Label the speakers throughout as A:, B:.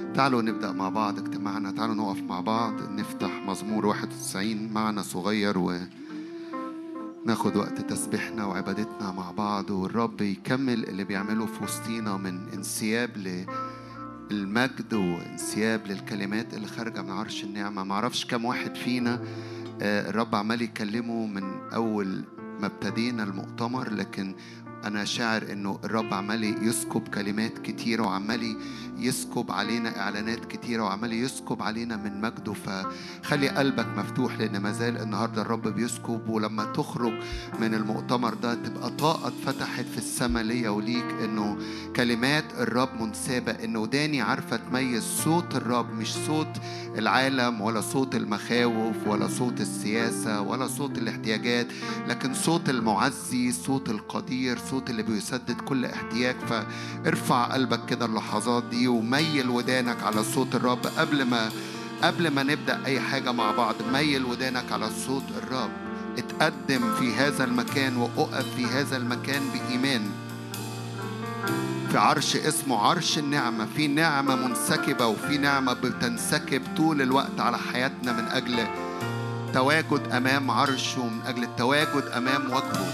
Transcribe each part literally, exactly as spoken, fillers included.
A: تعالوا نبدأ مع بعض اجتماعنا. تعالوا نقف مع بعض نفتح مزمور واحد وتسعين معنا صغير وناخد وقت تسبيحنا وعبادتنا مع بعض، والرب يكمل اللي بيعمله في وسطينا من انسياب للمجد وانسياب للكلمات اللي خارجة من عرش النعمة. معرفش كم واحد فينا الرب عمال يكلمه من أول ما ابتدينا المؤتمر، لكن أنا شاعر إنه الرب عمال يسكب كلمات كتيرة وعمال يسكب علينا إعلانات كتيرة وعمال يسكب علينا من مجده. فخلي قلبك مفتوح، لأن مازال النهاردة الرب بيسكب، ولما تخرج من المؤتمر ده تبقى طاقة فتحت في السماء ليا وليك، إنه كلمات الرب منسابة، إنه وداني عارفة تميز صوت الرب، مش صوت العالم ولا صوت المخاوف ولا صوت السياسة ولا صوت الاحتياجات، لكن صوت المعزي، صوت القدير، صوت اللي بيسدد كل احتياج. فارفع قلبك كده اللحظات دي وميل ودانك على صوت الرب قبل ما قبل ما نبدأ أي حاجة مع بعض. ميل ودانك على صوت الرب، اتقدم في هذا المكان وأقف في هذا المكان بإيمان في عرش اسمه عرش النعمة. في نعمة منسكبة وفي نعمة بتنسكب طول الوقت على حياتنا من أجل تواجد أمام عرشه، من أجل التواجد أمام وجهه.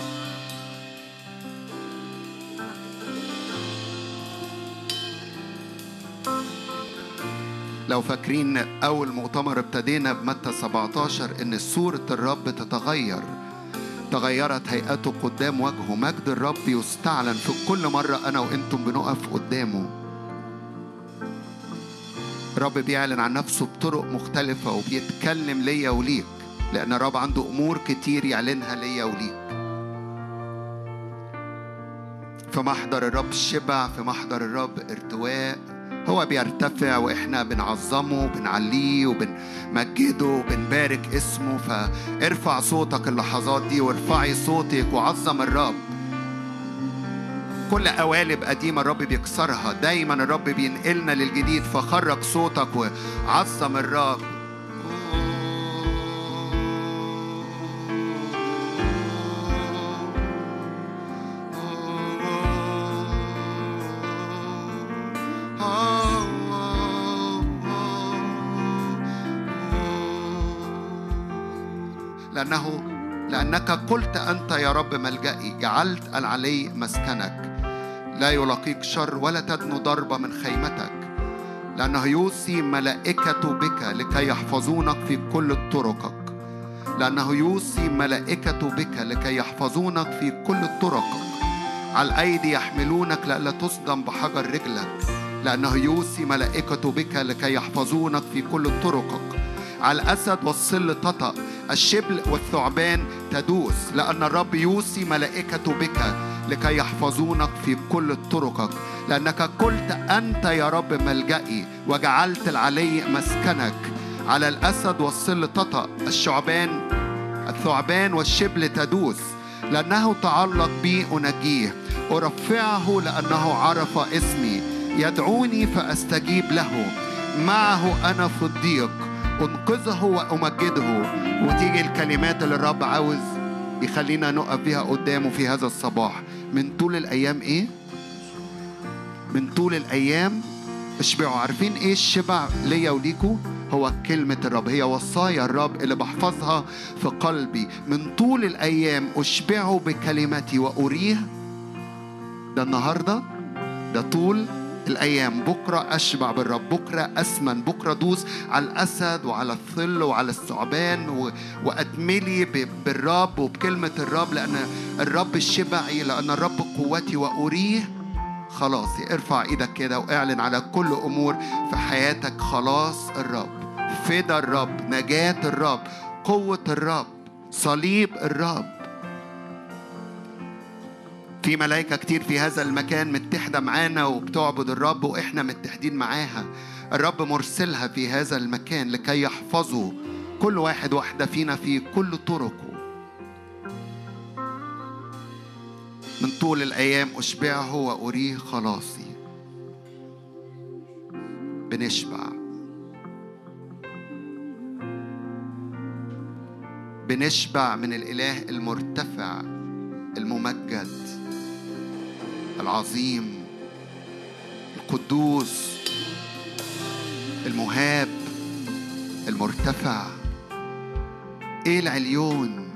A: لو فاكرين أول مؤتمر ابتدينا بمتى سبعة عشر إن صورة الرب تتغير، تغيرت هيئته قدام وجهه، مجد الرب يستعلن في كل مرة أنا وإنتم بنقف قدامه. الرب بيعلن عن نفسه بطرق مختلفة وبيتكلم ليا وليك، لأن الرب عنده أمور كتير يعلنها ليا وليك. في محضر الرب شبع، في محضر الرب ارتواء، هو بيرتفع وإحنا بنعظمه وبنعليه وبنمجده وبنبارك اسمه. فارفع صوتك اللحظات دي وارفعي صوتك وعظم الرب. كل قوالب قديمة الرب بيكسرها، دايما الرب بينقلنا للجديد. فخرج صوتك وعظم الرب. لأنه لأنك قلت أنت يا رب ملجئي، جعلت العلي مسكنك، لا يلاقيك شر ولا تدنو ضربة من خيمتك. لأنه يوصي ملائكته بك لكي يحفظونك في كل طرقك. لأنه يوصي ملائكته بك لكي يحفظونك في كل طرقك. على الأيدي يحملونك لئلا تصدم بحجر رجلك. لأنه يوصي ملائكته بك لكي يحفظونك في كل طرقك. على الأسد والصل تطأ، الشبل والثعبان تدوس. لأن الرب يوصي ملائكته بك لكي يحفظونك في كل طرقك. لأنك قلت أنت يا رب ملجئي وجعلت العلي مسكنك. على الأسد والصل تطأ، الشعبان الثعبان والشبل تدوس. لأنه تعلق بي أنجيه، أرفعه لأنه عرف اسمي. يدعوني فأستجيب له، معه أنا في الضيق أنقذه وأمجده. وتيجي الكلمات اللي الرب عاوز يخلينا نقف بيها قدامه في هذا الصباح. من طول الأيام إيه؟ من طول الأيام اشبعوا. عارفين إيه الشبع ليا وليكوا؟ هو كلمة الرب، هي وصايا الرب اللي بحفظها في قلبي. من طول الأيام أشبعه بكلمتي وأريه. ده النهاردة، ده طول الأيام. بكرة أشبع بالرب، بكرة أسمن، بكرة دوس على الأسد وعلى الثل وعلى الثعبان و... وأتملي ب... بالرب وبكلمة الرب، لأن الرب الشبعي، لأن الرب قوتي وأريه خلاصي. ارفع إيدك كده واعلن على كل أمور في حياتك خلاص الرب، فدا الرب، نجاة الرب، قوة الرب، صليب الرب. في ملائكة كتير في هذا المكان متحدة معانا وبتعبد الرب وإحنا متحدين معاها. الرب مرسلها في هذا المكان لكي يحفظوا كل واحد واحدة فينا في كل طرقه. من طول الأيام أشبعه وأريه خلاصي. بنشبع، بنشبع من الإله المرتفع الممجد العظيم القدوس المهاب المرتفع. ايه العليون؟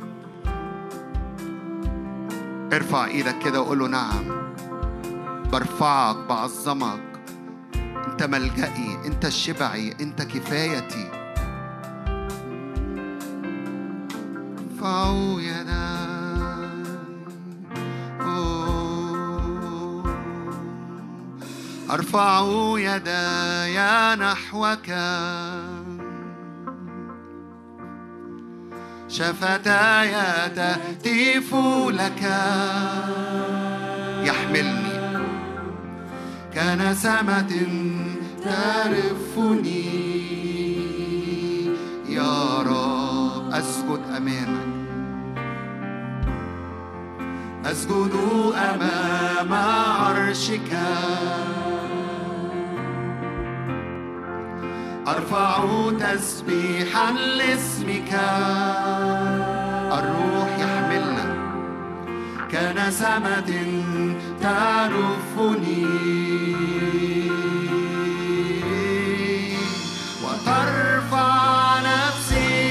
A: ارفع ايدك كده وقول له نعم، برفعك، بعظمك، انت ملجئي، انت الشبعي، انت كفايتي. ارفعوا يداي، ارفعوا يداي نحوك، شفتاي تهتف لك. يحملني كنسمة تعرفني يا رب. أسجد أمامك، أسجد أمام عرشك، أرفع تسبيحا لاسمك. الروح يحملنا كنسمة تعرفني وترفع نفسي.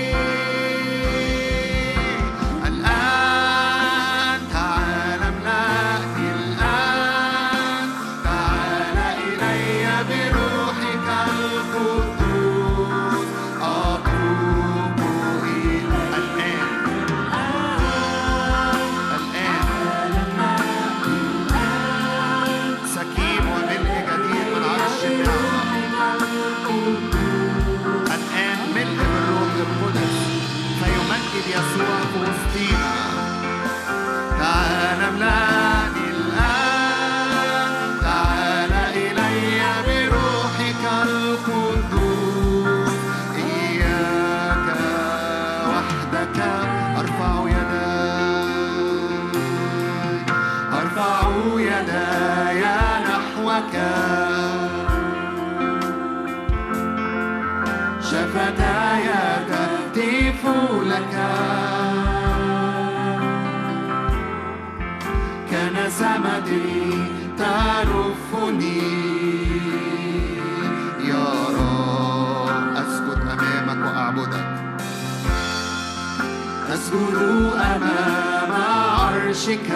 A: الآن تعال املأني، الآن تعال إلي بروحك القدوس. أتوب إلى الآن، الآن سكيب وملء جديد من عرش النعمة. الآن ملء بالروح القدس فيمجد يسوع في وسطينا. تعال املأني الآن، تعال إلي بروحك القدوس. إياك وحدك أرفع يداي، أرفع يداي نحوك، شفتاي تهتف لك، كنسمة تعرفني يا رب. أسجد أمامك وأعبدك، أسجد أمام عرشك،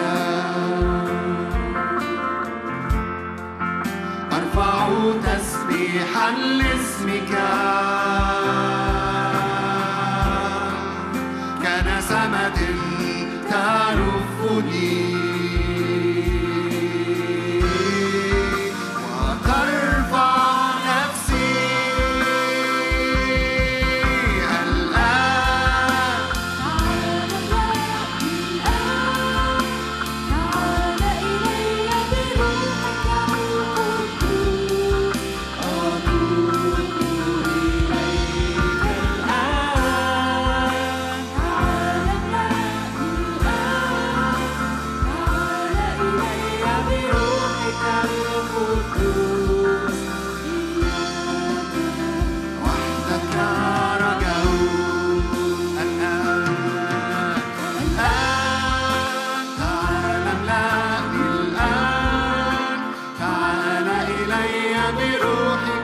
A: أرفع تسبيحا لاسمك، كنسمة تعرفني وترفع نفسي. الآن
B: تعال إلي بروحك القدوس. أتوب إليك الآن، تعال املأني الآن، تعال إلي بروحك القدوس.
A: وحدك رجاء. الآن الآن تعال املأني الآن، تعال إلي بروحك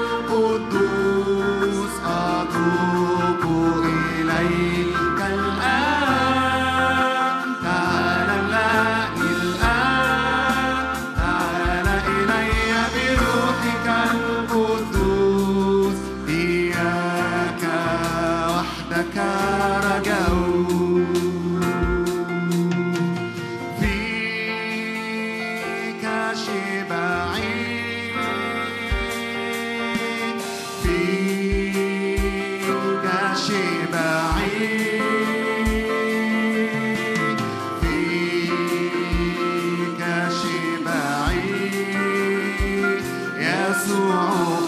A: القدوس. أتوب إليك الآن، تعال املأني الآن، تعال إلي بروحك القدوس. إياك وحدك رجاء، فيك شبعي، فيك شبعي، فيك شبعي يسوع.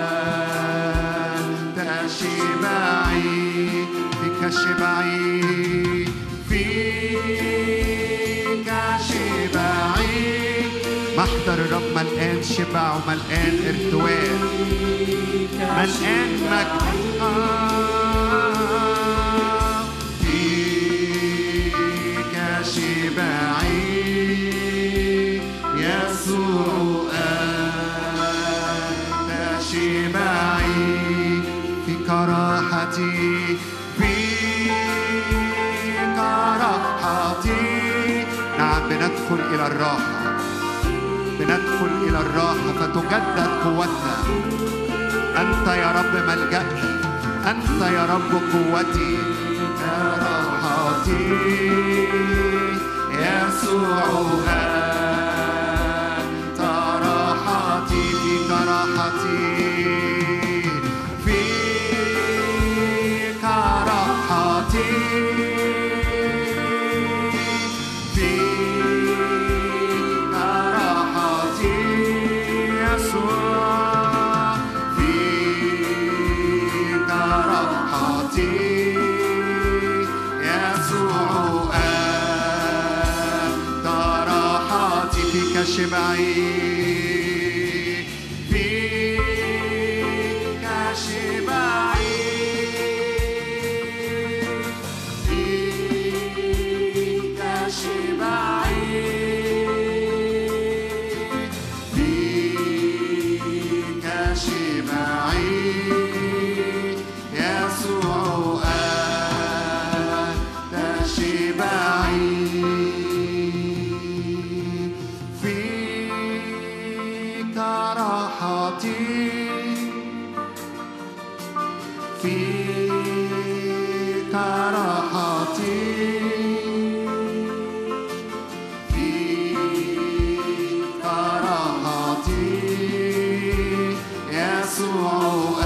A: أنت شبعي، فيك شبعي، فيك شبعي. محضر الرب ملآن شبع وملآن ارتواء، ملآن مجد. آه، فيك شبعي يسوع. أنت شبعي راحتي فيك راحتي. نعم بندخل إلى الراحة، بندخل إلى الراحة فتجدد قوتنا. أنت يا رب ملجأي، أنت يا رب قوتي يا راحتي. يسوع أنت راحتي، فيك راحتي، فيك راحتي، فيك راحتي. يسوع فيك راحتي. يسوع أنت راحتي، فيك شبعي، فيك شبعي، فيك شبعي، فيك شبعي. يسوع أنت شبعي، فيك راحتي، فيك راحتي، فيك راحتي. يسوع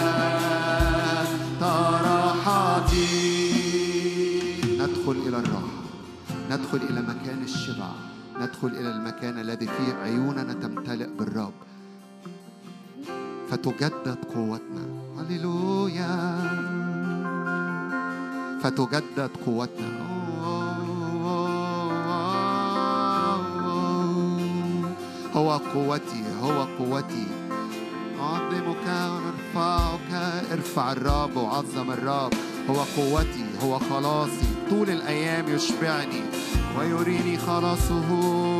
A: أنت راحتي. ندخل إلى الراحة، ندخل إلى مكان الشبع، ندخل إلى المكان الذي فيه عيوننا تمتلئ بالرب فتجدد قوتنا. هللويا، فتجدد قوتنا. هو قوتي، هو قوتي. أعظمك ونرفعك، ارفع الرب وعظم الرب. هو قوتي، هو خلاصي، طول الأيام يشبعني ويريني خلاصه.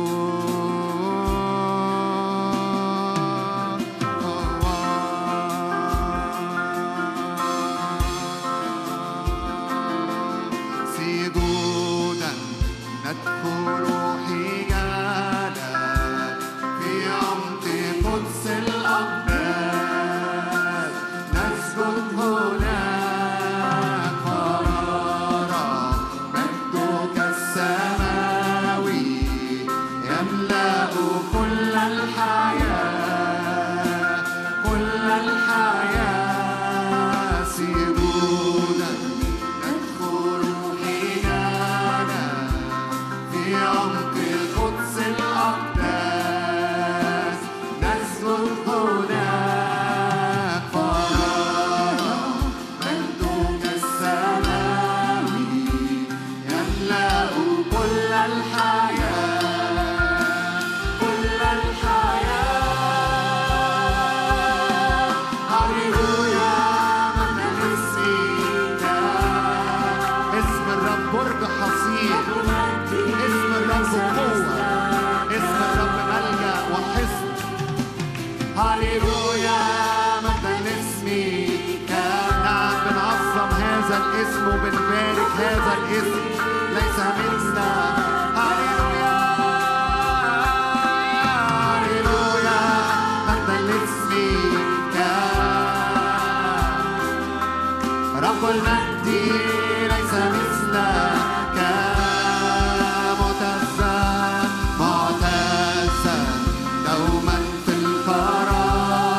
A: سجودا ندخل حجالا في عمق قدس الأقداس. نسجد هناك فرارا، مجدك السماوي يملأ كل الحياة، كل الحياة. سجودا ندخل حجالا في عمق القدس الأقداس. نسجد هناك فرارا، مجدك السماوي يملأ كل الحياة، كل الحياة. هللويا، مجد اسمك. اسم الرب برج حصين، اسم الرب قوة، اسم الرب ملجأ وحصن. هللويا، مجد اسمك. نعم بنعظم هذا الاسم وبنبارك هذا الاسم، ليس منا. هللويا، هللويا، مجد اسمك. رب المجد ليس مثلك، معتزا معتزا دوما في الكرامة.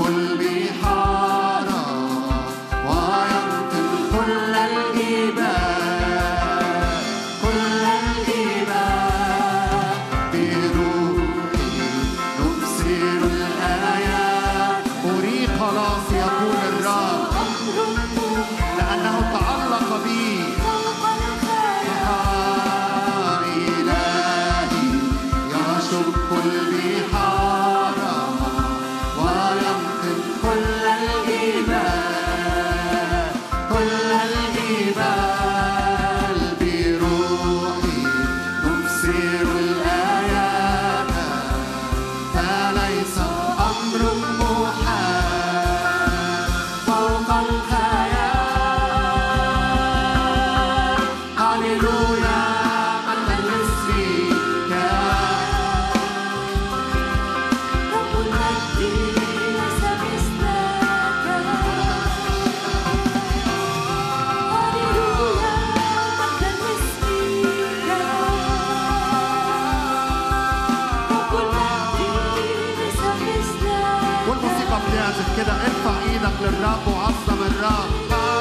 A: كل بحارة وينطق كل الجبال كل الجبال بروحي نبصر الآيات أريد خلاص يقول الرب لأنه تعلق بي إلهي يشق البحار وينطق كل الجبال كل الجبال بروحي نبصر الآيات فليس أمر محال فوق الخيال هللويا مجدا لاسمك
B: رب المجد ليس مثلك هللويا مجدا لاسمك رب المجد ليس مثلك
A: والموسيقى بتعزف كده ارفع ايدك للرب وعظم الرب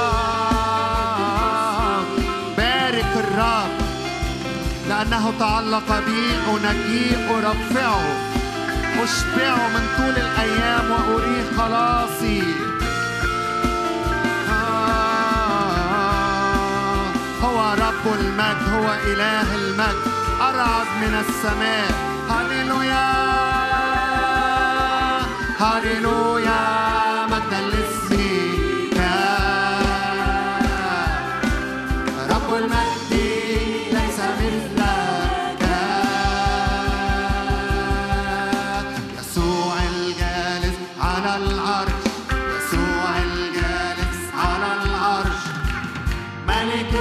A: بارك الرب لأنه تعلق بي أنجيه أرفعه أشبعه من طول الأيام وأريه خلاصي هو رب المجد هو إله المجد أرعد من السماء هللويا هللويا مجدا لاسمك رب المجد ليس مثلك يسوع الجالس على العرش يسوع الجالس على العرش ملك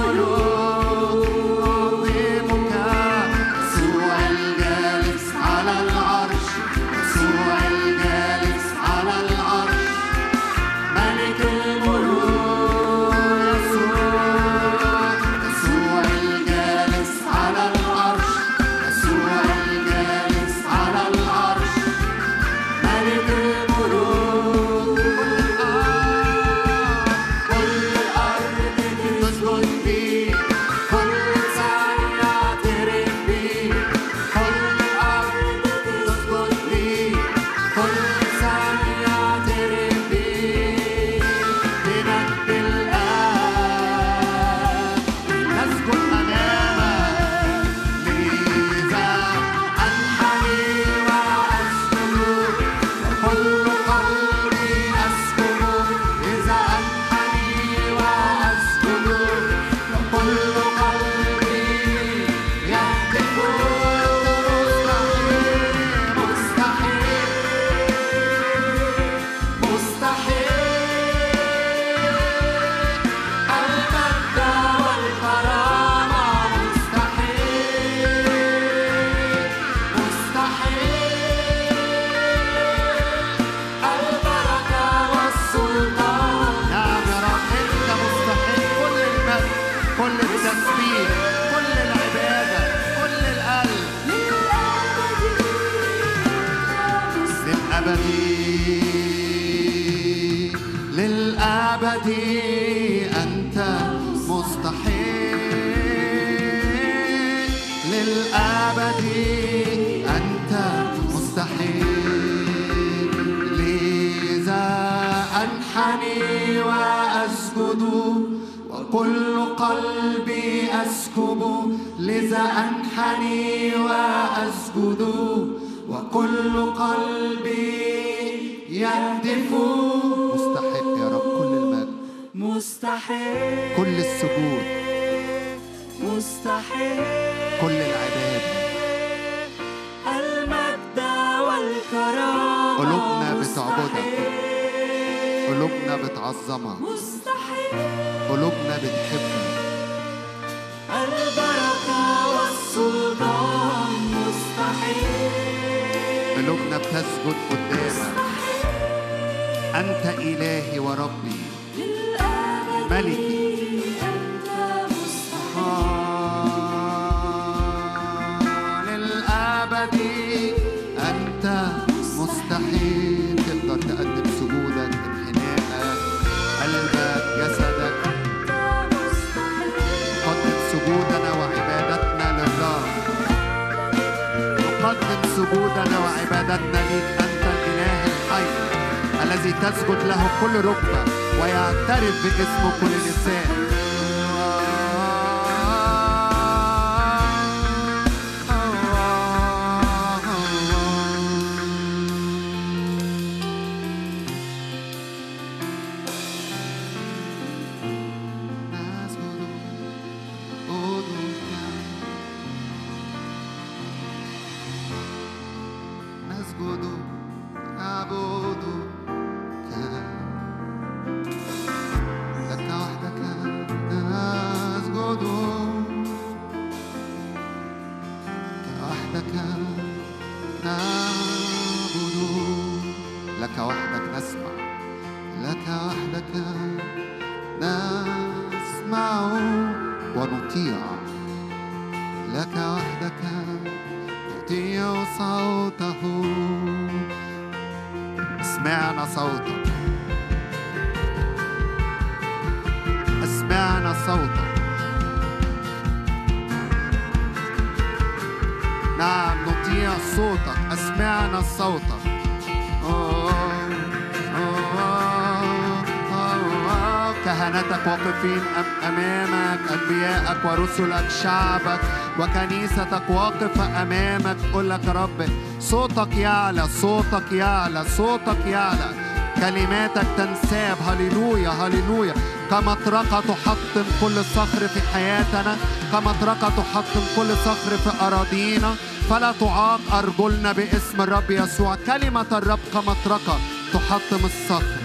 A: الملوك يعظمك يسوع الجالس على العرش يسوع الجالس على العرش ملك الملوك يسوع يسوع الجالس على العرش يسوع الجالس على العرش ملك الملوك كل الأرض تسجد فيه كل لسان يعترف بيه كل الأرض تسجد فيه كل لسان يعترف بيه بمجد الآب نسجد أمامك لذا أنحني وأسجد وكل قلبي أسكب إذا أنحني وأسجد وكل قلبي يهتف مستحيل مستحيل مستحيل المجد والكرامة مستحيل مستحيل البركة والسلطان نعم يا رب أنت مستحيل كل المجد كل التسبيح كل العبادة كل القلب للأبد للأبد أنت مستحيل للأبد أنت مستحيل لذا أنحني وأسجد وكل قلبي أسكب لذا أنحني وأسجد وكل قلبي يهتف مستحق يا رب كل المجد
B: مستحيل
A: كل السجود
B: مستحيل
A: كل العبادة
B: المجد والكرامة
A: قلوبنا بتعبدك
B: مستحيل
A: قلوبنا بتعظمك
B: مستحيل
A: قلوبنا بتحبك
B: البركة والسلطان مستحيل
A: قلوبنا بتسجد قدامك أنت إلهي وربي
B: للأبد
A: ملكي
B: أنت مستحيل
A: آه، للأبد أنت مستحيل تقدر تقدم سجودنا وعبادتنا ليك. أنت الإله الحي الذي تسجد له كل ركبة ويعترف باسمه كل لسان. ورسلك شعبك وكنيستك واقفة أمامك. قل لك يا رب صوتك يعلى، صوتك يعلى، صوتك يعلى، كلماتك تنساب. هللويا هللويا. كمطرقة تحطم كل صخر في حياتنا، كمطرقة تحطم كل صخر في أراضينا، فلا تعاق أرجلنا باسم الرب يسوع. كلمة الرب كمطرقة تحطم الصخر.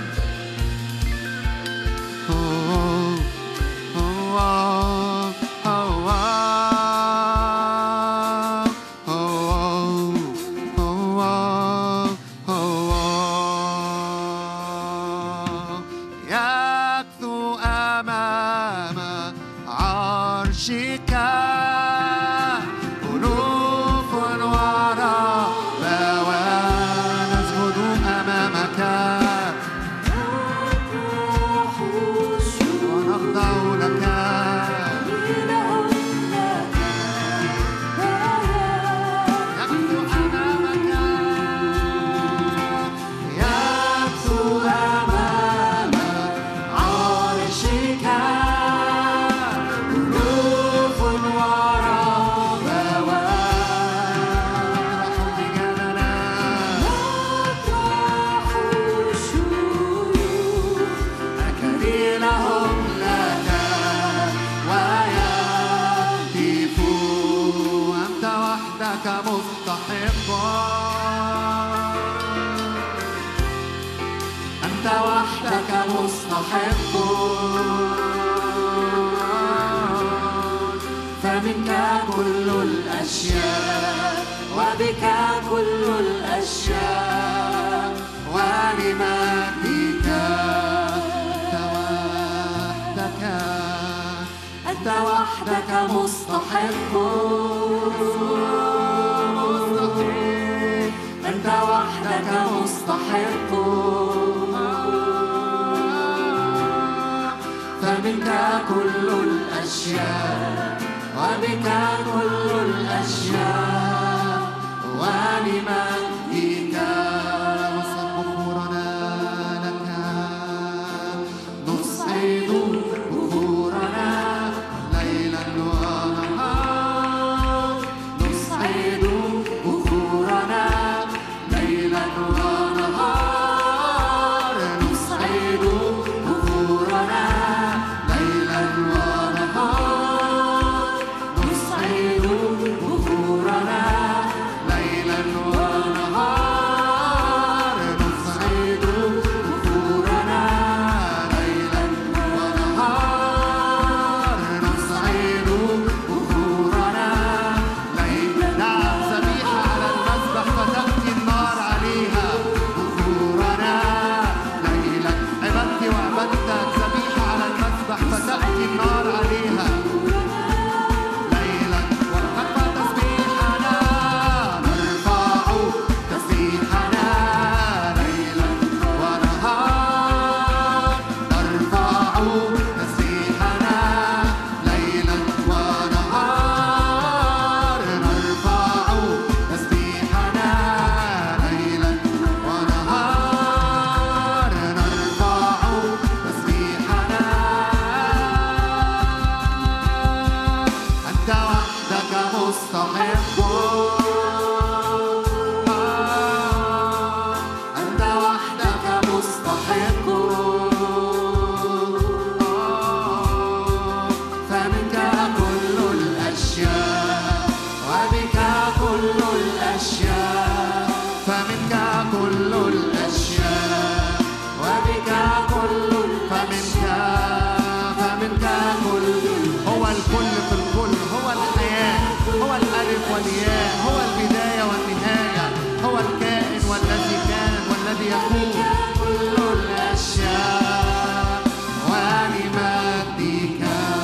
A: الأشياء وبك كل فمنك فمنك كل هو الكل في الكل هو الحياة هو الألف والياء هو البداية والنهاية هو الكائن والذي كان والذي يكون كل الأشياء ولمجدك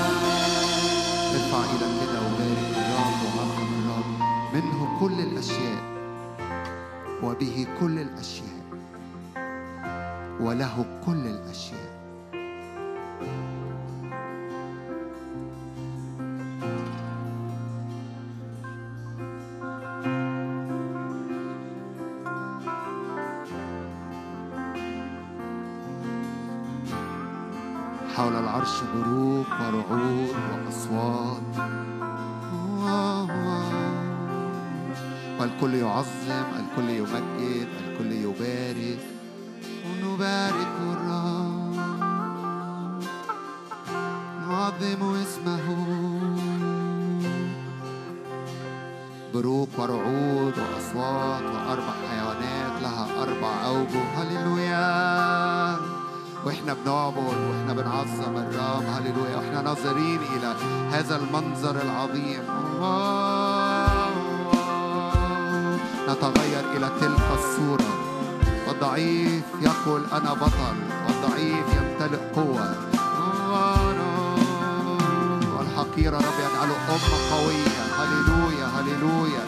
A: ارفع إيدك كده وبارك الرب وعظم الرب منه كل الأشياء وبه كل الأشياء وله كل الأشياء. حول العرش بروق ورعود وأصوات والكل يعظم الكل يمجد الكل يبارك ونبارك الرب نعظم اسمه بروق ورعود وأصوات وأربع حيوانات لها أربع أوجه هللويا واحنا بنعبد واحنا بنعظم الرب هللويا واحنا ناظرين الى هذا المنظر العظيم نتغير الى تلك الصورة والضعيف يقول انا بطل والضعيف يمتلئ قوة والحقير رب يجعله أمة قوية هللويا هللويا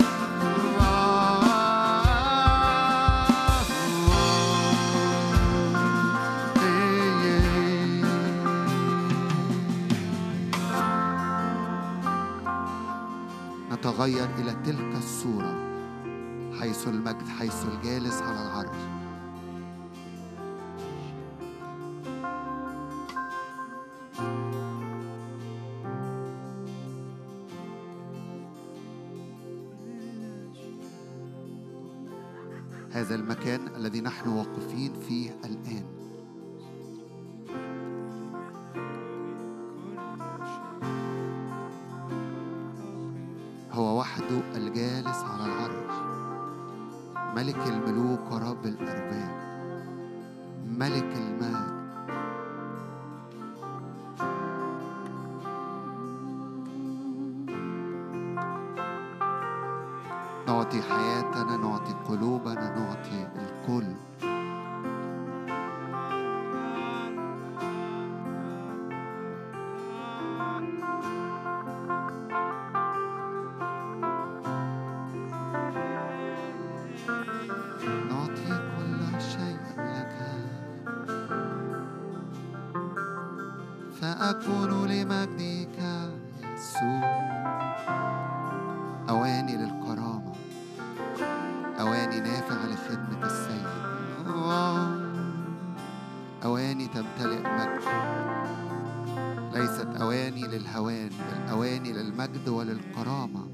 A: نتغير إلى تلك الصورة حيث المجد حيث الجالس على العرش هذا المكان الذي نحن واقفين فيه الآن هو وحده الجالس على العرش ملك الملوك ورب الأرباب ملك المجد نعطي حياتنا نعطي قلوبنا نعطي الكل أكون لمجدك يسوع أواني للكرامة أواني نافع لخدمة السيد أواني تمتلئ مجد ليست أواني للهوان بل أواني للمجد وللكرامة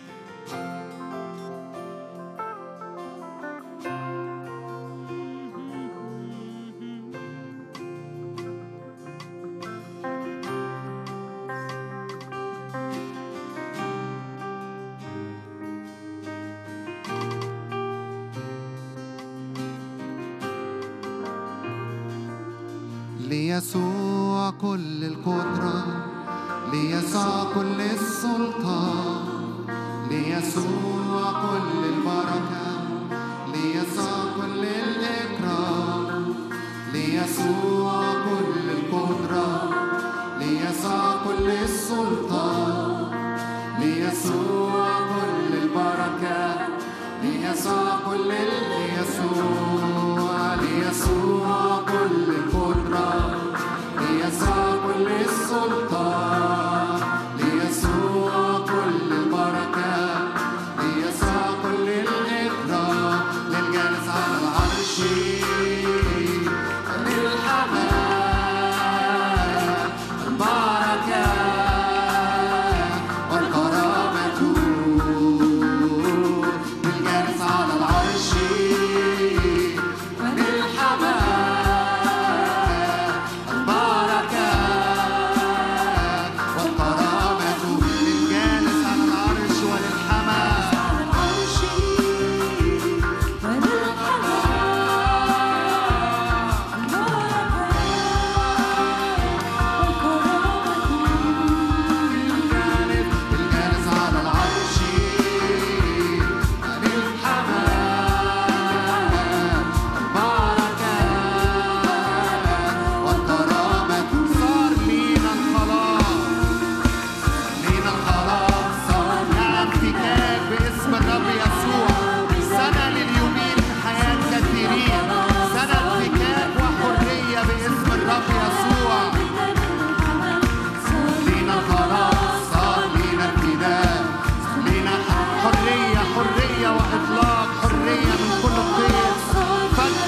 A: ليسوع كل القدرة ليسوع كل السلطان ليسوع كل البركة ليسوع كل الإكرام ليسوع كل القدرة ليسوع كل السلطان ليسوع كل البركة ليسوع كل ليسوع ليسوع كل القدرة ليسوع كل السلطان ليسوع كل البركة ليسوع كل الإكرام للجالس على العرش للحمام البركة والكرامة للجالس على العرش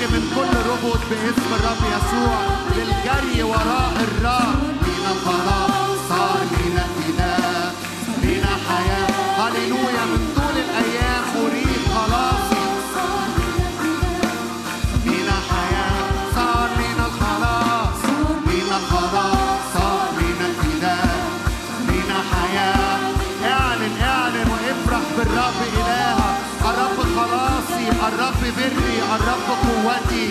A: نفك من كل ربط باسم الرب يسوع للجري وراء الرب. لينا خلاص، صار لينا فداء، لينا حياة. هللويا. من طول الأيام أريد خلاصي. لينا حياة، صار لينا الخلاص، لينا خلاص، صار لينا الفداء، لينا حياة. اعلن اعلن وافرح بالرب إلهك. الرب خلاصي، الرب بري، الرب قوتي.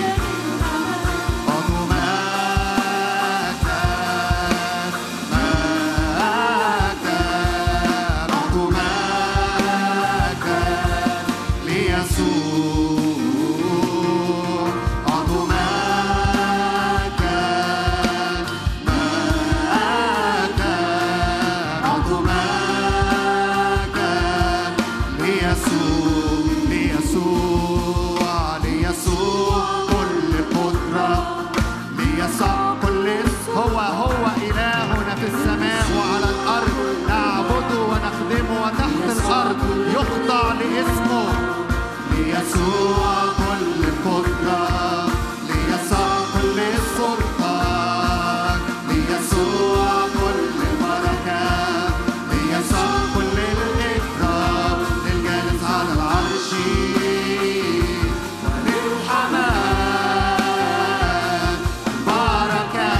A: يخضع لاسمه. ليسوع كل القدرة، ليسوع كل السلطة، ليسوع كل البركة، ليسوع كل الإكرام، للجالس على العرش وللحمام البركة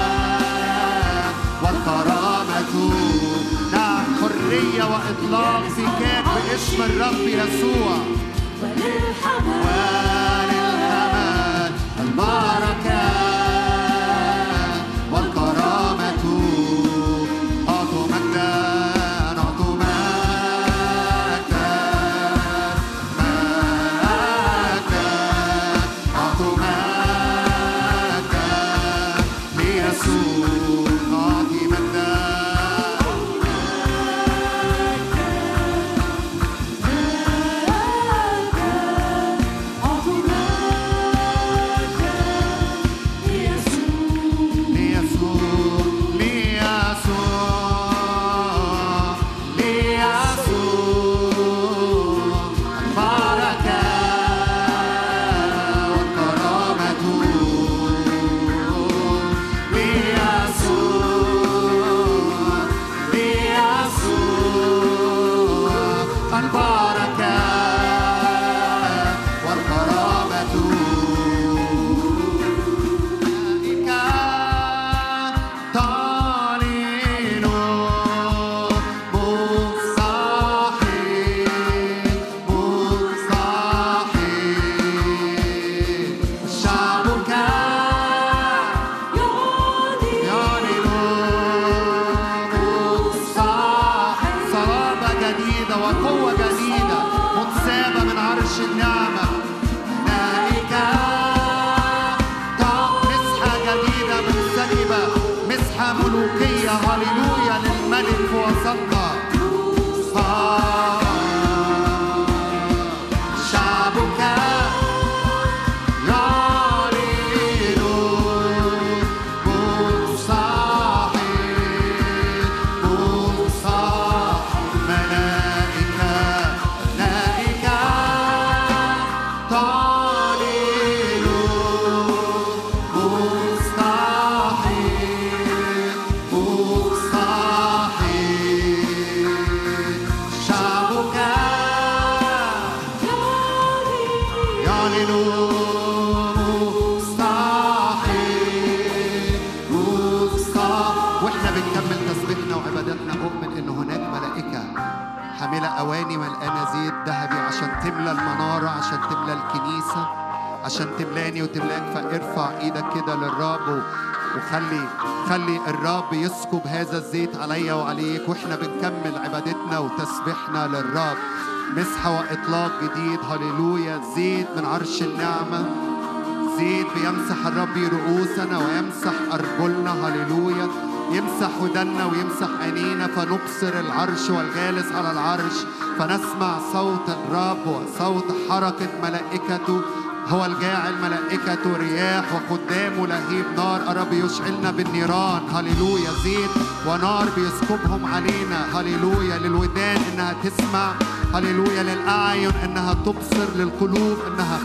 A: والكرامة. نعم، حرية وإطلاق في كان باسم الرب يسوع. وللحمد البركة والكرامة. أعطوا مجدا، أعطوا مجدا، مجدا، أعطوا مجدا ليسوع. أعطي مجدا. هللويا للملك في وسطنا. شعبك يعلن مصاحب مصاحب. ملائكة ملائكة تعلن أواني ملقانة زيت ذهبي عشان تملى المنارة، عشان تملى الكنيسة، عشان تملاني وتملاك. فارفع ايدك كده للرب وخلي خلي الرب يسكب هذا الزيت عليا وعليك. واحنا بنكمل عبادتنا وتسبيحنا للرب، مسحة وإطلاق جديد. هللويا. زيت من عرش النعمة، زيت بيمسح الرب رؤوسنا ويمسح أرجلنا. هللويا. يمسح ودنا ويمسح عينينا فنبصر العرش والجالس على العرش، فنسمع صوت الرب وصوت حركة ملائكته. هو الجاعل ملائكته رياح وقدامه لهيب نار. الرب يشعلنا بالنيران. هللويا. زيت ونار بيسكبهم علينا. هللويا. للودان إنها تسمع، هللويا. للأعين إنها تبصر، للقلوب إنها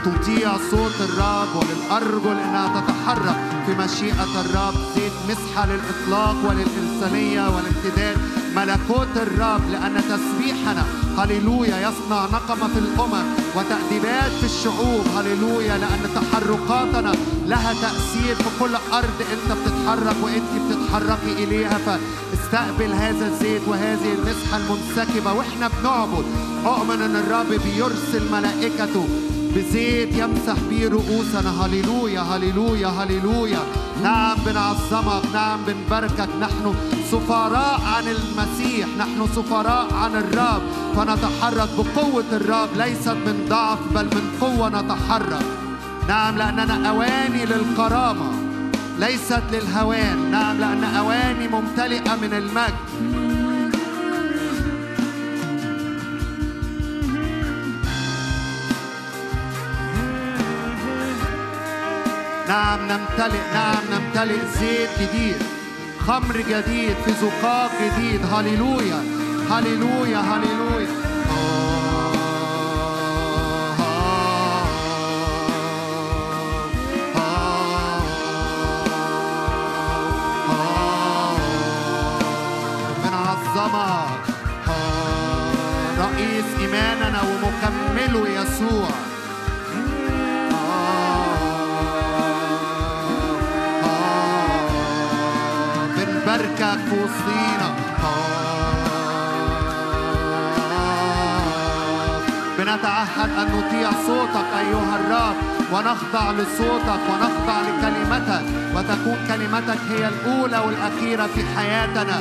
A: تطيع صوت الرب وللأرجل إنها تتحرك في مشيئة الرب. زيت مسحة للإطلاق وللإنسانية والامتداد ملكوت الرب، لأن تسبيحنا هللويا يصنع نقمة في الأمم وتأديبات في الشعوب. هللويا، لأن تحركاتنا لها تأثير في كل أرض أنت بتتحرك وأنت بتتحركي إليها. فاستقبل هذا الزيت وهذه المسحة المنسكبة وإحنا بنعبد. أؤمن أن الرب بيرسل ملائكته بزيت يمسح بيه رؤوسنا. هللويا هللويا هللويا. نعم بنعظمك، نعم بنباركك. نحن سفراء عن المسيح، نحن سفراء عن الرب، فنتحرك بقوة الرب ليست من ضعف بل من قوة نتحرك. نعم لأننا أواني للكرامة ليست للهوان. نعم لأن أواني ممتلئة من المجد. نعم نمتلئ، نعم نمتلئ زيت جديد، خمر جديد في زقاق جديد. هللويا هللويا هللويا. بنعظمك رئيس إيماننا ومكمله يسوع. بنباركك في وسطينا. بنتعهد أن نطيع صوتك أيها الرب ونخضع لصوتك ونخضع لكلمتك، وتكون كلمتك هي الأولى والأخيرة في حياتنا.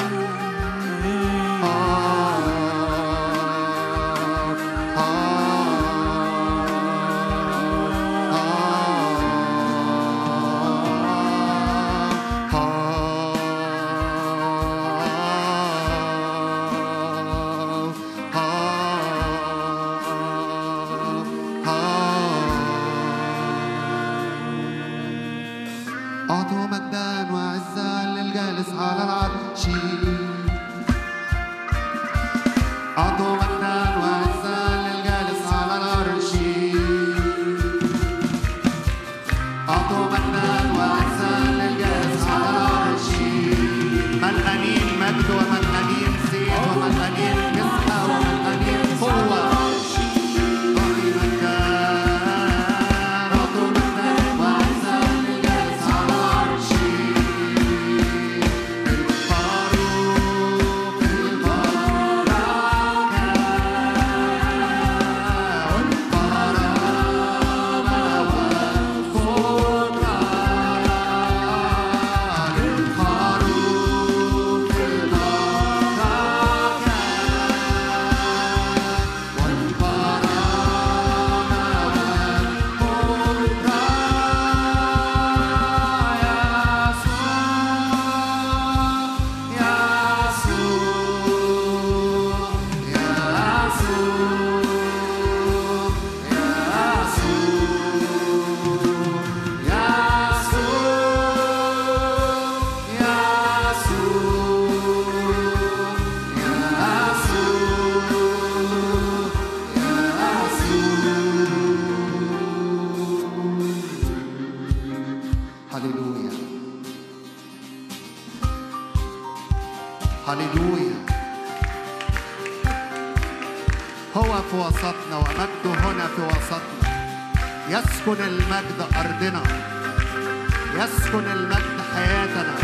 A: يسكن المجد أرضنا، يسكن المجد حياتنا.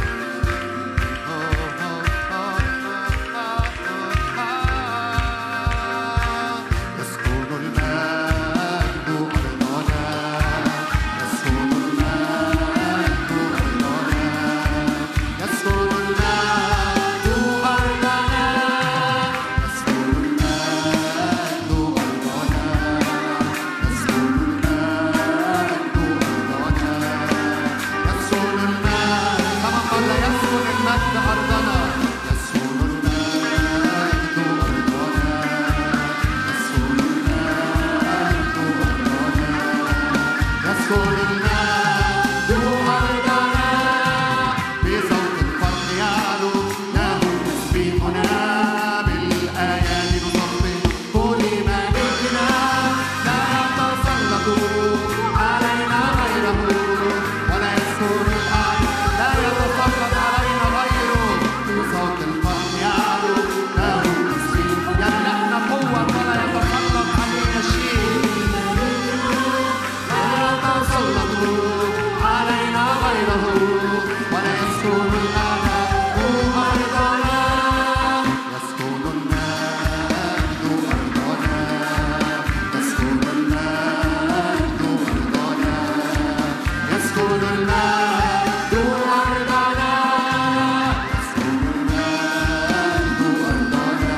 A: يسكن المجد أرضنا يسكن المجد أرضنا يسكن المجد أرضنا يسكن المجد أرضنا يسكن المجد أرضنا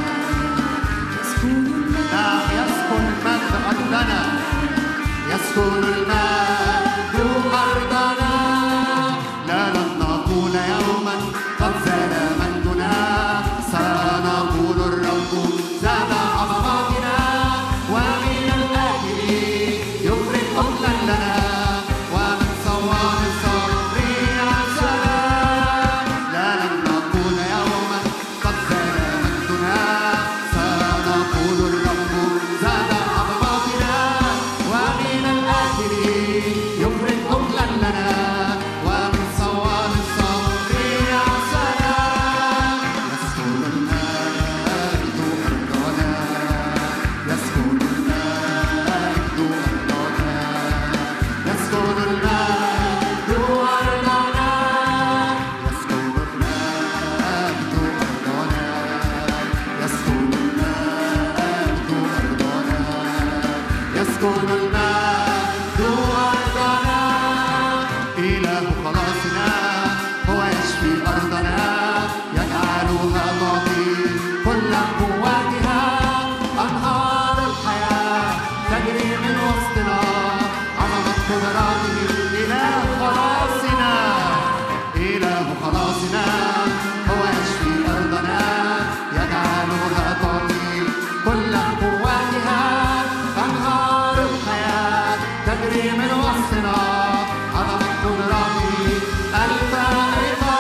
A: نعم يسكن المجد أرضنا يسكن المجد أرضنا لا لن نقول يوما قد زال مجدنا سنقول الرب زاد عظمتنا ومن الآخر يخرج أكلا لنا ومن صواب الصبر عسلا لا لن نقول يوما قد زال مجدنا سنقول الرب زاد عظمتنا ومن الآخر يخرج أكلا لنا ومن صواب الصبر عسلا يسكن المجد أرضنا يسكن المجد أرضنا يسكن المجد أرضنا يسكن المجد أرضنا يسكن المجد أرضنا يسكن المجد أرضنا إله خلاصنا هو يشفي أرضنا يجعلها تعطي كل قوتها أنهار الحياة تجري من وسطنا عظمة قدراته إله خلاصنا إله خلاصنا هو يشفي أرضنا يجعلها تعطي كل قوتها أنهار الحياة تجري من وسطنا عظمة قدراته الفائقة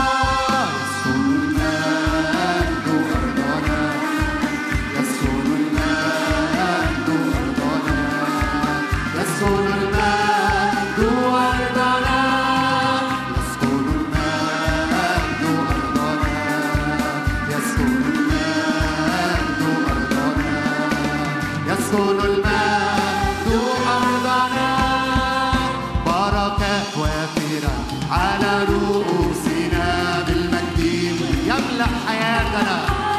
A: يسكن المجد أرضنا يسكن المجد أرضنا يسكن المجد أرضنا يسكن المجد أرضنا يسكن المجد أرضنا بركات وافرة على رؤوسنا بالمجد يملأ حياتنا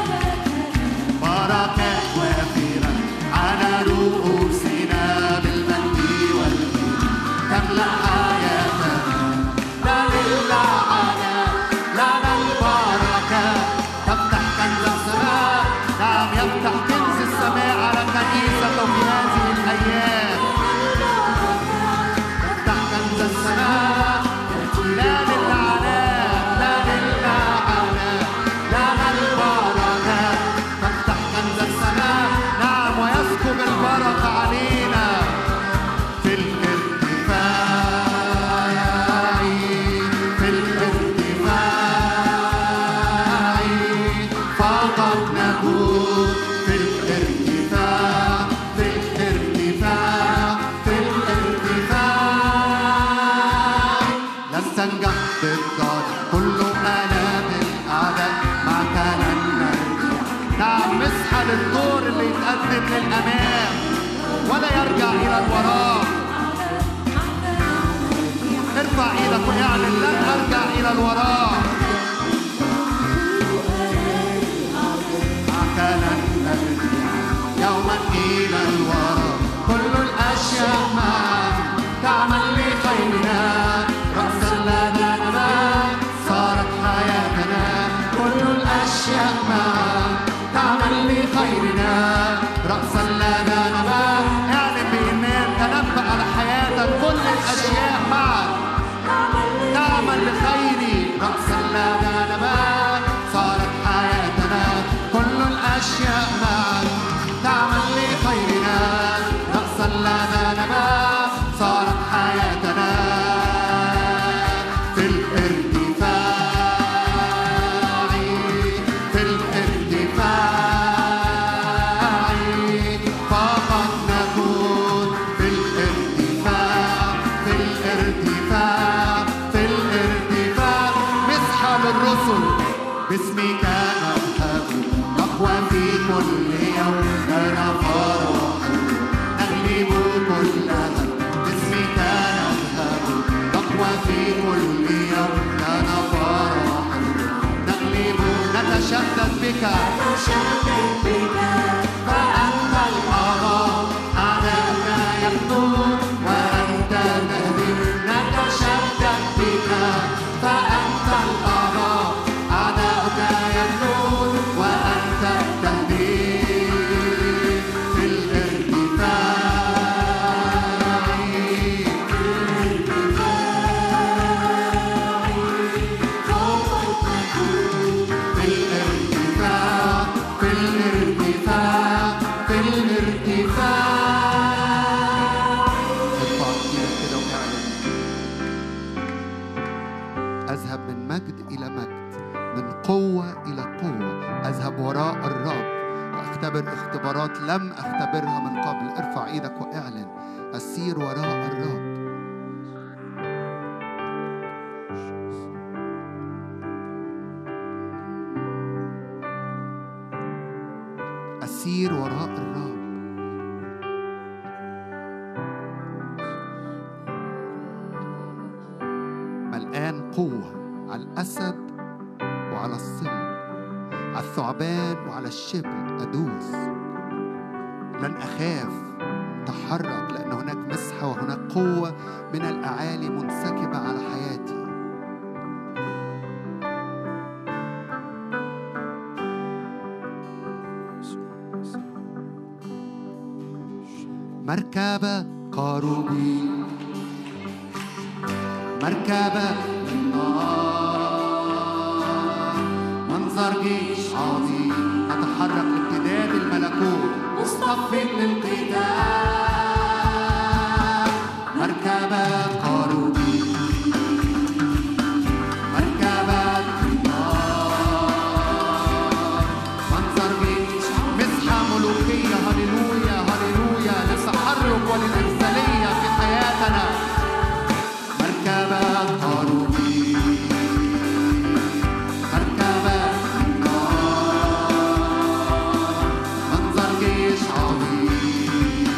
A: بركات وافرة على رؤوسنا بالمجد والخير تملأ حياتنا لا للعنة لا للبركة تفتح كنز السماء نعم يفتح كنز السماء على كنيسته في هذه الأيام يفتح كنز السماء لا للعنات لا للعنات لا للبركات تفتح كنز السماء نعم ويسكب البركة علينا في الارتفاع في الارتفاع فقط نكون في الارتفاع في الارتفاع في الارتفاع لن تنجح بالضاد كل آلام الأعداء معك لن نرجع نعم مسحة للدور اللي يتقدم للأمام ولا يرجع إلى الوراء ارفع ايدك واعلن لن ارجع الى الوراء معك لن نرجع يوما الى الوراء كل الاشياء معك تعمل لخيرنا رأسا لنا نبات صارت حياتنا كل الاشياء معك تعمل لخيرنا رأسا لنا نبات اعلن بإيمان تنبأ على حياتك كل الاشياء معك تعمل لخيري رأسا لنا نبات صارت حياتنا كل الأشياء معك تعمل لخيرنا رأسا لنا نبات صارت حياتنا في الارتفاع في الارتفاع فقط نكون في الارتفاع في الارتفاع في الارتفاع مسحة للرسل باسمك نذهب نقوى في كل يوم لنا فرح نغلب كل هم باسمك نذهب نقوى في كل يوم لنا فرح نتشدد بك
B: نتشدد بك
A: فأنت الأعظم أعداؤك يبنون وأنت تهدي نتشدد بك فأنت الأعظم أعداؤك يبنون وأنت تهدي في الارتفاع
B: فوق الطيور
A: في الارتفاع في الارتفاع في الارتفاع ارفع ايدك كده واعلن اذهب من مجد الى مجد من قوة الى قوة اذهب وراء الرب واختبر اختبارات لم اختبرها من قبل ارفع ايدك واعلن اسير وراء الرب أسير وراء الرب ملآن قوة على الأسد وعلى الصل على الثعبان وعلى الشبل أدوس لن أخاف تحرك لأن هناك مسحة وهناك قوة من الأعالي منسكبة على حياتي مركبة قاروبي مركبة من نار منظر جيش عظيم أتحرك لامتداد الملكوت مصطف للقتال مركبة قاروبي مركبة من نار منظر جيش مسحة ملوكية هللويا هللويا للتحرك وللإرسالية في حياتنا مركبة قاروبي مركبة من نار منظر جيش عظيم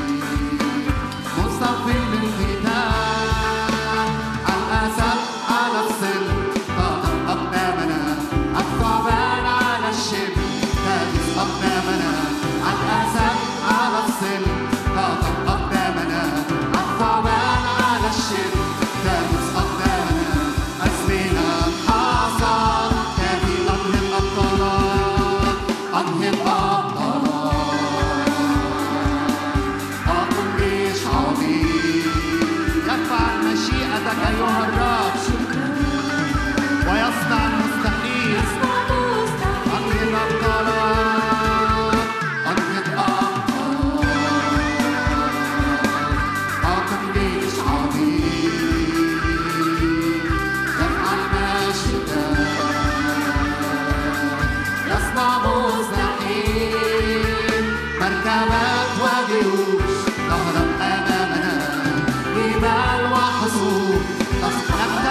A: مصطفى للقتال الأسد على الصل تقطع أقدامنا الثعبان على الشبل تهز أقدامنا الأسد على الصل تقطع أقدامنا الثعبان على الشبل تهز أقدامنا أسمنا حصان كافي أنهي الأبطالات أنهي الأبطالات أقم جيش عظيم يفعل مشيئتك أيها الرب ويصنع المستحيل أنهي الأبطالات أنهي الأبطالات أقم جيش عظيم يفعل ما شاء يصنع مستحيل مركبات وجيوش تهرب أمامنا جبال وحصون نفتح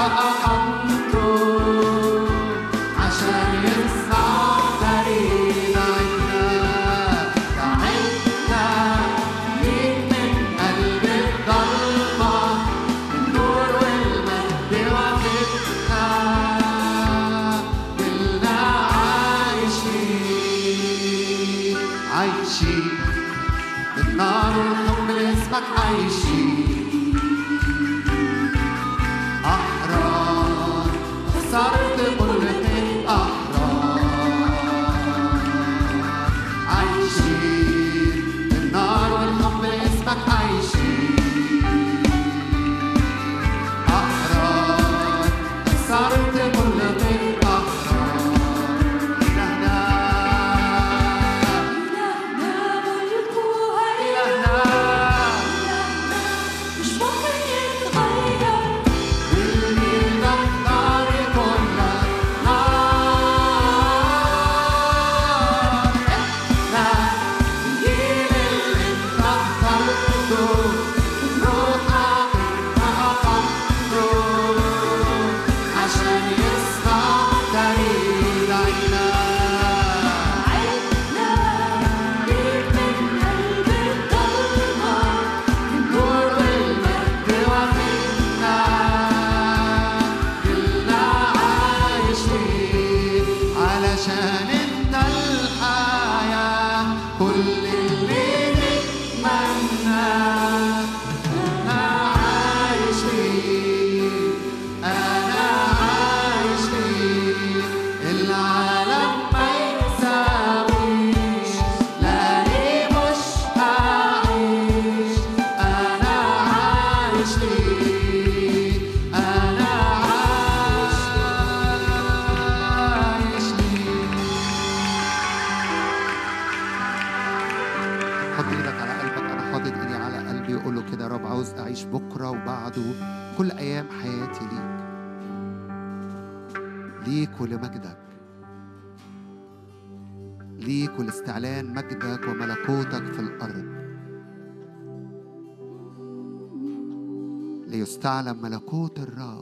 A: ليستعلن ملكوت الرب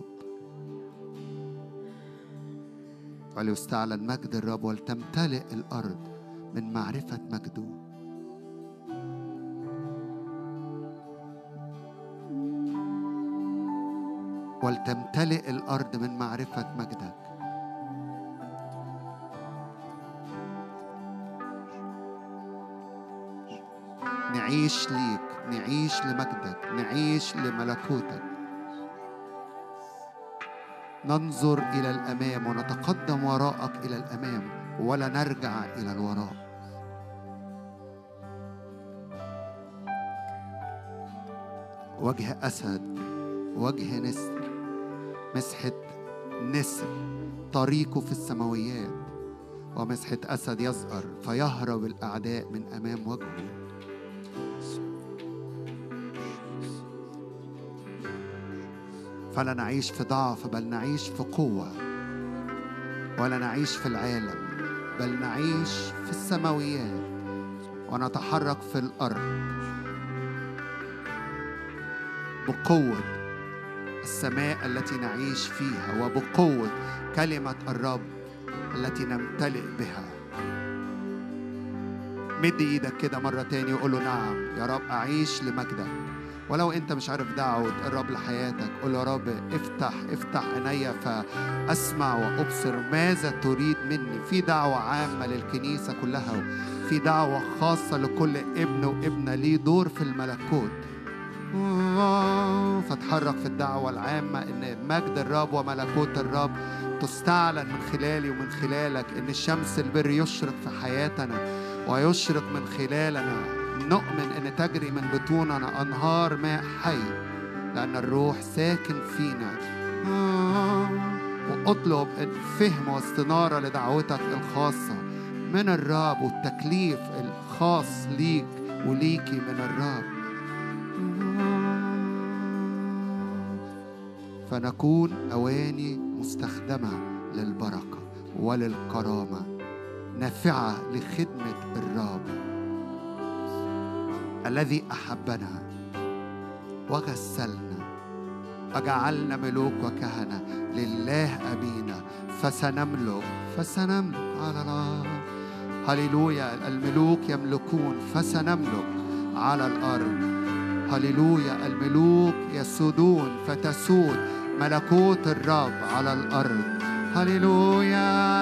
A: وليستعلن مجد الرب ولتمتلئ الأرض من معرفة مجده. ولتمتلئ الأرض من معرفة مجدك. نعيش ليك، نعيش لمجدك، نعيش لملكوتك. ننظر إلى الأمام ونتقدم وراءك إلى الأمام ولا نرجع إلى الوراء. وجه أسد، وجه نسر، مسحة نسر طريقه في السماويات، ومسحة أسد يزأر فيهرب الأعداء من أمام وجهه. فلا نعيش في ضعف بل نعيش في قوة، ولا نعيش في العالم بل نعيش في السماويات ونتحرك في الأرض بقوة السماء التي نعيش فيها وبقوة كلمة الرب التي نمتلئ بها. مد ايدك كده مرة تاني وقول له نعم يا رب أعيش لمجدك. ولو انت مش عارف دعوة الرب لحياتك قول له يا رب افتح افتح عيني فأسمع وأبصر ماذا تريد مني. في دعوة عامة للكنيسة كلها، في دعوة خاصة لكل ابن وابنة ليه دور في الملكوت. فتحرك في الدعوة العامة إن مجد الرب وملكوت الرب تستعلن من خلالي ومن خلالك، إن الشمس البر يشرق في حياتنا ويشرق من خلالنا. نؤمن إن تجري من بطوننا أنهار ماء حي لأن الروح ساكن فينا. وأطلب الفهم واستنارة لدعوتك الخاصة من الرب والتكليف الخاص ليك وليكي من الرب، فنكون أواني مستخدمة للبركة وللكرامة، نافعة لخدمة الرب الذي أحبنا وغسلنا وجعلنا ملوك وكهنة لله أبينا فسنملك فسنملك على الأرض. هللويا. الملوك يملكون فسنملك على الأرض. هللويا. الملوك يسودون فتسود ملكوت الرب على الأرض. هللويا.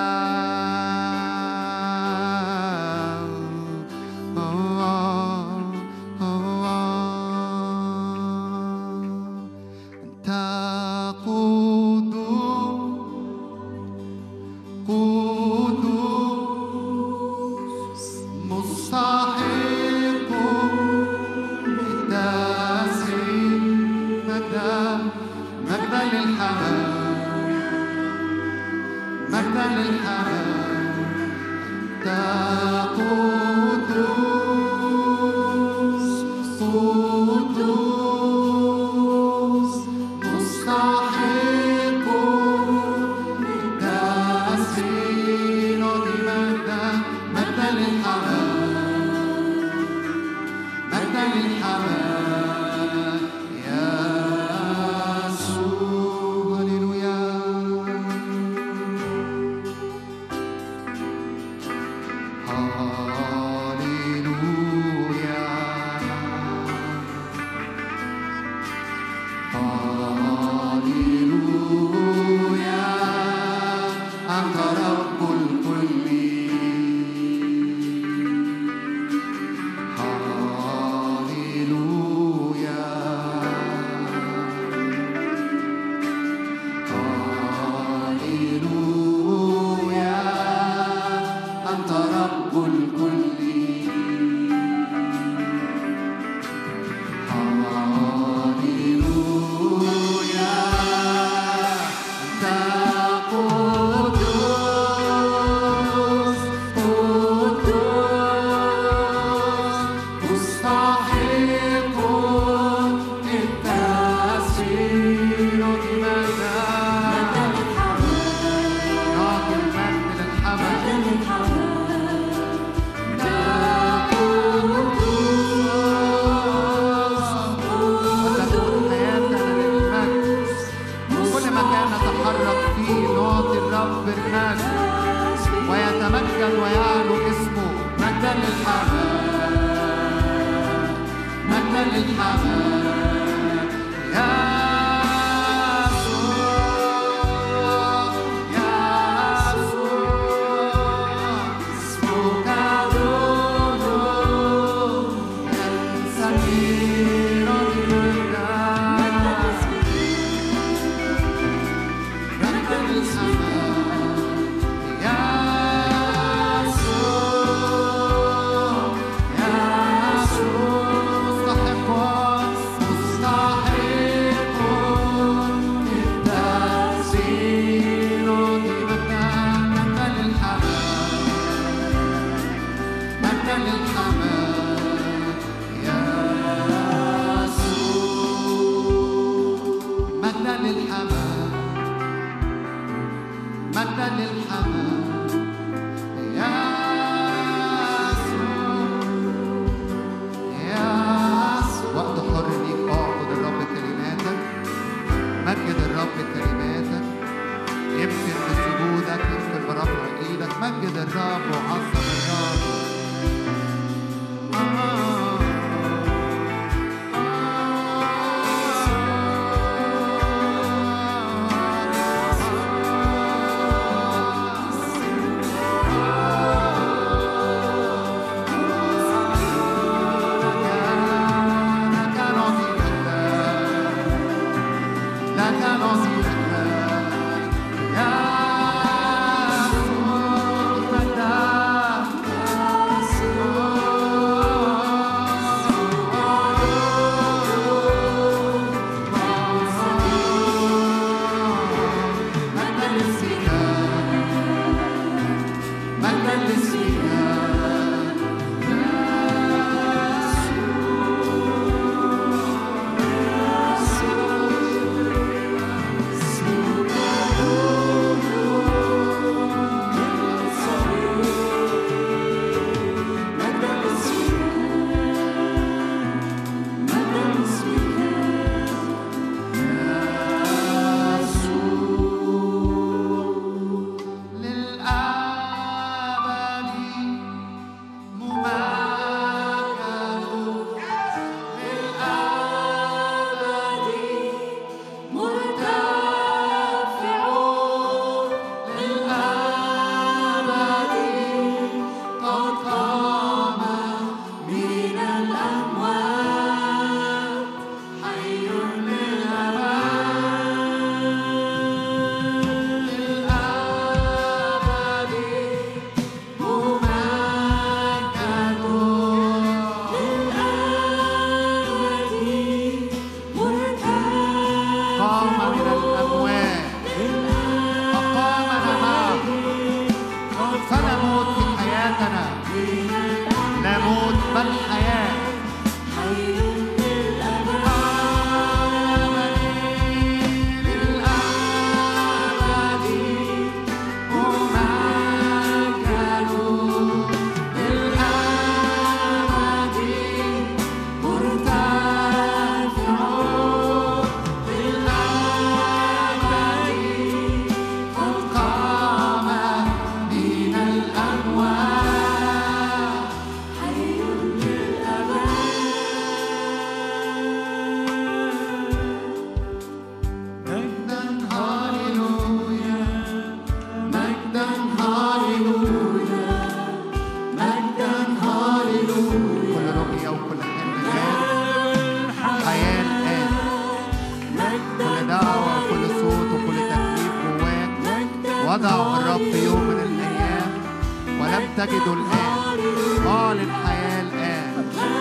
A: وضع الرب في يوم من الأيام ولم تجدوا الآن، أعلن حياة الآن.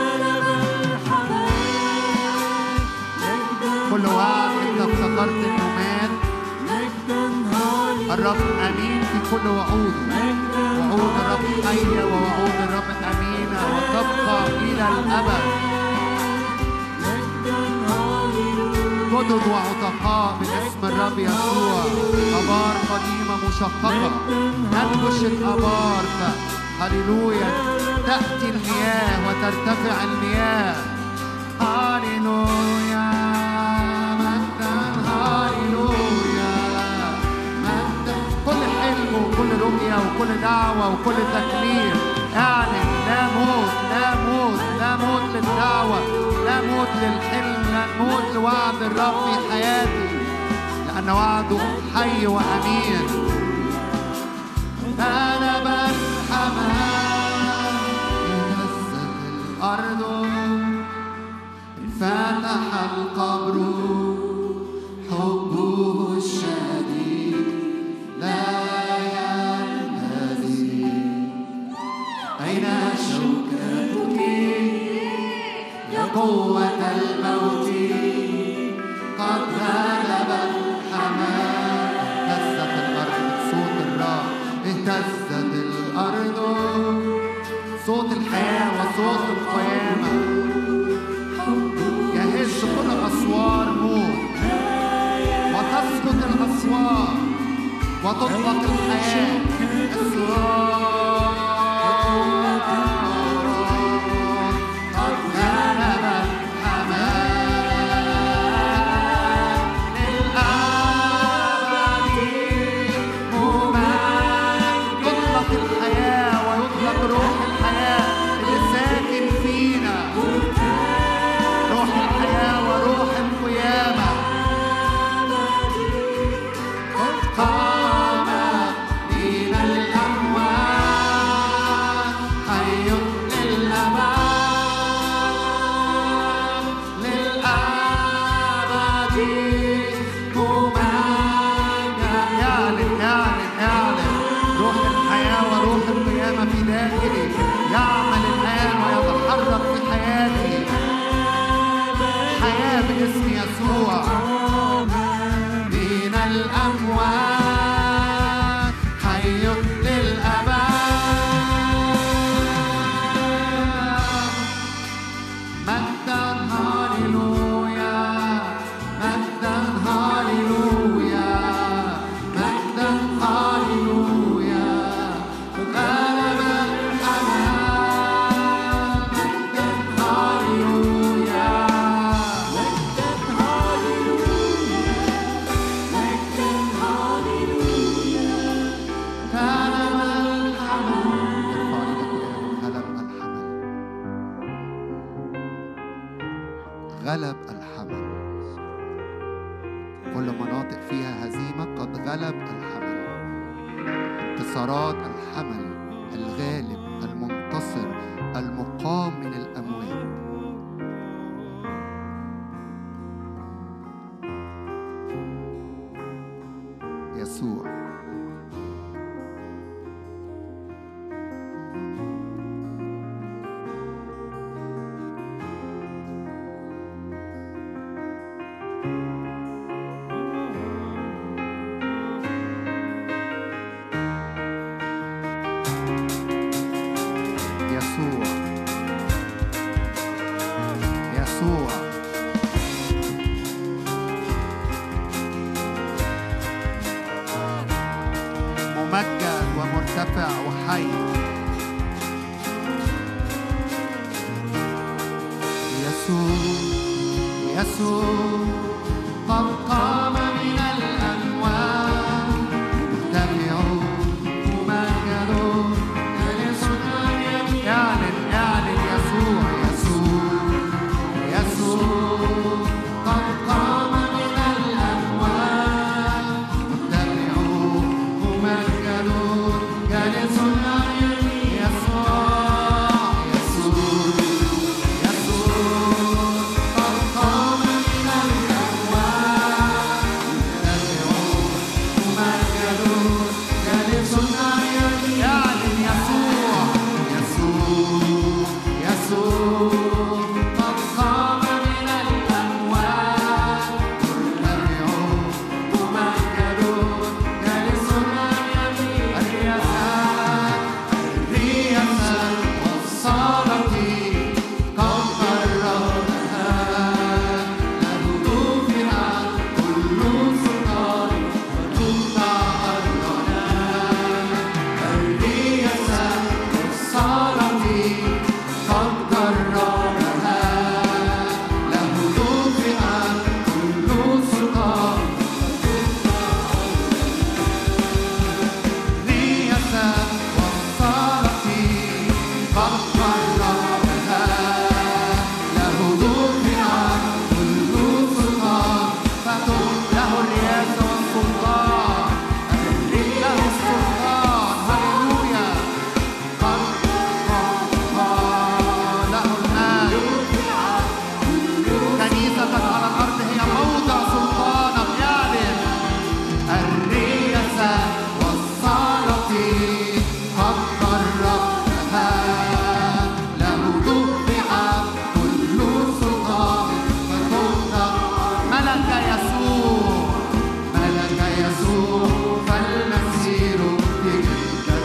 A: كل وعد أنت افتكرت إنه مات، الرب أمين في كل وعوده. وعود الرب حية ووعود الرب أمينة وتبقى إلى الأبد. جدد وعتقاء باسم الرب يسوع، آبار قديمة مشققة ننبش الآبار، هللويا، تأتي المياه وترتفع المياه. هللويا مجدا، هللويا مجدا. كل حلم وكل رؤية وكل دعوة وكل تكليف اعلن لا موت، لا موت، لا موت للدعوة، لا موت للحلم، لا موت لوعد الرب في حياتي، لأن وعده حي وأمين. غلب الحمام، اهتزت الأرض، انفتح القبر، حبه الشديد لا ينهزم. أين شوكتك يا قوة الموت؟ قد غلب الحمام. اهتزت الأرض بصوت الرب، اهتزت الأرض، صوت الحياة وصوت القيامة يهز كل أسوار موت، وتسقط الأسوار وتطلق الحياة. غلب الحمل. كل مناطق فيها هزيمة قد غلب الحمل. انتصارات الحمل الغالب المنتصر المقام من الأموات. يسوع يسوع فالمسير بجدة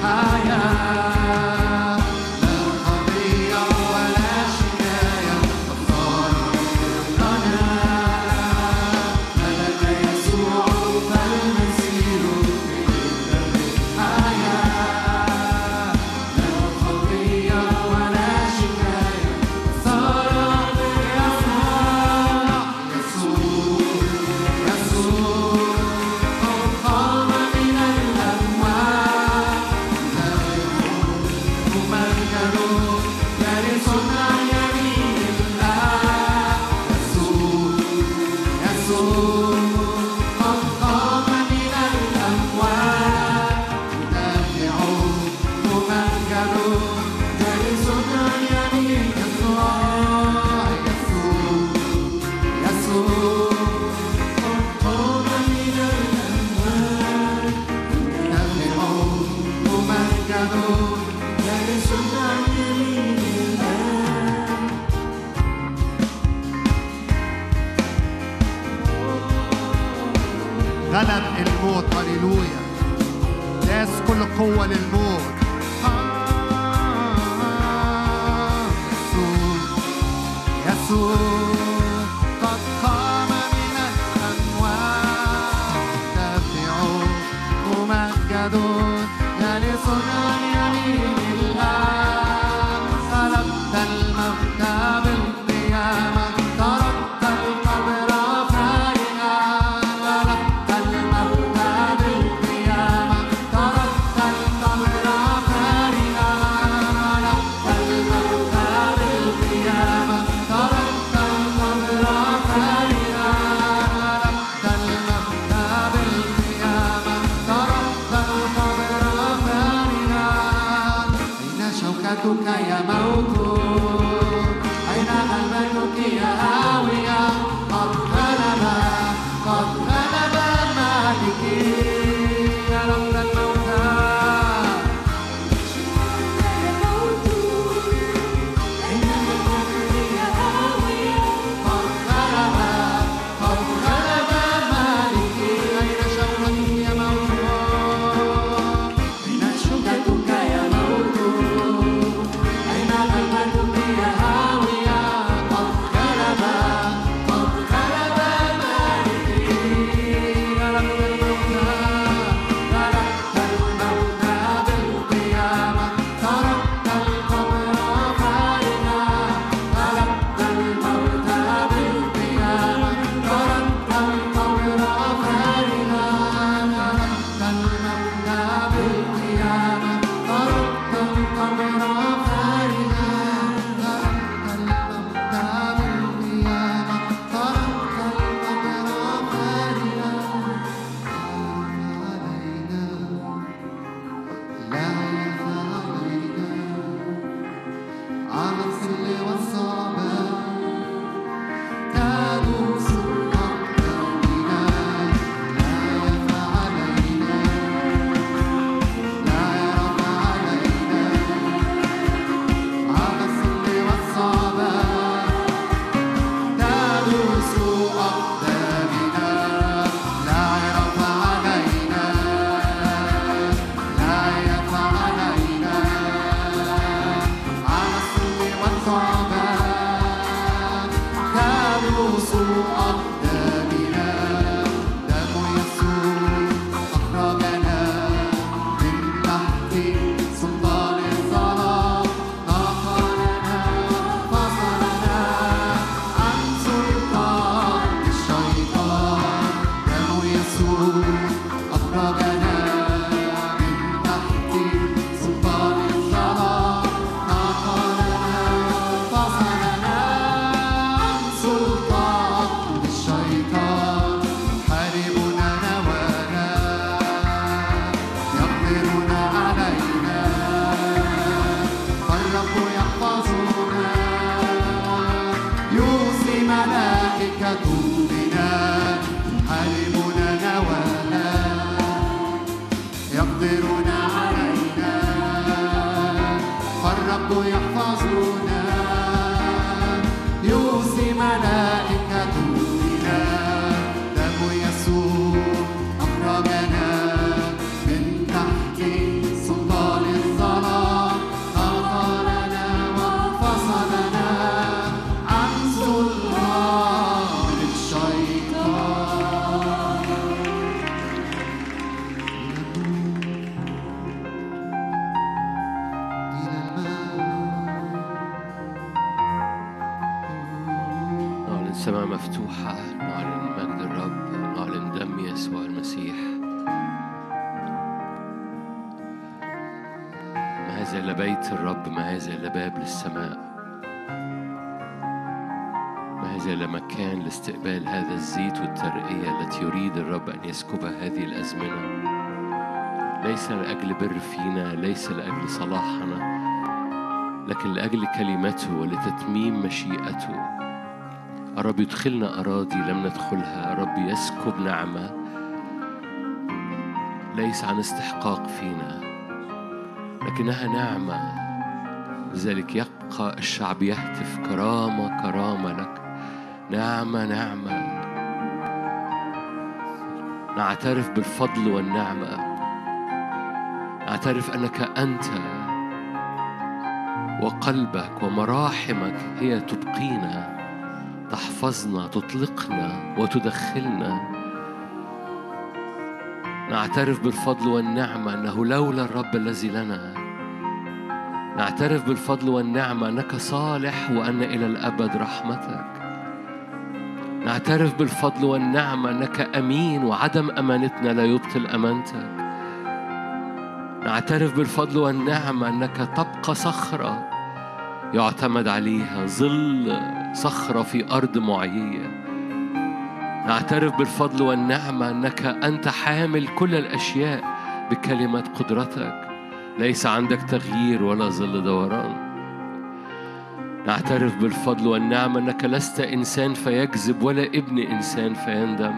A: الحياة، لا قضية ولا شكاية قد صار برنا، ملك يسوع فالمسير بجدة الحياة، لا قضية ولا شكاية قد صار برنا. يسوع يسوع قد قام من الأموات، لا يموت ممجد جالس عن يمين الله. يسوع يسوع قد قام من الأموات، مدافع ممجد جالس عن يمين الله. يسوع يسوع قد قام من الأموات، مدافع ممجد جالس عن يمين الله. غلب الموت، هللويا، داس كل قوة للموت. آه، يسوع يسوع قد قام من الأموات، دافع ممجد جالس عن يمين الله. غلبت الموت بالقيامة، تركت القبر فارغا. غلبت الموت بالقيامة، تركت القبر فارغا. غلبت الموت بالقيامة، تركت القبر فارغا. غلبت الموت بالقيامة، تركت القبر فارغا. أين شوكتك يا موت؟ أين غلبتك يا هاوية؟ قد غلب قد غلب مالكي، غلبت الموتى. قد غلب قد غلب مالكي. أين شوكتك يا موت؟ أين شوكتك يا موت؟ أين غلبتك يا هاوية؟ قد غلب قد غلب مالكي. غلبت الموتى غلبت الموتى بالقيامة، تركت القبر فارغا. غلبت الموتى بالقيامة، تركت القبر فارغا. غلبت الموتى بالقيامة، تركت القبر فارغا. غلبت الموتى بالقيامة، تركت القبر فارغا. لا يخفى علينا، على الظل والصعبان تدوس أقدامنا. لا يخفى علينا، لا يخفى علينا، على الظل والصعبان تدوس أقدامنا. لا يخفى علينا، لا يخفى علينا، على الظل والصعبان تدوس أقدامنا. دم يسوع أخرجنا من تحت سلطان الظلام، نقلنا فصلنا عن سلطان الشيطان. دم يسوع أخرجنا من تحت سلطان الظلام، نقلنا فصلنا عن سلطان الشيطان. حاربنا نوانا، يقدرون علينا، فالرب يحفظنا، يوصي ملائكته بنا. حاربنا نوانا، يقدرون علينا، فالرب يحفظنا، يوصي ملائكته بنا. دم يسوع
C: السماء مفتوحة، نعلن مجد الرب، نعلن دم يسوع المسيح. ما هذا إلا بيت الرب، ما هذا إلا باب للسماء، ما هذا إلا مكان لاستقبال هذا الزيت والترقية التي يريد الرب أن يسكبها هذه الأزمنة، ليس لأجل بر فينا، ليس لأجل صلاحنا، لكن لأجل كلمته ولتتميم مشيئته. الرب يدخلنا أراضي لم ندخلها، الرب يسكب نعمة ليس عن استحقاق فينا لكنها نعمة. لذلك يبقى الشعب يهتف كرامة كرامة لك، نعمة نعمة. نعترف بالفضل والنعمة، نعترف أنك أنت وقلبك ومراحمك هي تبقينا، تحفظنا، تطلقنا وتدخلنا. نعترف بالفضل والنعمة أنه لولا الرب الذي لنا. نعترف بالفضل والنعمة أنك صالح وأن إلى الأبد رحمتك. نعترف بالفضل والنعمة أنك أمين وعدم أمانتنا لا يبطل أمانتك. نعترف بالفضل والنعمة أنك تبقى صخرة يعتمد عليها، ظل صخرة في أرض معيية. نعترف بالفضل والنعمة أنك أنت حامل كل الأشياء بكلمة قدرتك، ليس عندك تغيير ولا ظل دوران. نعترف بالفضل والنعمة أنك لست إنسان فيكذب ولا ابن إنسان فيندم.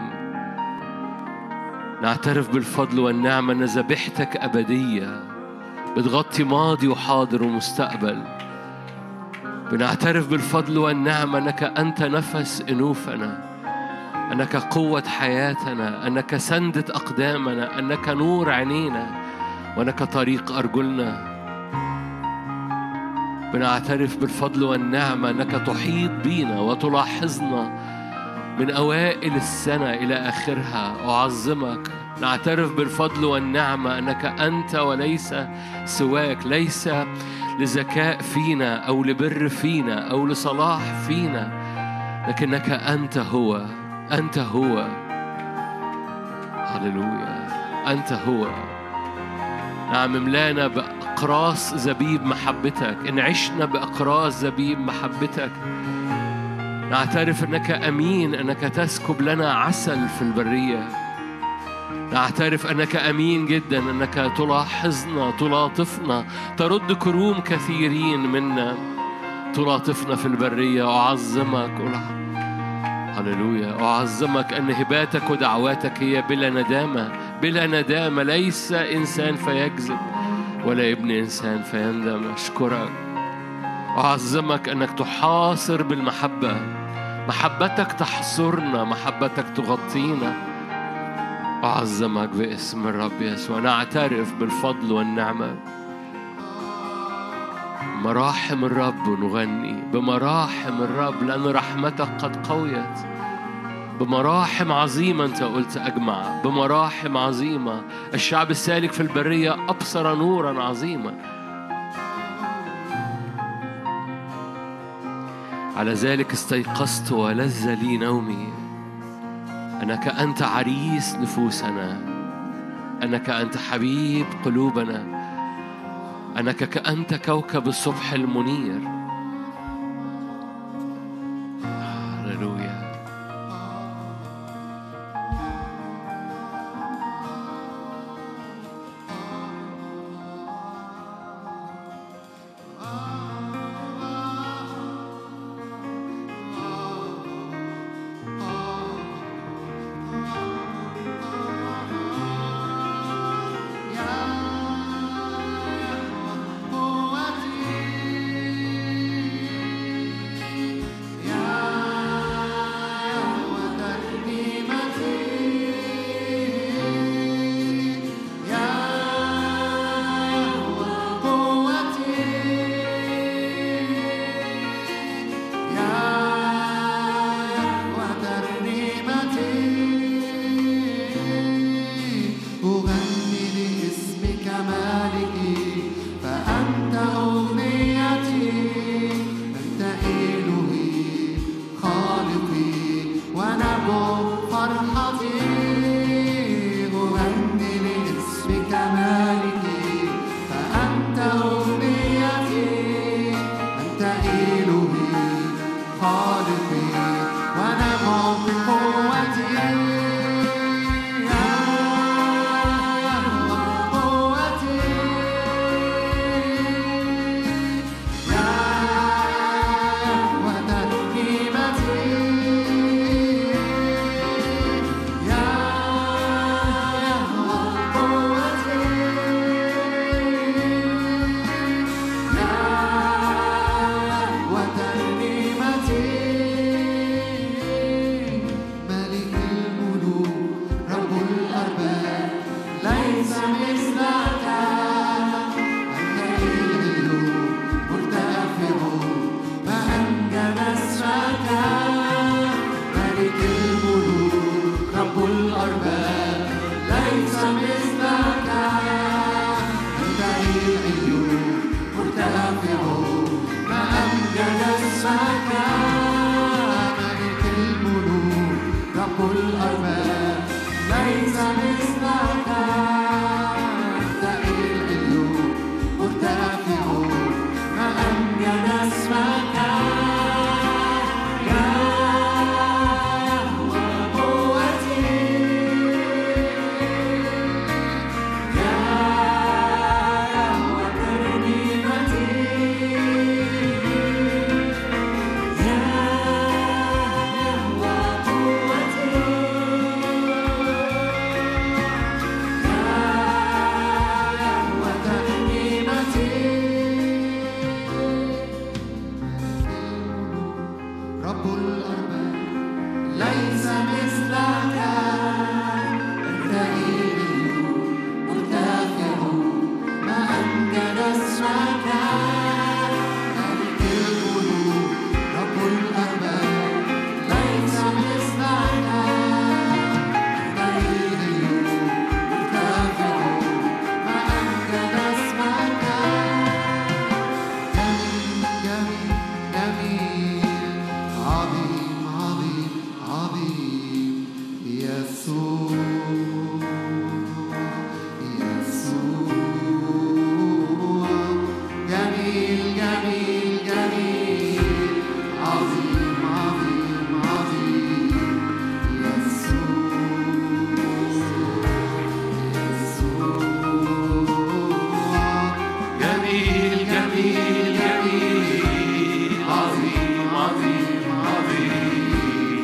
C: نعترف بالفضل والنعمة أن ذبيحتك أبدية بتغطي ماضي وحاضر ومستقبل. بنعترف بالفضل والنعمة أنك أنت نفس أنوفنا، أنك قوة حياتنا، أنك سندة أقدامنا، أنك نور عينينا، وأنك طريق أرجلنا. بنعترف بالفضل والنعمة أنك تحيط بينا وتلاحظنا من أوائل السنة إلى آخرها. أعظمك. نعترف بالفضل والنعمة أنك أنت وليس سواك، ليس لذكاء فينا أو لبر فينا أو لصلاح فينا، لكنك أنت هو، أنت هو. هللويا، أنت هو. نعم، املانا بأقراص زبيب محبتك، إن عشنا بأقراص زبيب محبتك. نعترف أنك أمين، أنك تسكب لنا عسل في البرية. نعترف أنك أمين جدا، أنك تلاحظنا، تلاطفنا، ترد كروم كثيرين منا، تلاطفنا في البرية. أعظمك. هللويا، أعظمك أن هباتك ودعواتك هي بلا ندامة، بلا ندامة. ليس إنسان فيكذب ولا ابن إنسان فيندم. أشكرك. أعظمك أنك تحاصر بالمحبة، محبتك تحصرنا، محبتك تغطينا. أعظمك باسم الرب يسوع. نعترف بالفضل والنعمة. مراحم الرب نغني، بمراحم الرب لأن رحمتك قد قويت. بمراحم عظيمة أنت قلت أجمع، بمراحم عظيمة. الشعب السالك في البرية أبصر نورا عظيما. على ذلك استيقظت ولذ لي نومي، أنك أنت عريس نفوسنا، أنك أنت حبيب قلوبنا، أنك أنت كوكب الصبح المنير. هللويا.
B: مثلك أنت العليون مرتفع ما أمجد اسمك ملك الملوك رب الأرباب ليس مثلك أنت العليون مرتفع ما أمجد اسمك يا يهوى قوتي يا يهوى ترنيمتي يا يهوى قوتي يا يهوى ترنيمتي رب الأرباب ليس مثلك أنت العليون مرتفع ما أمجد اسمك ملك الملوك رب الأرباب ليس مثلك أنت العليون مرتفع ما أمجد اسمك جميل جميل عظيم عظيم عظيم يسوع يسوع جميل جميل جميل عظيم عظيم عظيم يسوع يسوع
C: جميل جميل جميل عظيم عظيم عظيم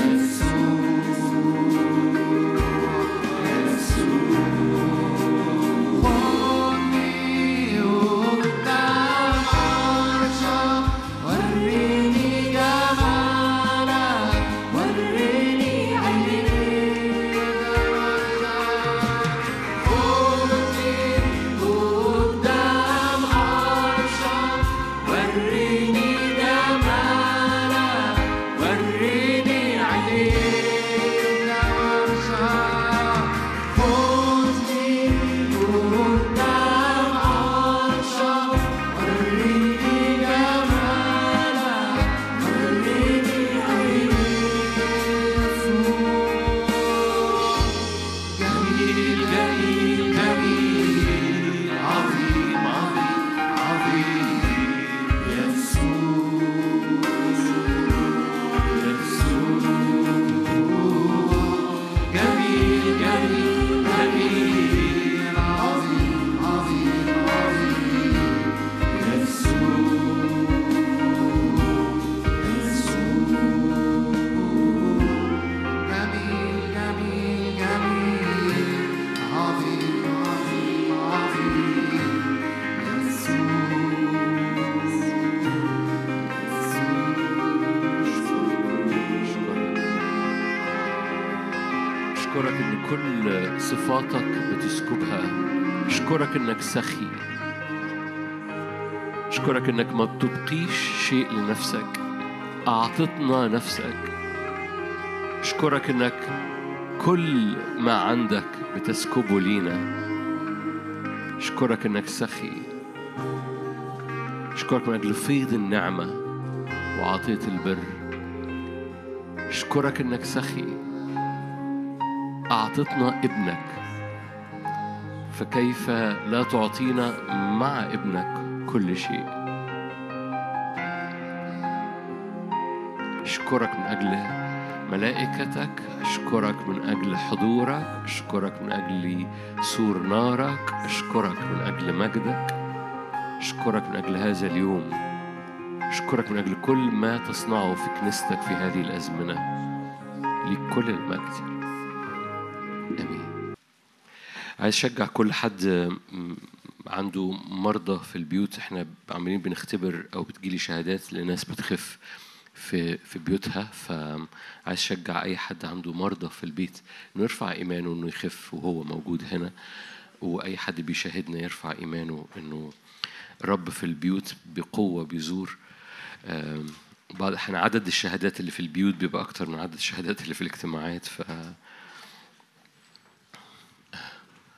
B: خذني قدام عرشك وريني جمالك وريني عينيك خذني قدام عرشك وريني جمالك وريني عينيك خذني قدام عرشك وريني جمالك وريني عينيك
C: جميل جميل جميل عظيم عظيم عظيم يسوع يسوع جميل جميل جميل
B: عظيم عظيم عظيم
C: يسوع
B: جميل جميل جميل عظيم عظيم عظيم
C: أشكرك إن كل صفاتك بتسكبها. أشكرك إنك سخي. أشكرك إنك ما بتبقيش شيء لنفسك، أعطتنا نفسك. أشكرك إنك كل ما عندك بتسكبه لينا. أشكرك إنك سخي. أشكرك من أجل فيض النعمة وعطية البر. أشكرك إنك سخي، أعطتنا ابنك، فكيف لا تعطينا مع ابنك كل شيء. أشكرك من أجل ملائكتك، أشكرك من أجل حضورك، أشكرك من أجل سور نارك، أشكرك من أجل مجدك، أشكرك من أجل هذا اليوم، أشكرك من أجل كل ما تصنعه في كنيستك في هذه الأزمنة. لكل المجد. آمين. عايز أشجع كل حد عنده مرضى في البيوت. احنا عاملين بنختبر أو بتجيلي شهادات لناس بتخف في في بيوتها، فعايز أشجع أي حد عنده مرضى في البيت إنه يرفع إيمانه إنه يخف وهو موجود هنا، وأي حد بيشاهدنا يرفع إيمانه إنه الرب في البيوت بقوة بيزور. بعض احنا عدد الشهادات اللي في البيوت بيبقى أكتر من عدد الشهادات اللي في الاجتماعات. ف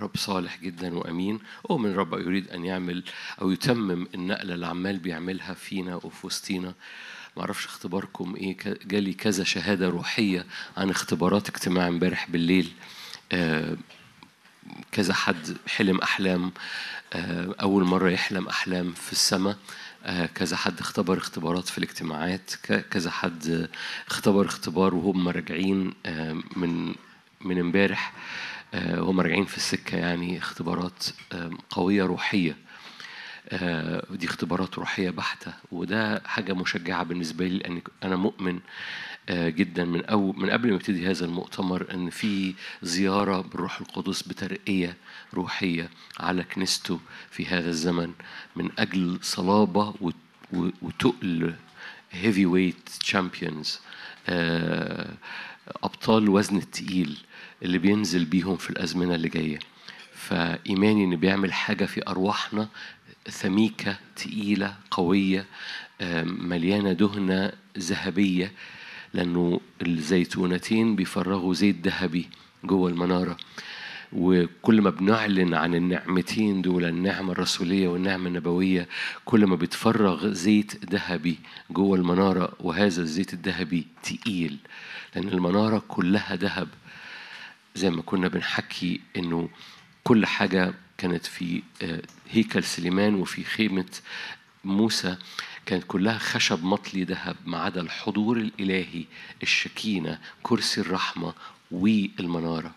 C: رب صالح جدا وأمين. أؤمن رب يريد أن يعمل أو يتمم النقلة اللي عمال بيعملها فينا وفي وسطينا. معرفش اختباركم إيه، جالي كذا شهادة روحية عن اختبارات اجتماع امبارح بالليل. آه كذا حد حلم أحلام، آه أول مرة يحلم أحلام في السماء. آه كذا حد اختبر اختبارات في الاجتماعات، كذا حد اختبر اختبار وهم راجعين آه من من امبارح، آه وهم راجعين في السكة، يعني اختبارات آه قوية روحية. آه دي اختبارات روحية بحتة، وده حاجة مشجعة بالنسبة لي، لأن أنا مؤمن آه جدا من أو من قبل ما يبتدي هذا المؤتمر أن في زيارة بالروح القدس بترقية روحية على كنيسته في هذا الزمن، من أجل صلابة وتقل heavy weight champions، آه أبطال وزن التقيل اللي بينزل بيهم في الأزمنة اللي جاية. فإيماني إن بيعمل حاجة في أرواحنا ثميكة تقيلة قوية، مليانة دهنة ذهبية، لأنه الزيتونتين بيفرغوا زيت ذهبي جوه المنارة. وكل ما بنعلن عن النعمتين دول، النعمة الرسولية والنعمة النبوية، كل ما بتفرغ زيت ذهبي جوه المنارة، وهذا الزيت الذهبي تقيل لأن المنارة كلها ذهب. زي ما كنا بنحكي إنه كل حاجة كانت في هيكل سليمان وفي خيمة موسى كانت كلها خشب مطلي ذهب، ما عدا الحضور الإلهي، الشكينة، كرسي الرحمة والمنارة.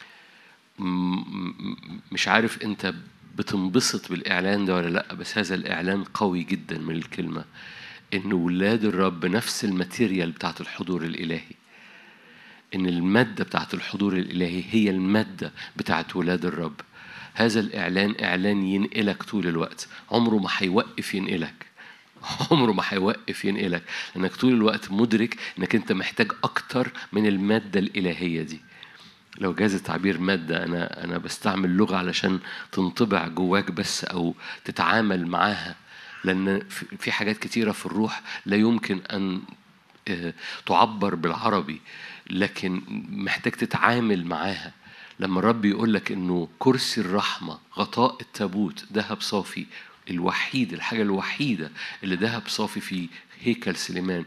C: مش عارف أنت بتنبسط بالإعلان ده ولا لأ، بس هذا الإعلان قوي جدا من الكلمة، إن ولاد الرب نفس الماتيريال بتاعت الحضور الإلهي، إن المادة بتاعت الحضور الإلهي هي المادة بتاعت ولاد الرب. هذا الإعلان إعلان ينقلك طول الوقت، عمره ما هيوقف ينقلك، عمره ما هيوقف ينقلك، لأنك طول الوقت مدرك إنك أنت محتاج أكتر من المادة الإلهية دي. لو جاز التعبير مادة، أنا أنا بستعمل لغة علشان تنطبع جواك بس أو تتعامل معاها، لأن في حاجات كتيرة في الروح لا يمكن أن تعبر بالعربي، لكن محتاج تتعامل معاها. لما الرب يقول لك إنه كرسي الرحمة غطاء التابوت ذهب صافي، الوحيد الحاجة الوحيدة اللي ذهب صافي في هيكل سليمان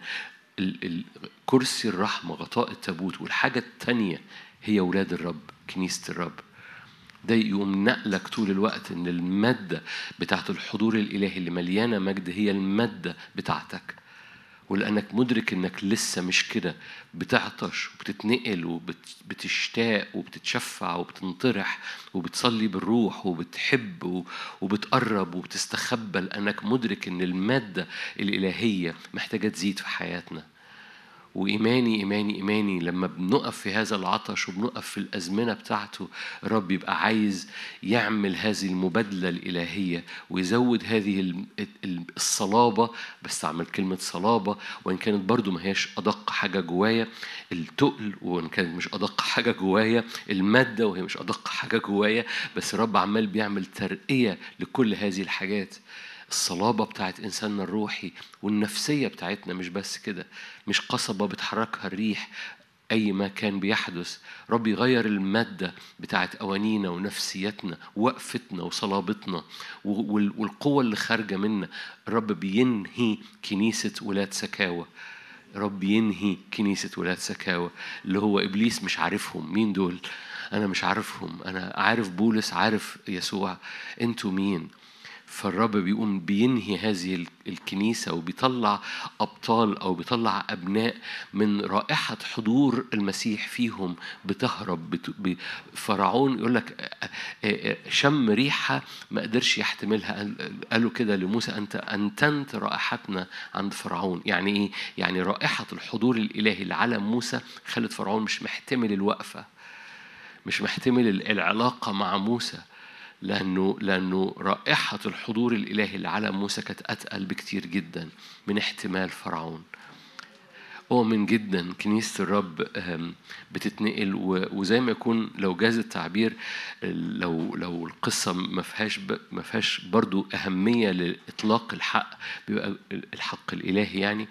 C: كرسي الرحمة غطاء التابوت، والحاجة التانية هي أولاد الرب، كنيسة الرب. ده يقوم نقلك طول الوقت إن المادة بتاعت الحضور الإلهي اللي مليانة مجد هي المادة بتاعتك. ولأنك مدرك إنك لسه مش كده، بتعطش وبتتنقل وبتشتاق وبتتشفع وبتنطرح وبتصلي بالروح وبتحب وبتقرب وبتستخبى، لأنك مدرك إن المادة الإلهية محتاجة تزيد في حياتنا. وإيماني إيماني إيماني لما بنقف في هذا العطش وبنقف في الأزمنة بتاعته، رب يبقى عايز يعمل هذه المبادلة الإلهية ويزود هذه الصلابة. بستعمل كلمة صلابة وإن كانت برضو ما هيش أدق حاجة جوايا، التقل وإن كانت مش أدق حاجة جوايا، المادة وهي مش أدق حاجة جوايا، بس رب عمال بيعمل ترقية لكل هذه الحاجات. الصلابة بتاعت إنساننا الروحي والنفسية بتاعتنا مش بس كده، مش قصبة بتحركها الريح أي ما كان بيحدث. رب يغير المادة بتاعت أوانينا ونفسيتنا ووقفتنا وصلابتنا والقوة اللي خارجة منا. رب بينهي كنيسة ولاد سكاوى، رب ينهي كنيسة ولاد سكاوى اللي هو إبليس مش عارفهم مين دول. أنا مش عارفهم، أنا عارف بولس، عارف يسوع، أنتوا مين؟ فالرب بيقوم بينهي هذه الكنيسة وبيطلع أبطال أو بيطلع أبناء من رائحة حضور المسيح فيهم بتهرب. فرعون يقول لك شم ريحة ما قدرش يحتملها، قالوا كده لموسى أنت أنتنت رائحتنا عند فرعون. يعني إيه؟ يعني رائحة الحضور الإلهي اللي على موسى خلت فرعون مش محتمل الوقفة، مش محتمل العلاقة مع موسى، لأنه لأنه رائحة الحضور الإلهي اللي على موسى كانت أتقل بكتير جدا من احتمال فرعون. أؤمن جدا كنيسة الرب بتتنقل، وزي ما يكون لو جاز التعبير، لو لو القصة ما فيهاش ما فيهاش برضو أهمية لإطلاق الحق، بيبقى الحق الإلهي يعني.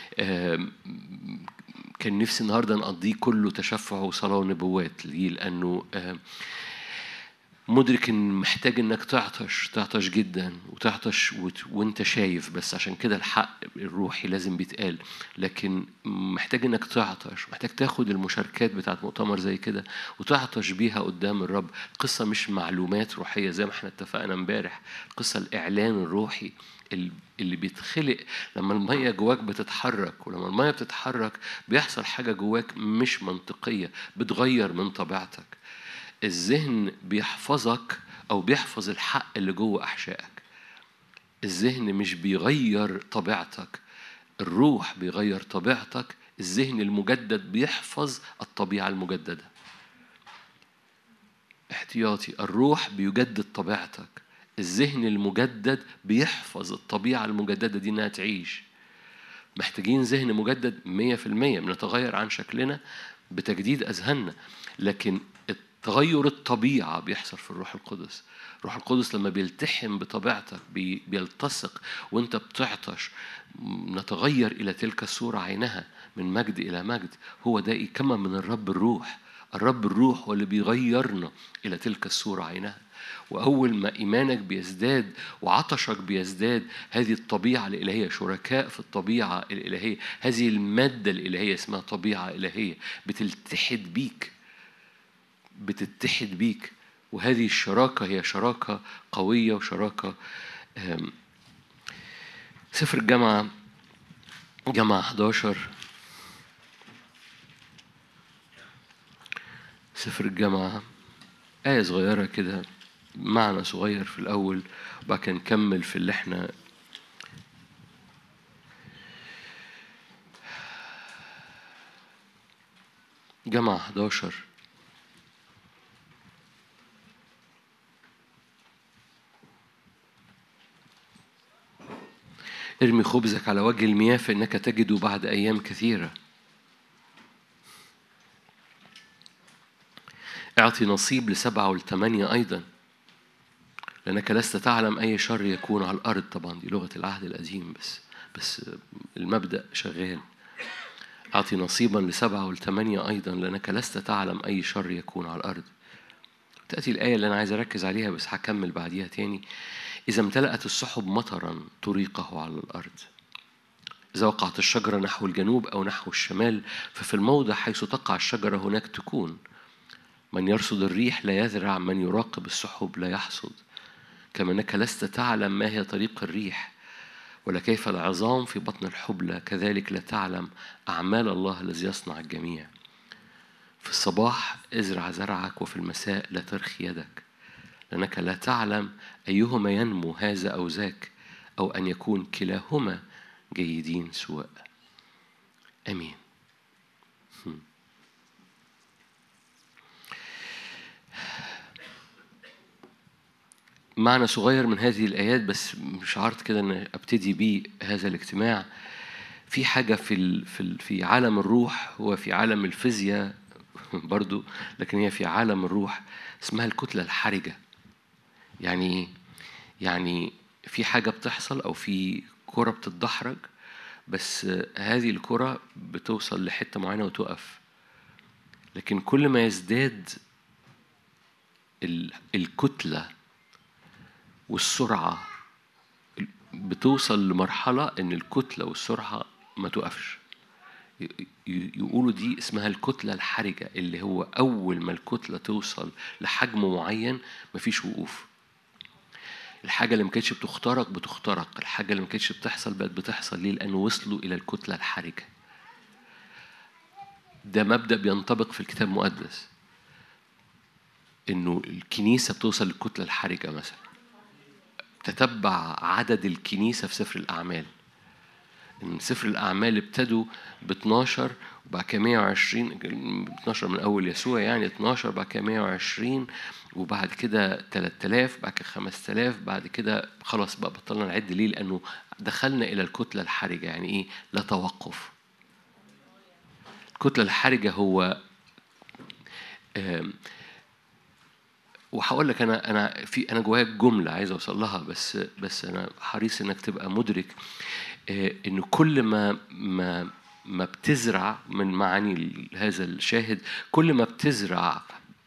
C: كان نفسي النهاردة نقضيه كله تشفع وصلاة ونبوات ليه، لأنه مدرك إن محتاج إنك تعطش تعطش جدا وتعطش وت... وإنت شايف، بس عشان كده الحق الروحي لازم بيتقال. لكن محتاج إنك تعطش، محتاج تاخد المشاركات بتاعت مؤتمر زي كده وتعطش بيها قدام الرب. القصة مش معلومات روحية زي ما احنا اتفقنا امبارح، القصة الإعلان الروحي اللي بيتخلق لما المية جواك بتتحرك. ولما المية بتتحرك بيحصل حاجة جواك مش منطقية، بتغير من طبيعتك. الذهن بيحفظك أو بيحفظ الحق اللي جوه أحشائك. الذهن مش بيغير طبيعتك، الروح بيغير طبيعتك. الذهن المجدد بيحفظ الطبيعة المجددة. احتياطي، الروح بيجدد طبيعتك، الذهن المجدد بيحفظ الطبيعة المجددة دي إنها تعيش. محتاجين ذهن مجدد مية في المية. بنتغير عن شكلنا بتجديد أذهاننا، لكن تغير الطبيعة بيحصل في الروح القدس. الروح القدس لما بيلتحم بطبيعتك بيلتصق وانت بتعطش، نتغير إلى تلك الصورة عينها من مجد إلى مجد. هو ده كما من الرب الروح. الرب الروح هو اللي بيغيرنا إلى تلك الصورة عينها. وأول ما إيمانك بيزداد وعطشك بيزداد، هذه الطبيعة الإلهية، شركاء في الطبيعة الإلهية، هذه المادة الإلهية اسمها طبيعة إلهية، بتلتحد بيك بتتحد بيك. وهذه الشراكة هي شراكة قوية وشراكة. سفر الجامعة جامعة إحدى عشر، سفر الجامعة آية صغيرة كده، معنى صغير في الأول وبعد كده نكمل في اللي احنا جامعة إحدى عشر. ارمي خبزك على وجه المياه فإنك تجده بعد أيام كثيرة. اعطي نصيب لسبعة والثمانية أيضا، لأنك لست تعلم أي شر يكون على الأرض. طبعا دي لغة العهد القديم، بس بس المبدأ شغال. اعطي نصيبا لسبعة والثمانية أيضا، لأنك لست تعلم أي شر يكون على الأرض. تأتي الآية اللي أنا عايز أركز عليها بس هكمل بعديها تاني. إذا امتلأت السحب مطرا طريقه على الأرض، إذا وقعت الشجرة نحو الجنوب أو نحو الشمال، ففي الموضع حيث تقع الشجرة هناك تكون. من يرصد الريح لا يزرع، من يراقب السحب لا يحصد. كما أنك لست تعلم ما هي طريق الريح ولا كيف العظام في بطن الحبلى، كذلك لا تعلم أعمال الله الذي يصنع الجميع. في الصباح ازرع زرعك وفي المساء لا ترخي يدك، لأنك لا تعلم أيهما ينمو هذا أو ذاك، أو أن يكون كلاهما جيدين سواء. أمين. معنى صغير من هذه الآيات بس شعرت كده أن أبتدي بيه هذا الاجتماع. في حاجة في في في عالم الروح وفي عالم الفيزياء برضو، لكن هي في عالم الروح اسمها الكتلة الحرجة. يعني يعني في حاجة بتحصل أو في كرة بتتدحرج، بس هذه الكرة بتوصل لحتة معينة وتقف. لكن كل ما يزداد الكتلة والسرعة بتوصل لمرحلة إن الكتلة والسرعة ما توقفش. يقولوا دي اسمها الكتلة الحرجة، اللي هو أول ما الكتلة توصل لحجم معين مفيش وقوف. الحاجة اللي ما كانتش بتخترق بتخترق، الحاجة اللي ما كانتش بتحصل بقت بتحصل. ليه؟ لأنه وصلوا إلى الكتلة الحرجة. ده مبدأ بينطبق في الكتاب المقدس، إنه الكنيسة بتوصل للكتلة الحرجة. مثلا تتبع عدد الكنيسة في سفر الأعمال، إن سفر الأعمال ابتدوا ب اثناشر وبعد كده مية وعشرين، اثناشر من أول يسوع يعني اثناشر، بعد كده مية وعشرين، وبعد كده ثلاثة آلاف، بعد كده خمسة آلاف، بعد كده خلاص بقى بطلنا نعد. ليه؟ لأنه دخلنا إلى الكتلة الحرجة. يعني إيه؟ لا توقف. الكتلة الحرجة هو وهقول لك أنا أنا في أنا جوايا جملة عايز أوصل لها، بس بس أنا حريص إنك تبقى مدرك إنه كل ما ما ما بتزرع من معاني هذا الشاهد، كل ما بتزرع أكتر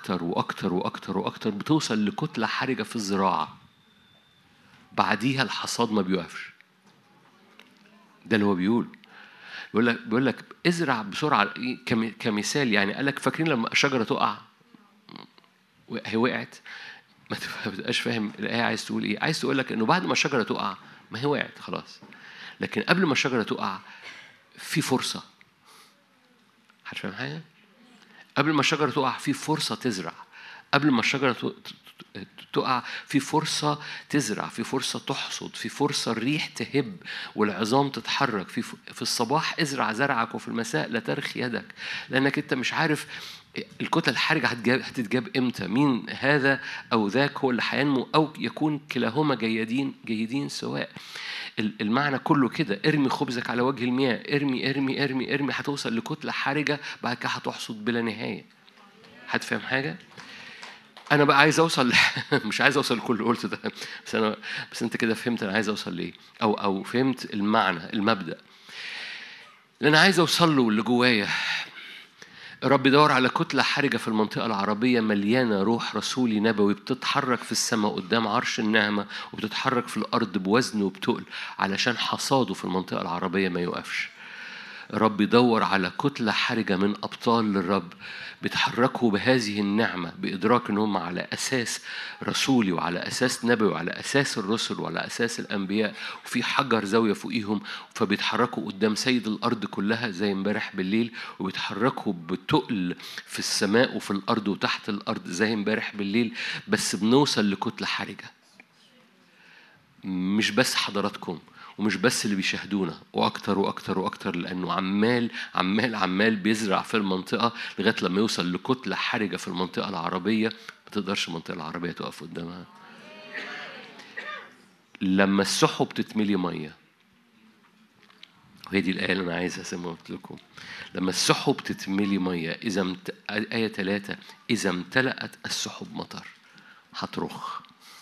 C: أكتر وأكتر وأكتر وأكتر بتوصل لكتلة حرجة في الزراعة، بعديها الحصاد ما بيوقفش. ده اللي هو بيقول بيقول لك بيقول لك ازرع بسرعة. كمثال يعني قال لك فاكرين لما شجرة تقع هي وقعت، ما تبقاش فاهم الآية عايز تقول إيه. عايز تقول لك إنه بعد ما الشجرة تقع ما هي وقعت خلاص، لكن قبل ما الشجرة تقع في فرصة. هتفهم حاجة؟ قبل ما الشجرة تقع في فرصة تزرع، قبل ما الشجرة تقع في فرصة تزرع، في فرصة تحصد، في فرصة الريح تهب والعظام تتحرك. في في الصباح ازرع زرعك وفي المساء لا ترخي يدك، لأنك أنت مش عارف الكتل الحرجة هتتجاب إمتى، مين هذا أو ذاك هو اللي هينمو، أو يكون كلاهما جيدين جيدين سواء. المعنى كله كده، ارمي خبزك على وجه المياه، ارمي ارمي ارمي ارمي، هتوصل لكتلة حرجة بعد كده هتحصد بلا نهاية. هتفهم حاجة؟ أنا بقى عايز أوصل مش عايز أوصل لكل اللي قلته ده، بس أنا بس أنت كده فهمت أنا عايز أوصل ليه، أو أو فهمت المعنى المبدأ اللي أنا عايز أوصل له اللي جوايا. الرب يدور على كتلة حرجة في المنطقة العربية مليانة روح رسولي نبوي بتتحرك في السماء قدام عرش النعمة، وبتتحرك في الأرض بوزن وبتقل علشان حصاده في المنطقة العربية ما يوقفش. الرب يدور على كتلة حرجة من أبطال للرب بيتحركوا بهذه النعمة بإدراك أنهم على أساس رسولي وعلى أساس نبوي وعلى أساس الرسل وعلى أساس الأنبياء، وفي حجر زاوية فوقيهم، فبيتحركوا قدام سيد الأرض كلها زي امبارح بالليل، وبيتحركوا بتقل في السماء وفي الأرض وتحت الأرض زي امبارح بالليل. بس بنوصل لكتلة حرجة، مش بس حضراتكم ومش بس اللي بيشاهدونا، وأكتر وأكتر وأكتر، لأنه عمال عمال عمال بيزرع في المنطقة لغاية لما يوصل لكتلة حرجة في المنطقة العربية ما تقدرش المنطقة العربية تقف قدامها. لما السحب تتملي مية، وهي دي الآية اللي أنا عايز أسمعها لكم. لما السحب تتملي مية، إذا مت... آية ثلاثة، إذا امتلأت السحب مطر هترخ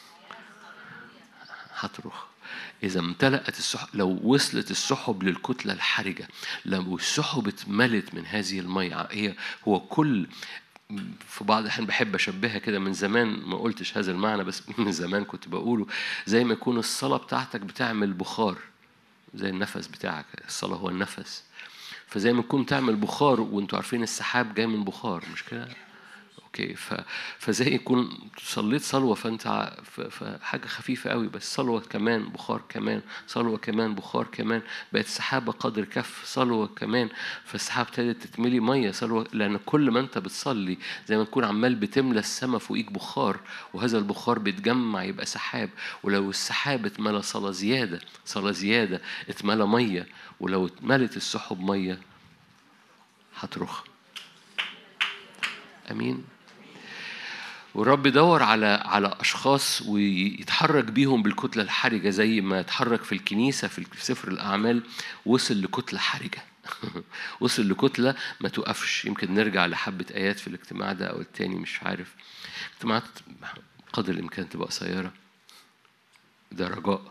C: هترخ إذا امتلأت السحب، لو وصلت السحب للكتلة الحرجة، لو السحب اتملت من هذه المية، هي هو كل في بعض الأحيان بحب أشبهها كده، من زمان ما قلتش هذا المعنى بس من زمان كنت بقوله، زي ما يكون الصلاة بتاعتك بتعمل بخار، زي النفس بتاعك، الصلاة هو النفس، فزي ما تكون تعمل بخار، وانتوا عارفين السحاب جاي من بخار مش كده؟ اوكي، ف فزي يكون صليت صلوه فانت حاجه خفيفه قوي، بس صلوه كمان بخار كمان، صلوه كمان بخار كمان، بقت سحابه قدر كف، صلوه كمان، فالسحاب ابتدت تتملي ميه، صلوه، لان كل ما انت بتصلي زي ما تكون عمال بتملى السماء فوقيك بخار، وهذا البخار بيتجمع يبقى سحاب، ولو السحاب اتملى صلاه زياده، صلاه زياده اتملى ميه، ولو اتملت السحب ميه هترخ. امين. والرب يدور على على أشخاص ويتحرك بيهم بالكتلة الحرجة، زي ما يتحرك في الكنيسة في سفر الأعمال، وصل لكتلة حرجة وصل لكتلة ما توقفش. يمكن نرجع لحبة آيات في الاجتماع ده أو التاني، مش عارف، اجتماعات قدر الإمكان تبقى قصيرة، ده رجاء.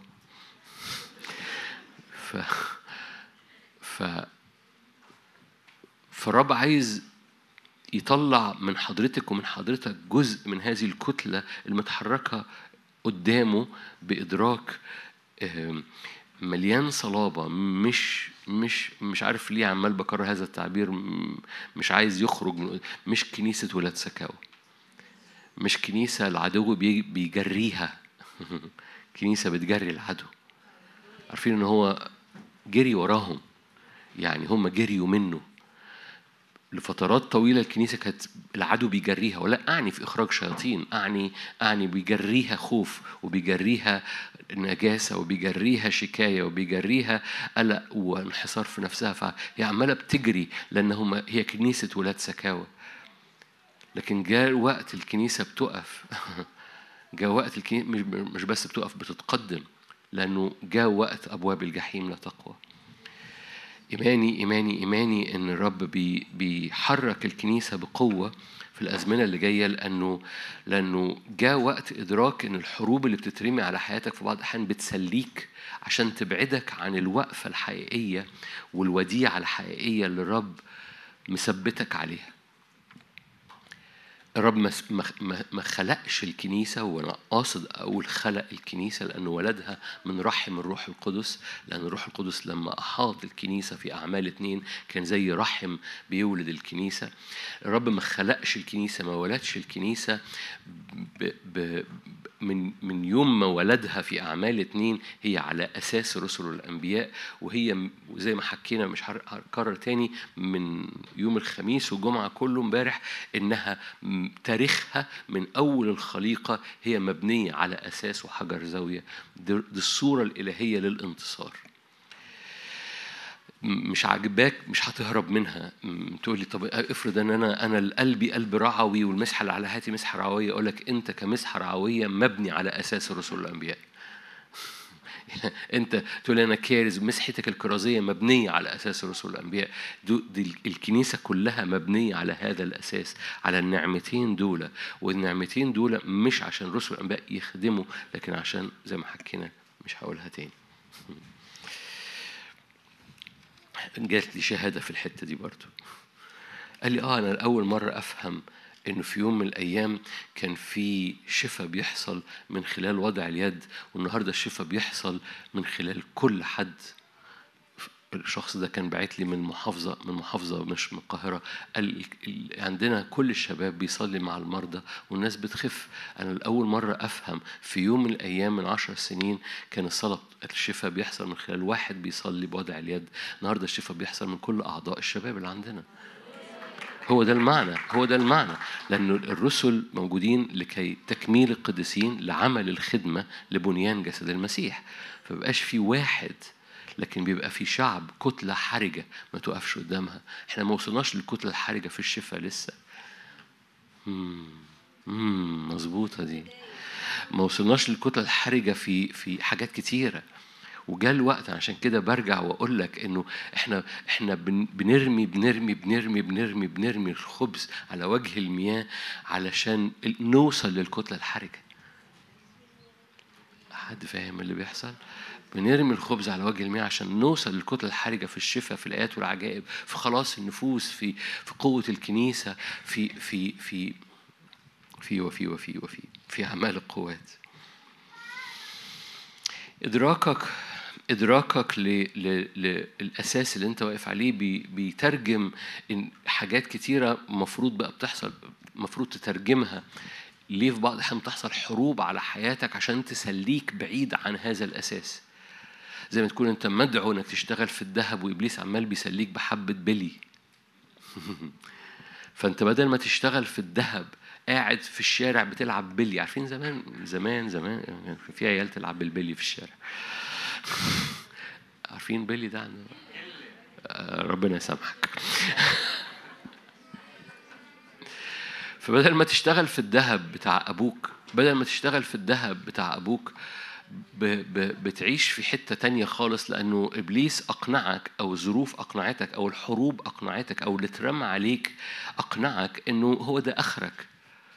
C: ف ف فالرب عايز يطلع من حضرتك ومن حضرتك جزء من هذه الكتلة المتحركة قدامه بإدراك مليان صلابة. مش مش مش عارف ليه عمال بكرر هذا التعبير، مش عايز يخرج من، مش كنيسة ولاد سكاوى، مش كنيسة العدو بيجريها كنيسة بتجري العدو. عارفين ان هو جري وراهم، يعني هم جريوا منه لفترات طويلة. الكنيسة كانت العدو بيجريها، ولا أعني في إخراج شياطين، أعني أعني بيجريها خوف، وبيجريها نجاسة، وبيجريها شكاية، وبيجريها قلق وانحصار في نفسها، فهي عمالة بتجري لأنهم هي كنيسة ولاد سكاوى. لكن جاء وقت الكنيسة بتقف جاء وقت الكنيسة مش بس بتقف، بتتقدم، لأنه جاء وقت أبواب الجحيم لا تقوى. إيماني إيماني إيماني إن الرب بي بيحرك الكنيسة بقوة في الأزمنة اللي جاية، لأنه لأنه جاء وقت إدراك إن الحروب اللي بتترمي على حياتك في بعض الأحيان بتسليك عشان تبعدك عن الوقفة الحقيقية والوديعة الحقيقية اللي الرب مثبتك عليها. الرب ما ما ما خلقش الكنيسة، وأنا قاصد أقول خلق الكنيسة لأنه ولدها من رحم الروح القدس، لأن الروح القدس لما أحاط الكنيسة في أعمال اتنين كان زي رحم بيولد الكنيسة. الرب ما خلقش الكنيسة، ما ولدش الكنيسة ب ب من من يوم ما ولدها في أعمال اتنين هي على أساس الرسل والأنبياء، وهي زي ما حكينا مش هكرر تاني من يوم الخميس والجمعة كله امبارح إنها تاريخها من أول الخليقة هي مبنية على أساس وحجر زاوية. دي الصورة الإلهية للانتصار. مش عاجباك مش هتهرب منها. تقول لي طب افرض ان انا انا قلبي قلب رعوي والمسحه اللي على هاتي مسحه رعويه، اقول لك انت كمسحه رعويه مبني على اساس الرسل والانبياء. انت تقول انا كارز، مسحتك الكرازيه مبنيه على اساس الرسل والانبياء. دي الكنيسه كلها مبنيه على هذا الاساس، على النعمتين دول. والنعمتين دول مش عشان الرسل والانبياء يخدموا، لكن عشان زي ما حكينا مش هقولها تاني. جات لي شهادة في الحتة دي برضو. قال لي آه أنا أول مرة أفهم إنه في يوم من الأيام كان في شفاء بيحصل من خلال وضع اليد، والنهاردة الشفاء بيحصل من خلال كل حد. الشخص ده كان باعت لي من محافظة من محافظة مش من القاهرة. قال عندنا كل الشباب بيصلي مع المرضى والناس بتخف. أنا الأول مرة أفهم في يوم من الأيام من عشر سنين كان الصلاة الشفاء بيحصل من خلال واحد بيصلي بوضع اليد. النهاردة الشفاء بيحصل من كل أعضاء الشباب اللي عندنا. هو ده المعنى، هو ده المعنى، لأن الرسل موجودين لكي تكميل القديسين لعمل الخدمة لبنيان جسد المسيح. فبقاش في واحد، لكن بيبقى في شعب، كتلة حرجة ما توقفش قدامها. احنا ما وصلناش للكتلة الحرجة في الشفاء لسه. امم امم مظبوطة دي. ما وصلناش للكتلة الحرجة في في حاجات كتيرة. وجاء الوقت عشان كده برجع واقول لك انه احنا احنا بنرمي بنرمي بنرمي بنرمي بنرمي الخبز على وجه المياه علشان نوصل للكتلة الحرجة. حد فاهم اللي بيحصل؟ بنرمي الخبز على وجه المياه عشان نوصل للكتلة الحرجة في الشفاء، في الآيات والعجائب، في خلاص النفوس، في في قوة الكنيسة، في في في في وفي وفي وفي في أعمال القوات. إدراكك إدراكك للأساس اللي أنت واقف عليه بي بيترجم إن حاجات كتيرة مفروض بقى بتحصل، مفروض تترجمها. ليه في بعض الأحيان تحصل حروب على حياتك عشان تسليك بعيد عن هذا الأساس. زي ما تكون أنت مدعو إنك تشتغل في الذهب وإبليس عمال بيسليك بحبة بلي. فأنت بدل ما تشتغل في الذهب قاعد في الشارع بتلعب بلي. عارفين زمان زمان زمان يعني في عيال تلعب بالبلي في الشارع. عارفين بلي ده عندنا؟ ربنا يسامحك. فبدل ما تشتغل في الذهب بتاع أبوك، بدل ما تشتغل في الذهب بتاع أبوك ب ب بتعيش في حتة تانية خالص، لأنه إبليس أقنعك أو الظروف أقنعتك أو الحروب أقنعتك أو اللي اترمى عليك أقنعك إنه هو ده آخرك.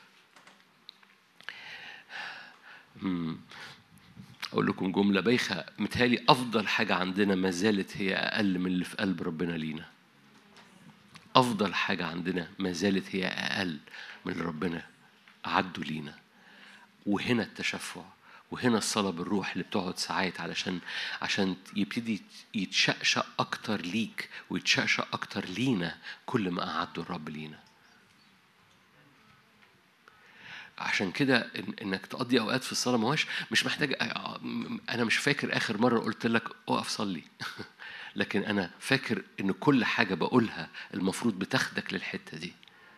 C: أقول لكم جملة بايخة، متهيألي أفضل حاجة عندنا ما زالت هي أقل من اللي في قلب ربنا لينا. أفضل حاجة عندنا ما زالت هي أقل من اللي ربنا أعده لينا. وهنا التشفع، وهنا الصلاة بالروح اللي بتقعد ساعات علشان عشان يبتدي يتشقشق أكتر ليك ويتشقشق أكتر لينا كل ما أعده الرب لينا. عشان كده إنك تقضي أوقات في الصلاة ما هوش مش محتاج. أنا مش فاكر آخر مرة قلت لك أقف صلي. لكن أنا فاكر إن كل حاجة بقولها المفروض بتاخدك للحتة دي،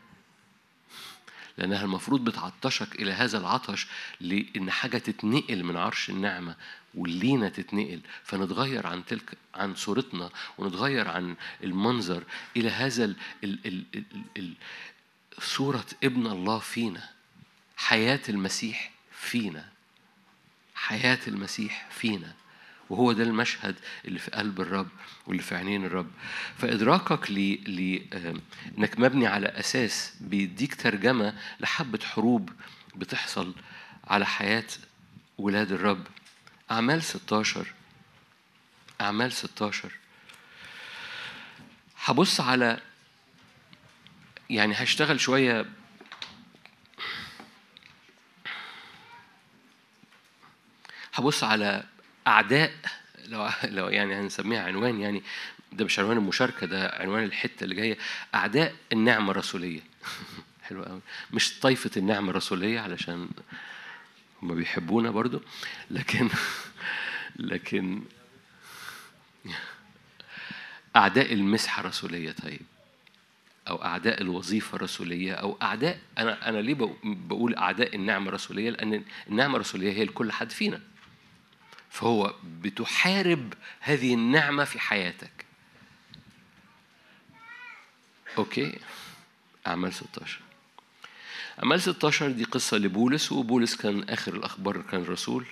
C: لأنها المفروض بتعطشك إلى هذا العطش، لأن حاجة تتنقل من عرش النعمة واللينا تتنقل، فنتغير عن تلك عن صورتنا ونتغير عن المنظر إلى هذا ال ال ال ال ال صورة ابن الله فينا، حياة المسيح فينا، حياة المسيح فينا. وهو ده المشهد اللي في قلب الرب واللي في عينين الرب. فإدراكك ل ل إنك مبني على أساس بيديك ترجمة لحبة حروب بتحصل على حياة ولاد الرب. أعمال ستاشر أعمال ستاشر هبص على، يعني هشتغل شوية هبص على أعداء، لو لو يعني هنسميها عنوان، يعني ده مش عنوان المشاركة، ده عنوان الحتة اللي جاية، أعداء النعمة الرسولية. حلو قوي. مش طائفة النعمة الرسولية علشان هم بيحبونا برضو، لكن لكن أعداء المسحة الرسولية. طيب، أو أعداء الوظيفة الرسولية، أو أعداء، أنا أنا ليه بقول أعداء النعمة الرسولية؟ لأن النعمة الرسولية هي لكل حد فينا، فهو بتحارب هذه النعمة في حياتك. أوكي، أعمال ستاشر. أعمال ستاشر دي قصة لبولس، وبولس كان آخر الأخبار كان رسول.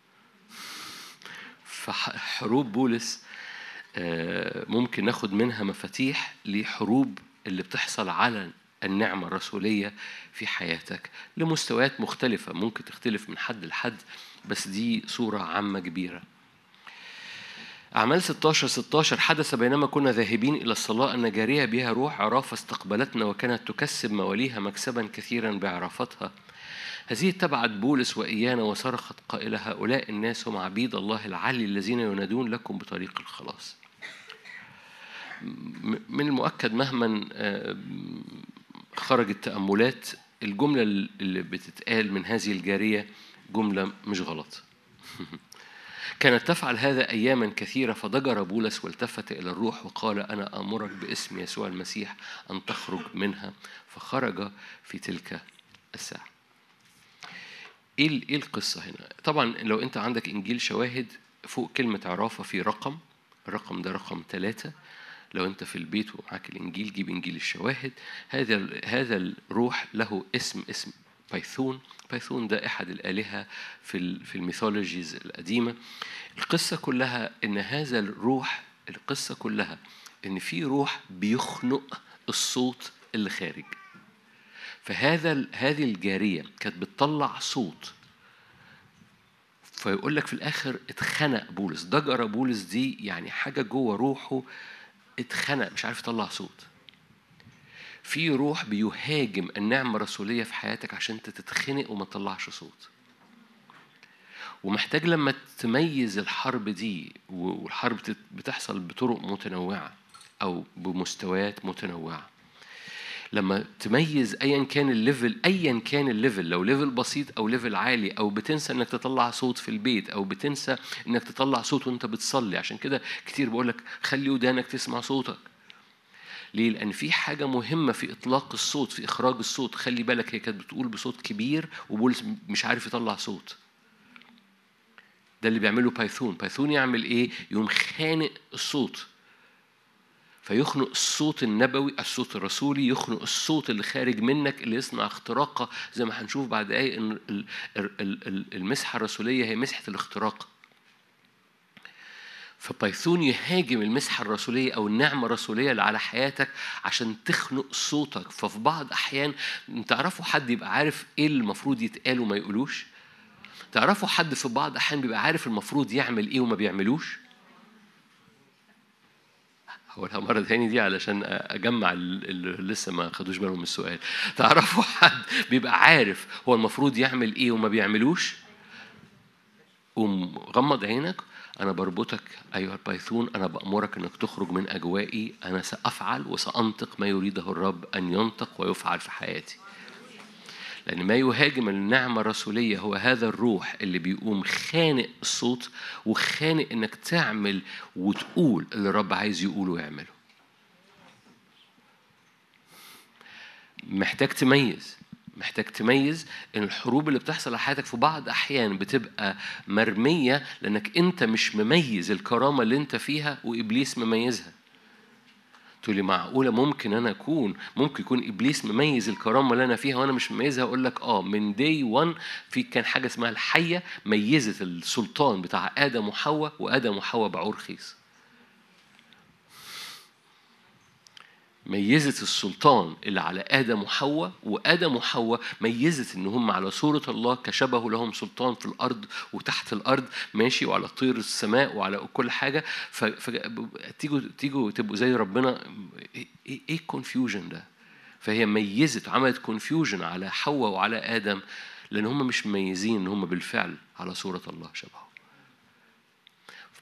C: فحروب بولس ممكن ناخد منها مفاتيح لحروب اللي بتحصل على النعمة الرسولية في حياتك لمستويات مختلفة، ممكن تختلف من حد لحد، بس دي صورة عامة كبيرة. أعمال ستاشر ستاشر حدث بينما كنا ذاهبين إلى الصلاة أن جارية بها روح عرافة استقبلتنا، وكانت تكسب مواليها مكسبا كثيرا بعرافتها. هذه اتبعت بولس وإيانا وصرخت قائلة: هؤلاء الناس هم عبيد الله العلي الذين ينادون لكم بطريق الخلاص. من المؤكد مهما خرج التأملات، الجملة اللي بتتقال من هذه الجارية جملة مش غلط. كانت تفعل هذا أياما كثيرة، فضجر بولس والتفت إلى الروح وقال: أنا آمرك باسم يسوع المسيح أن تخرج منها. فخرج في تلك الساعة. إيه القصة هنا؟ طبعا لو أنت عندك إنجيل شواهد، فوق كلمة عرافة في رقم، الرقم ده رقم ثلاثة. لو أنت في البيت ومعك الإنجيل، جيب إنجيل الشواهد. هذا هذا الروح له اسم اسم بايثون. بايثون ده أحد الآلهة في في الميثولوجيز القديمة. القصة كلها إن هذا الروح، القصة كلها إن في روح بيخنق الصوت اللي خارج. فهذا هذه الجارية كانت بتطلع صوت، فيقول لك في الآخر اتخنق بولس، ضجر بولس. دي يعني حاجة جوه روحه اتخنق، مش عارف يطلع صوت. في روح بيهاجم النعمة الرسولية في حياتك عشان انت تتخنق وما تطلعش صوت. ومحتاج لما تميز الحرب دي، والحرب بتحصل بطرق متنوعة أو بمستويات متنوعة، لما تميز أيا كان الليفل، أيا كان الليفل، لو ليفل بسيط أو ليفل عالي، أو بتنسى إنك تطلع صوت في البيت، أو بتنسى إنك تطلع صوت وإنت بتصلي. عشان كده كتير بقولك خلي ودانك تسمع صوتك. ليه؟ لأن في حاجة مهمة في إطلاق الصوت، في إخراج الصوت. خلي بالك، هي كانت بتقول بصوت كبير وبولس مش عارف يطلع صوت. ده اللي بيعمله بايثون. بايثون يعمل إيه؟ يوم خانق الصوت، فيخنق الصوت النبوي، الصوت الرسولي، يخنق الصوت اللي خارج منك اللي يصنع اختراقة. زي ما هنشوف بعد دقايق إن المسحة الرسولية هي مسحة الاختراق. فبايثون يهاجم المسحة الرسولية أو النعمة الرسولية اللي على حياتك عشان تخنق صوتك. ففي بعض أحيان تعرفوا حد يبقى عارف إيه المفروض يتقال وما يقولوش؟ تعرفوا حد في بعض أحيان بيبقى عارف المفروض يعمل إيه وما بيعملوش؟ هقولها مرة تاني دي علشان أجمع اللي لسه ما خدوش بالهم من السؤال. تعرفوا حد بيبقى عارف هو المفروض يعمل إيه وما بيعملوش؟ قوم غمض عينك. أنا بربطك أيها البايثون، أنا بأمرك أنك تخرج من أجوائي. أنا سأفعل وسأنطق ما يريده الرب أن ينطق ويفعل في حياتي. لأن ما يهاجم النعمة الرسولية هو هذا الروح اللي بيقوم خانق الصوت، وخانق أنك تعمل وتقول اللي الرب عايز يقوله ويعمله. محتاج تميز محتاج تميز ان الحروب اللي بتحصل على حياتك في بعض احيان بتبقى مرميه لانك انت مش مميز الكرامه اللي انت فيها وابليس مميزها. تقول لي معقوله ممكن انا اكون ممكن يكون ابليس مميز الكرامه اللي انا فيها وانا مش مميزها؟ اقول لك اه، من داي واحد في كان حاجه اسمها الحيه ميزت السلطان بتاع ادم وحواء، وادم وحواء باعوا رخيص. ميزت السلطان اللي على آدم وحواء، وآدم وحواء ميزت إن هم على صورة الله كشبه، لهم سلطان في الأرض وتحت الأرض ماشي، وعلى طير السماء وعلى كل حاجة. فتيجوا تيجوا تبقوا زي ربنا. إيه إيه الكونفيوجن ده؟ فهي ميزت وعملت كونفيوجن على حواء وعلى آدم، لأن هم مش مميزين إن هم بالفعل على صورة الله شبهه.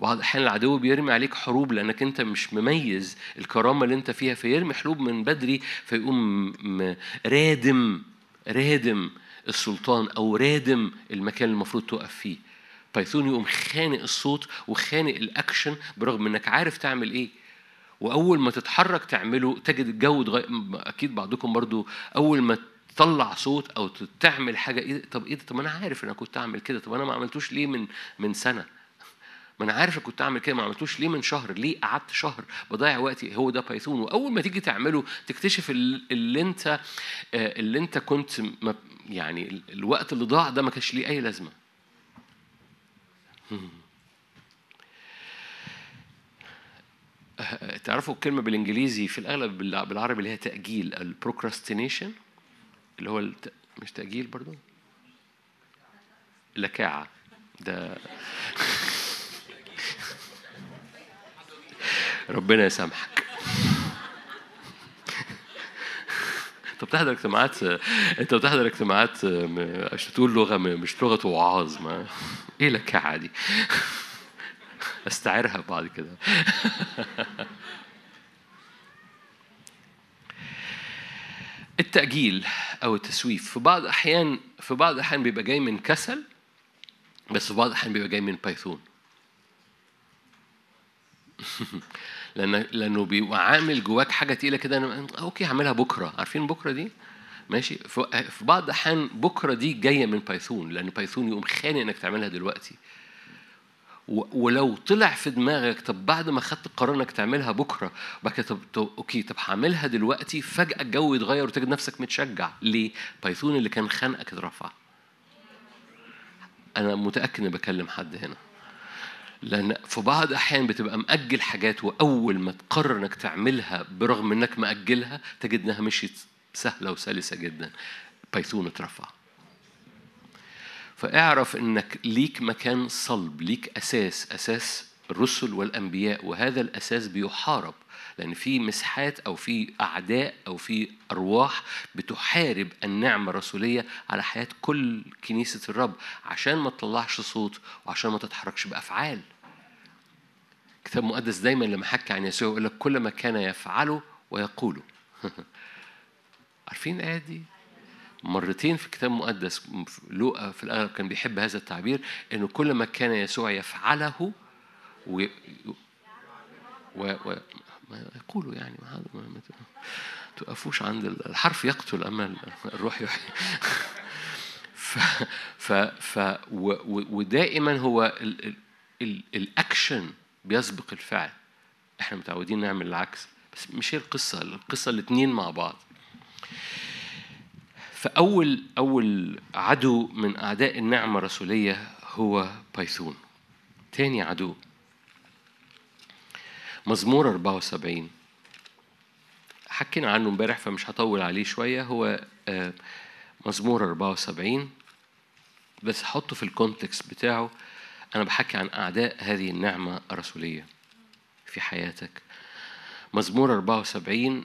C: بعض الأحيان العدو بيرمي عليك حروب لأنك أنت مش مميز الكرامة اللي أنت فيها، فيرمي حروب من بدري، فيقوم م- رادم رادم السلطان أو رادم المكان اللي المفروض تقف فيه. بايثون يقوم خانق الصوت وخانق الأكشن برغم أنك عارف تعمل إيه. وأول ما تتحرك تعمله تجد الجو اتغير. أكيد بعضكم برضو أول ما تطلع صوت أو تعمل حاجة، إيه طب إيه ده؟ طب أنا عارف أنا كنت أعمل كده، طب أنا ما عملتوش ليه من من سنة؟ ما أنا عارف كنت أعمل كده، ما عملتوش ليه من شهر؟ ليه قعدت شهر بضيع وقتي؟ هو ده بايثون. وأول ما تيجي تعمله تكتشف اللي أنت اللي أنت كنت يعني الوقت اللي ضاع ده ما كانش ليه أي لازمة. تعرفوا الكلمة بالإنجليزي في الأغلب بالعربي اللي هي تأجيل، البروكراستينيشن، اللي هو الت... مش تأجيل برضو، لكاعة ده. ربنا يسامحك. انت بتحضر اجتماعات انت بتحضر اجتماعات عشان تقول لغة مش لغة وعاظ. ما ايه لكاعة دي؟ استعيرها بعد كده. التأجيل أو التسويف في بعض الأحيان في بعض الأحيان بيبقى جاي من كسل، بس في بعض الأحيان بيبقى جاي من بايثون. لأن لأنه بيبقى عامل جواك حاجة تقيلة كده، أنا أوكي هعملها بكرة. عارفين بكرة دي؟ ماشي. في بعض الأحيان بكرة دي جاية من بايثون، لأن بايثون يقوم خانق إنك تعملها دلوقتي. ولو طلع في دماغك طب بعد ما خدت القرار انك تعملها بكره بعد كده طب, طب اوكي طب هعملها دلوقتي، فجأة الجو يتغير وتجد نفسك متشجع. ليه؟ بايثون اللي كان خانقك اترفع. انا متأكد اني بكلم حد هنا، لأن في بعض الأحيان بتبقى مأجل حاجات، وأول ما تقرر انك تعملها برغم انك مأجلها تجد انها مشيت سهلة وسلسة جدا. بايثون اترفع. فاعرف انك ليك مكان صلب، ليك اساس، اساس الرسل والانبياء، وهذا الاساس بيحارب لان في مسحات او في اعداء او في ارواح بتحارب النعمه الرسوليه على حياه كل كنيسه الرب، عشان ما تطلعش صوت وعشان ما تتحركش بافعال. الكتاب المقدس دايما لما حكى عن يسوع يقول لك كل ما كان يفعله ويقوله. عارفين الايه دي؟ مرتين في الكتاب المقدس لوقا في الأغلب كان بيحب هذا التعبير، إنه كل ما كان يسوع يفعله و... و... و... ما يقولوا يعني ما, ما... ما تقفوش عند الحرف يقتل أما الروح يحيي. ف... ف... ف... و... و... ودائما هو ال... ال... ال... الأكشن بيسبق الفعل. إحنا متعودين نعمل العكس، بس مش هي القصة. القصة الاتنين مع بعض. فأول أول عدو من أعداء النعمة الرسولية هو بايثون. تاني عدو مزمور أربعة وسبعين، حكينا عنه امبارح فمش هطول عليه شوية. هو مزمور أربعة وسبعين، بس حطه في الكونتكست بتاعه. أنا بحكي عن أعداء هذه النعمة الرسولية في حياتك. مزمور أربعة وسبعين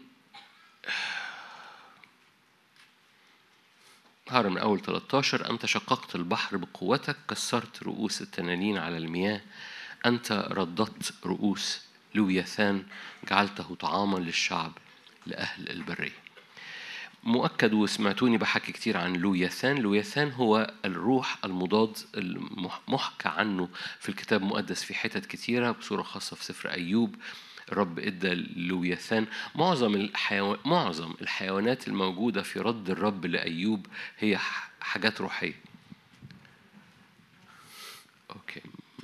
C: هارم من أول ثلاثة عشر. أنت شققت البحر بقوتك، كسرت رؤوس التنانين على المياه. أنت رددت رؤوس لويثان، جعلته طعاما للشعب لأهل البرية. مؤكد وسمعتوني بحكي كتير عن لويثان. لويثان هو الروح المضاد المحكى عنه في الكتاب المقدس في حتت كتيرة، بصورة خاصة في سفر أيوب. الرب إدى لويثان. معظم الحيوان معظم الحيوانات الموجودة في رد الرب لأيوب هي حاجات روحية. أوكي.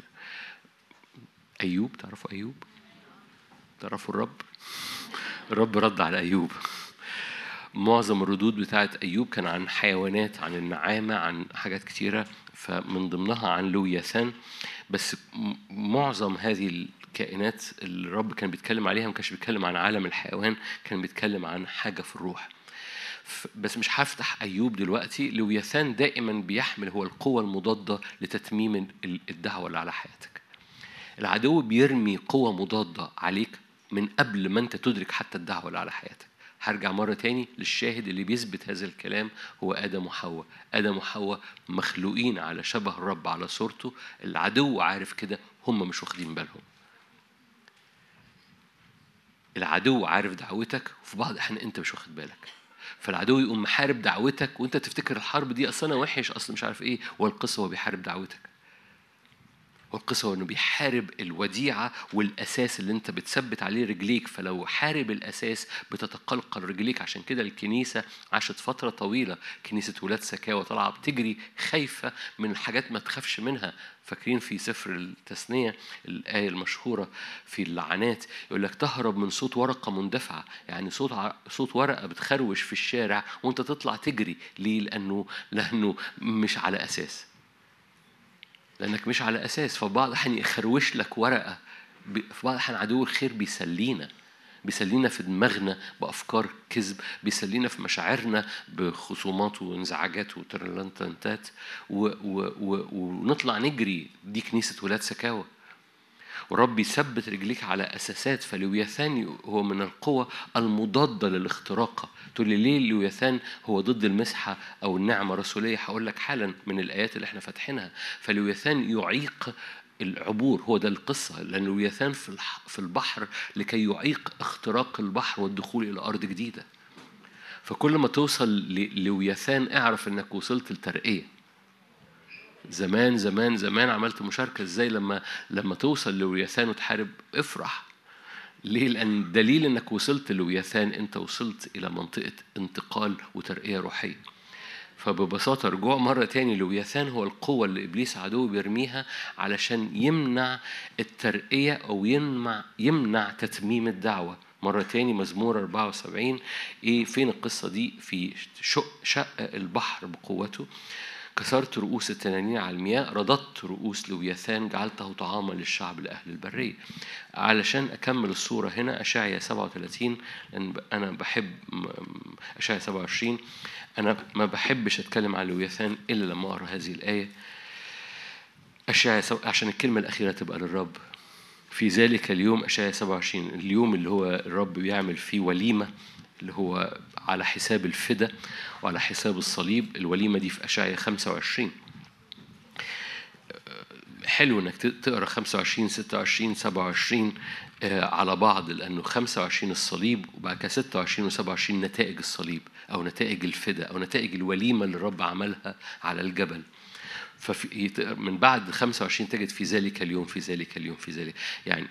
C: أيوب، تعرفوا أيوب؟ تعرفوا الرب؟ الرب رد على أيوب. معظم الردود بتاعت أيوب كان عن حيوانات، عن النعامة، عن حاجات كتيرة، فمن ضمنها عن لويثان. بس معظم هذه الكائنات اللي الرب كان بيتكلم عليها ما كانش بيتكلم عن عالم الحيوان، كان بيتكلم عن حاجة في الروح. بس مش هفتح أيوب دلوقتي. لويثان دائما بيحمل هو القوة المضادة لتتميم الدعوة اللي على حياتك. العدو بيرمي قوة مضادة عليك من قبل ما أنت تدرك حتى الدعوة اللي على حياتك. هرجع مرة تاني للشاهد اللي بيثبت هذا الكلام، هو آدم وحواء. آدم وحواء مخلوقين على شبه الرب، على صورته. العدو عارف كده هم مش واخدين بالهم. العدو عارف دعوتك، وفي بعض الأحيان أنت مش واخد بالك. فالعدو يقوم محارب دعوتك وأنت تفتكر الحرب دي أصلا وحش، أصلا مش عارف إيه، والقصة هو بيحارب دعوتك. والقصة هو إنه بيحارب الوديعة والأساس اللي أنت بتثبت عليه رجليك. فلو حارب الأساس بتتقلقل رجليك. عشان كده الكنيسة عاشت فترة طويلة، كنيسة ولاد سكاوى طالعة بتجري خايفة من الحاجات ما تخافش منها. فاكرين في سفر التثنية الآية المشهورة في اللعنات يقول لك تهرب من صوت ورقة مندفعة، يعني صوت ع... صوت ورقة بتخروش في الشارع وأنت تطلع تجري. ليه؟ لأنه لأنه مش على أساس، لأنك مش على أساس. فبعض الأحيان يخروش لك ورقة. في بعض الأحيان عدو الخير بيسلينا بيسلينا في دماغنا بأفكار كذب، بيسلينا في مشاعرنا بخصومات وانزعاجات وترلانتانتات و... و... و... ونطلع نجري. دي كنيسة ولاد سكاوى. ورب يثبت رجليك على أساسات. فلوياثان هو من القوة المضادة للاختراق. تقول لي ليه لوياثان هو ضد المسحة أو النعمة الرسولية؟ هقول لك حالا من الآيات اللي احنا فاتحينها. فلوياثان يعيق العبور، هو ده القصة. لأن لوياثان في في البحر لكي يعيق اختراق البحر والدخول إلى أرض جديدة. فكل ما توصل للوياثان اعرف أنك وصلت لترقية. زمان زمان زمان عملت مشاركة ازاي لما لما توصل لوياثان وتحارب افرح. ليه؟ لأن دليل انك وصلت لوياثان انت وصلت الى منطقة انتقال وترقية روحية. فببساطة رجوع مرة تاني، لوياثان هو القوة اللي إبليس عدو بيرميها علشان يمنع الترقية أو يمنع يمنع تتميم الدعوة. مرة تاني مزمور أربعة وسبعين. إيه فين القصة دي؟ في شق شق البحر بقوته، كسرت رؤوس التنانين على المياه، رددت رؤوس لوياثان، جعلته طعاما للشعب لأهل البرية. علشان أكمل الصورة هنا أشعيا سبعة وثلاثين، لأن أنا بحب أشعيا سبعة وعشرين. أنا ما بحبش أتكلم عن لوياثان إلا لما أقرأ هذه الآية. أشعيا عشان الكلمة الأخيرة تبقى للرب. في ذلك اليوم أشعيا سبعة وعشرين، اليوم اللي هو الرب بيعمل فيه وليمة، اللي هو على حساب الفدا وعلى حساب الصليب. الوليمة دي في أشعيا خمسة وعشرين. حلو انك تقرا خمسة وعشرين ستة وعشرين سبعة وعشرين على بعض، لانه خمسة وعشرين الصليب وبعد كده ستة وعشرين وسبعة وعشرين نتائج الصليب او نتائج الفدا او نتائج الوليمة اللي الرب عملها على الجبل. ففي من بعد خمسة وعشرين تجد في ذلك اليوم في ذلك اليوم في ذلك، يعني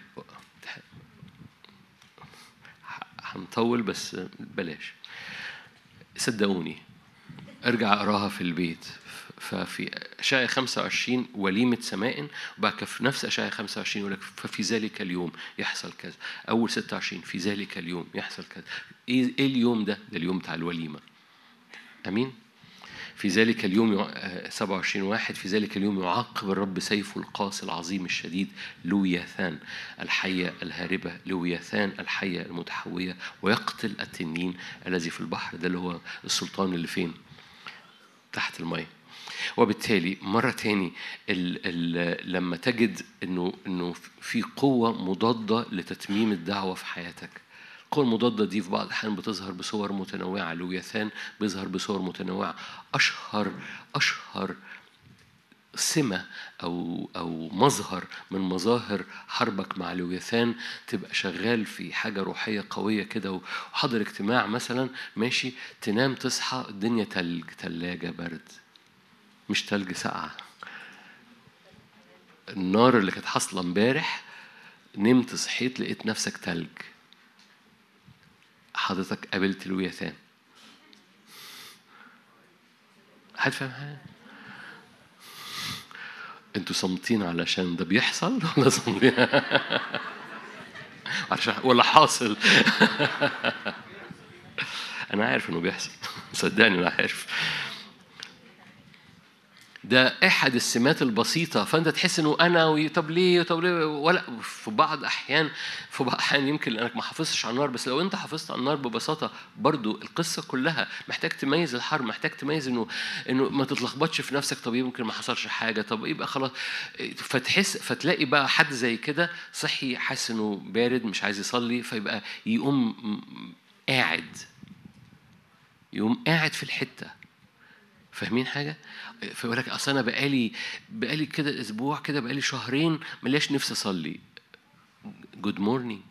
C: هنطول بس بلاش، صدقوني ارجع اقراها في البيت. ففي أشعيا خمسة وعشرين وليمة سماء، وبعد كده في نفس أشعيا خمسة وعشرين يقول لك ففي ذلك اليوم يحصل كذا. أول ستة وعشرين في ذلك اليوم يحصل كذا. إيه اليوم ده؟ ده اليوم بتاع الوليمة. أمين. في ذلك اليوم سبعة وعشرين واحد، في ذلك اليوم يعاقب الرب سيفه القاسي العظيم الشديد لوياثان الحية الهاربة، لوياثان الحية المتحوية، ويقتل التنين الذي في البحر. ده اللي هو السلطان اللي فين؟ تحت الماء. وبالتالي مرة تاني ال ال لما تجد إنه إنه في قوة مضادة لتتميم الدعوة في حياتك. القوة المضادة دي في بعض الأحيان بتظهر بصور متنوعة. لوياثان بيظهر بصور متنوعة. أشهر أشهر سمة أو أو مظهر من مظاهر حربك مع لوياثان تبقى شغال في حاجة روحية قوية كده وحضر اجتماع مثلا ماشي، تنام تصحى الدنيا تلج، تلاجة برد، مش تلج ساقعة. النار اللي كانت حاصلة امبارح نمت صحيت لقيت نفسك تلج. حضرتك قابلت لوياثان. حد فاهم حاجة؟ انتوا صامتين علشان ده بيحصل ولا صامتين علشان ولا حاصل؟ انا عارف انه بيحصل، صدقني انا عارف. ده احد السمات البسيطه. فانت تحس انه انا وي... طب ليه طب ليه ولا في بعض احيان في بعض احيان يمكن لانك ما حافظتش على النار. بس لو انت حافظت على النار ببساطه برضو القصه كلها محتاج تميز الحرب، محتاج تميز انه انه ما تتلخبطش في نفسك. طب يمكن ما حصلش حاجه، طب يبقى خلاص. فتحس فتلاقي بقى حد زي كده صحي حاسس انه بارد مش عايز يصلي، فيبقى يقوم قاعد يقوم قاعد في الحته فاهمين حاجة؟ فيقول لك أصل أنا بقالي بقالي كده أسبوع كده بقالي شهرين ملياش نفسي أصلي. جود مورنينج.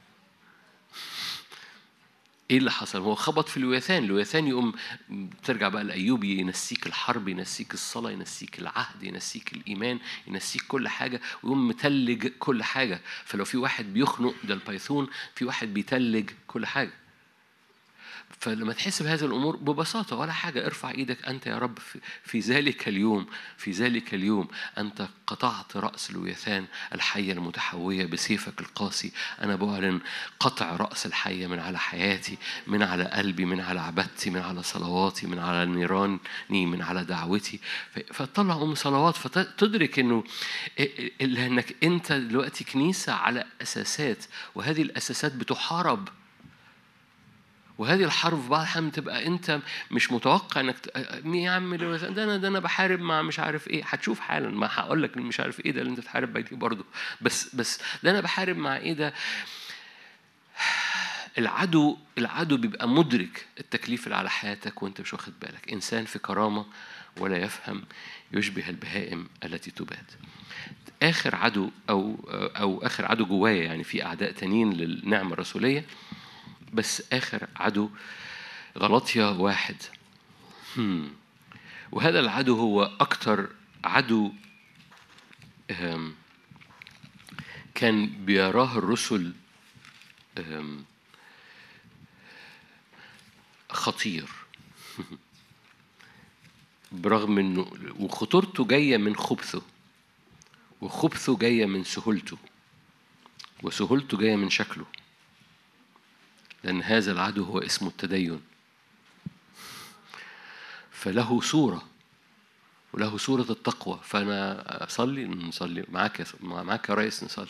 C: ايه اللي حصل؟ هو خبط في الوثان، الوثان يقوم ترجع بقى لأيوب، ينسيك الحرب، ينسيك الصلاة، ينسيك العهد، ينسيك الإيمان، ينسيك كل حاجة، ويقوم متلج كل حاجة. فلو في واحد بيخنق ده البايثون، في واحد بيتلج كل حاجة. فلما تحس بهذه الأمور ببساطة ولا حاجة، ارفع إيدك أنت يا رب في, في ذلك اليوم في ذلك اليوم أنت قطعت رأس الويثان الحية المتحوية بسيفك القاسي. أنا بعلن قطع رأس الحية من على حياتي، من على قلبي، من على عبادتي، من على صلواتي، من على نيراني، من على دعوتي. فتطلع أم صلوات فتدرك أنه إنك أنت دلوقتي كنيسة على أساسات، وهذه الأساسات بتحارب. وهذه الحرب في بعض الأحيان تبقى أنت مش متوقع إنك يا عم ده أنا ده أنا بحارب مع مش عارف إيه. هتشوف حالا، ما هقول لك مش عارف إيه ده اللي أنت بتحارب بيه برضه، بس بس ده أنا بحارب مع إيه ده. العدو العدو بيبقى مدرك التكليف اللي على حياتك وأنت مش واخد بالك. إنسان في كرامة ولا يفهم، يشبه البهائم التي تباد. آخر عدو أو أو آخر عدو جوايا، يعني في أعداء تانيين للنعمة الرسولية، بس آخر عدو غلطية واحد. هم. وهذا العدو هو أكتر عدو كان بيراه الرسل خطير، برغم أنه وخطورته جاية من خبثه، وخبثه جاية من سهولته، وسهولته جاية من شكله. لأن هذا العدو هو اسمه التدين، فله صورة وله صورة التقوى. فأنا أصلي نصلي معاك معاك يا رئيس نصلي،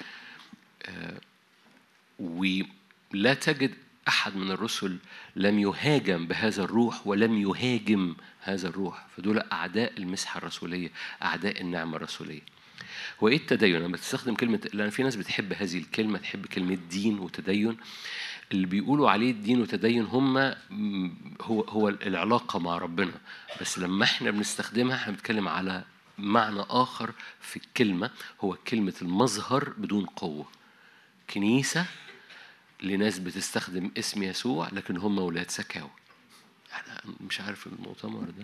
C: ولا تجد أحد من الرسل لم يهاجم بهذا الروح ولم يهاجم هذا الروح. فدول أعداء المسحة الرسولية، أعداء النعمة الرسولية. هو إيه التدين؟ أنا بتستخدم كلمة، لأن في ناس بتحب هذه الكلمة، تحب كلمة دين وتدين. اللي بيقولوا عليه الدين وتدين هم هو هو العلاقة مع ربنا، بس لما احنا بنستخدمها احنا بنتكلم على معنى آخر في الكلمة، هو كلمة المظهر بدون قوة. كنيسة لناس بتستخدم اسم يسوع لكن هم أولاد سكاوى. أنا مش عارف المؤتمر ده،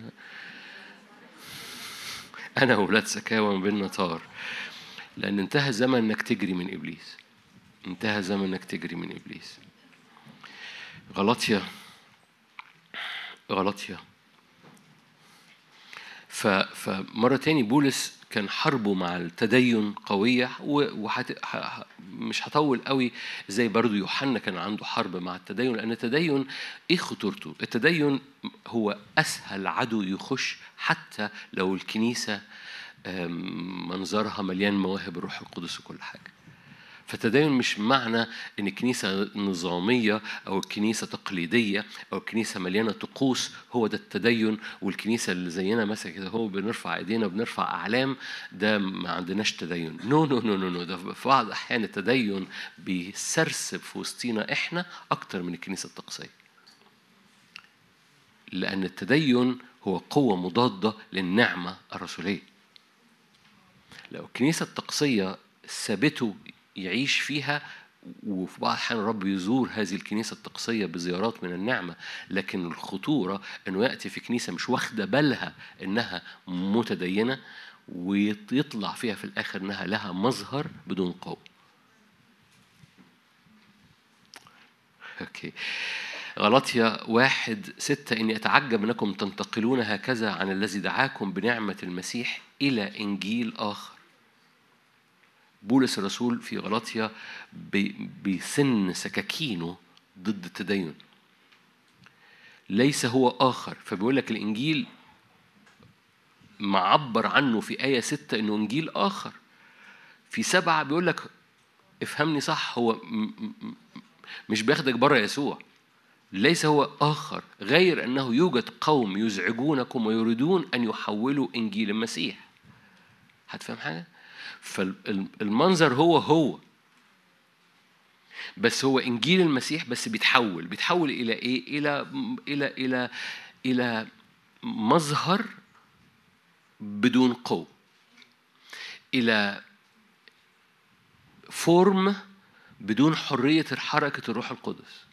C: أنا أولاد سكاوى من بين نطار، لأن انتهى زمن إنك تجري من إبليس، انتهى زمن إنك تجري من إبليس. غلطية غلطية فمرة تاني بولس كان حربه مع التدين قوية، وحت... مش هطول قوي زي برضو يوحنا كان عنده حرب مع التدين. لأن التدين إيه خطورته؟ التدين هو أسهل عدو يخش حتى لو الكنيسة منظرها مليان مواهب الروح القدس وكل حاجة. فالتدين مش معنى إن الكنيسة نظامية أو الكنيسة تقليدية أو الكنيسة مليانة طقوس هو ده التدين. والكنيسة اللي زينا مثلا كده هو بنرفع إيدينا وبنرفع أعلام، ده ما عندناش تدين. نو نو نو نو نو ده في بعض أحيان التدين بيسرسب في وسطينا إحنا أكتر من الكنيسة الطقسية، لأن التدين هو قوة مضادة للنعمة الرسولية. لو الكنيسة الطقسية سابته يعيش فيها، وفي بعض الأحيان الرب يزور هذه الكنيسة الطقسية بزيارات من النعمة، لكن الخطورة أنه يأتي في كنيسة مش واخدة بالها أنها متدينة ويطلع فيها في الآخر أنها لها مظهر بدون قوة. أوكي. غلطية واحد ستة، إني أتعجب أنكم تنتقلون هكذا عن الذي دعاكم بنعمة المسيح إلى إنجيل آخر. بولس الرسول في غلطية بيسن سكاكينه ضد التدين، ليس هو آخر. فبيقول لك الإنجيل معبر عنه في آية ستة إنه إنجيل آخر. في سبعة بيقول لك افهمني صح، هو مش بياخدك بره يسوع. ليس هو آخر غير أنه يوجد قوم يزعجونكم ويريدون أن يحولوا إنجيل المسيح. هتفهم حاجة؟ فالمنظر هو هو بس هو إنجيل المسيح، بس بيتحول بيتحول إلى إيه؟ إلى إلى إلى إلى مظهر بدون قوة إلى فورم بدون حرية حركة الروح القدس.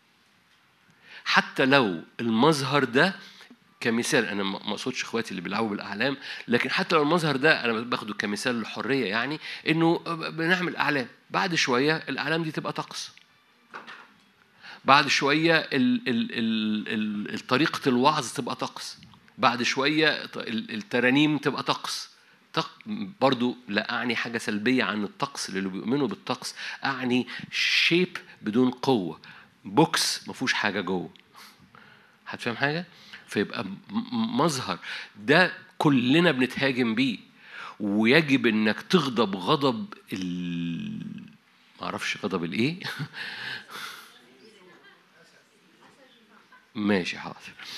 C: حتى لو المظهر ده كمثال، أنا ما أقصدش إخواتي اللي بيلعبوا بالأعلام، لكن حتى لو المظهر ده أنا باخده كمثال للحرية، يعني إنه بنعمل أعلام، بعد شوية الأعلام دي تبقى طقس، بعد شوية ال ال ال ال طريقة الوعظ تبقى طقس، بعد شوية الترانيم تبقى طقس. برضو لا أعني حاجة سلبية عن الطقس اللي بيؤمنوا بالطقس، أعني شيب بدون قوة، بوكس ما فيهوش حاجة جوه. هتفهم حاجة؟ فيبقى مظهر ده كلنا بنتهاجم بيه، ويجب انك تغضب غضب ال ما اعرفش غضب الايه ماشي حاضر،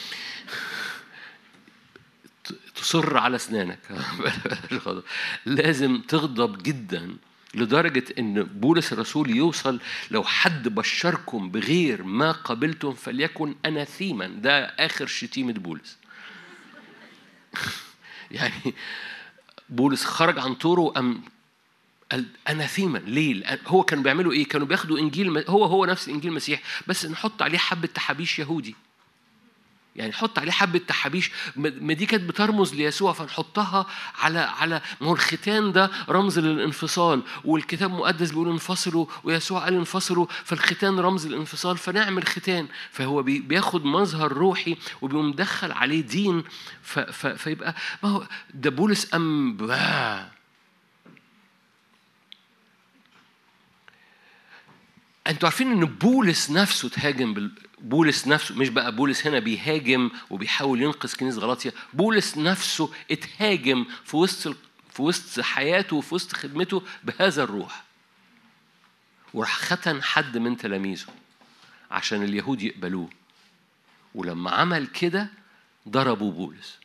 C: تصر على اسنانك لازم تغضب جدا، لدرجة ان بولس الرسول يوصل لو حد بشركم بغير ما قبلتم فليكن أناثيما. ده آخر شتيمة بولس. يعني بولس خرج عن طوره وأم أناثيما. ليه؟ هو كان بيعملوا إيه؟ كانوا بياخدوا إنجيل، هو هو نفس إنجيل المسيح، بس نحط عليه حبة تحابيش يهودي، يعني نحط عليه حبة تحابيش، ما دي كانت بترمز ليسوع، فنحطها على على ما هو الختان ده رمز للانفصال، والكتاب المقدس بيقول انفصلوا، ويسوع قال انفصلوا، فالختان رمز للانفصال، فنعمل ختان. فهو بياخد مظهر روحي وبيقوم مدخل عليه دين، ف ف فيبقى ما هو ده بولس أم بقى. أنتوا عارفين إن بولس نفسه تهاجم بال... بولس نفسه، مش بقى بولس هنا بيهاجم وبيحاول ينقذ كنيسة غلاطيا، بولس نفسه اتهاجم في وسط في وسط حياته وفي وسط خدمته بهذا الروح، وراح ختن حد من تلاميذه عشان اليهود يقبلوه، ولما عمل كده ضربوا بولس.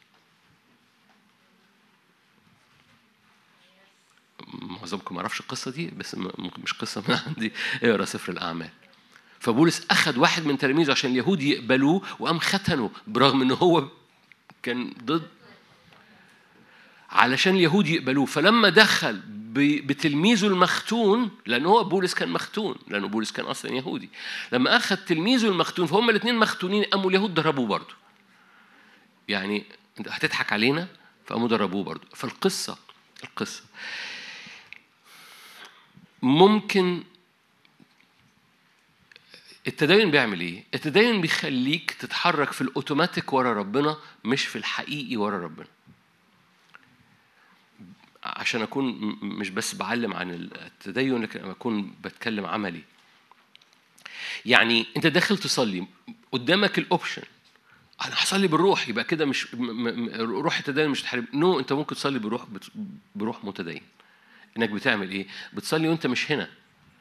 C: معظمكم ما عرفش القصة دي، بس مش قصة من عندي، اقرا سفر الأعمال. فبولس أخذ واحد من تلاميذه عشان اليهود يقبلوه وقام ختنه، برغم إنه هو كان ضد، علشان اليهود يقبلوه. فلما دخل بتلميذه المختون، لأنه هو بولس كان مختون، لأنه بولس كان أصلا يهودي، لما أخذ تلميذه المختون فهم الاثنين مختونين، قاموا اليهود ضربوه برضه. يعني أنت هتضحك علينا، فقاموا ضربوه برضه. فالقصة القصة ممكن التدين بيعمل ايه؟ التدين بيخليك تتحرك في الاوتوماتيك ورا ربنا، مش في الحقيقي ورا ربنا. عشان اكون مش بس بعلم عن التدين، لكن اكون بتكلم عملي. يعني انت داخل تصلي، قدامك الاوبشن انا هصلي بالروح، يبقى كده مش روح التدين مش تحارب. نو no, انت ممكن تصلي بروح بروح متدين. انك بتعمل ايه؟ بتصلي وانت مش هنا،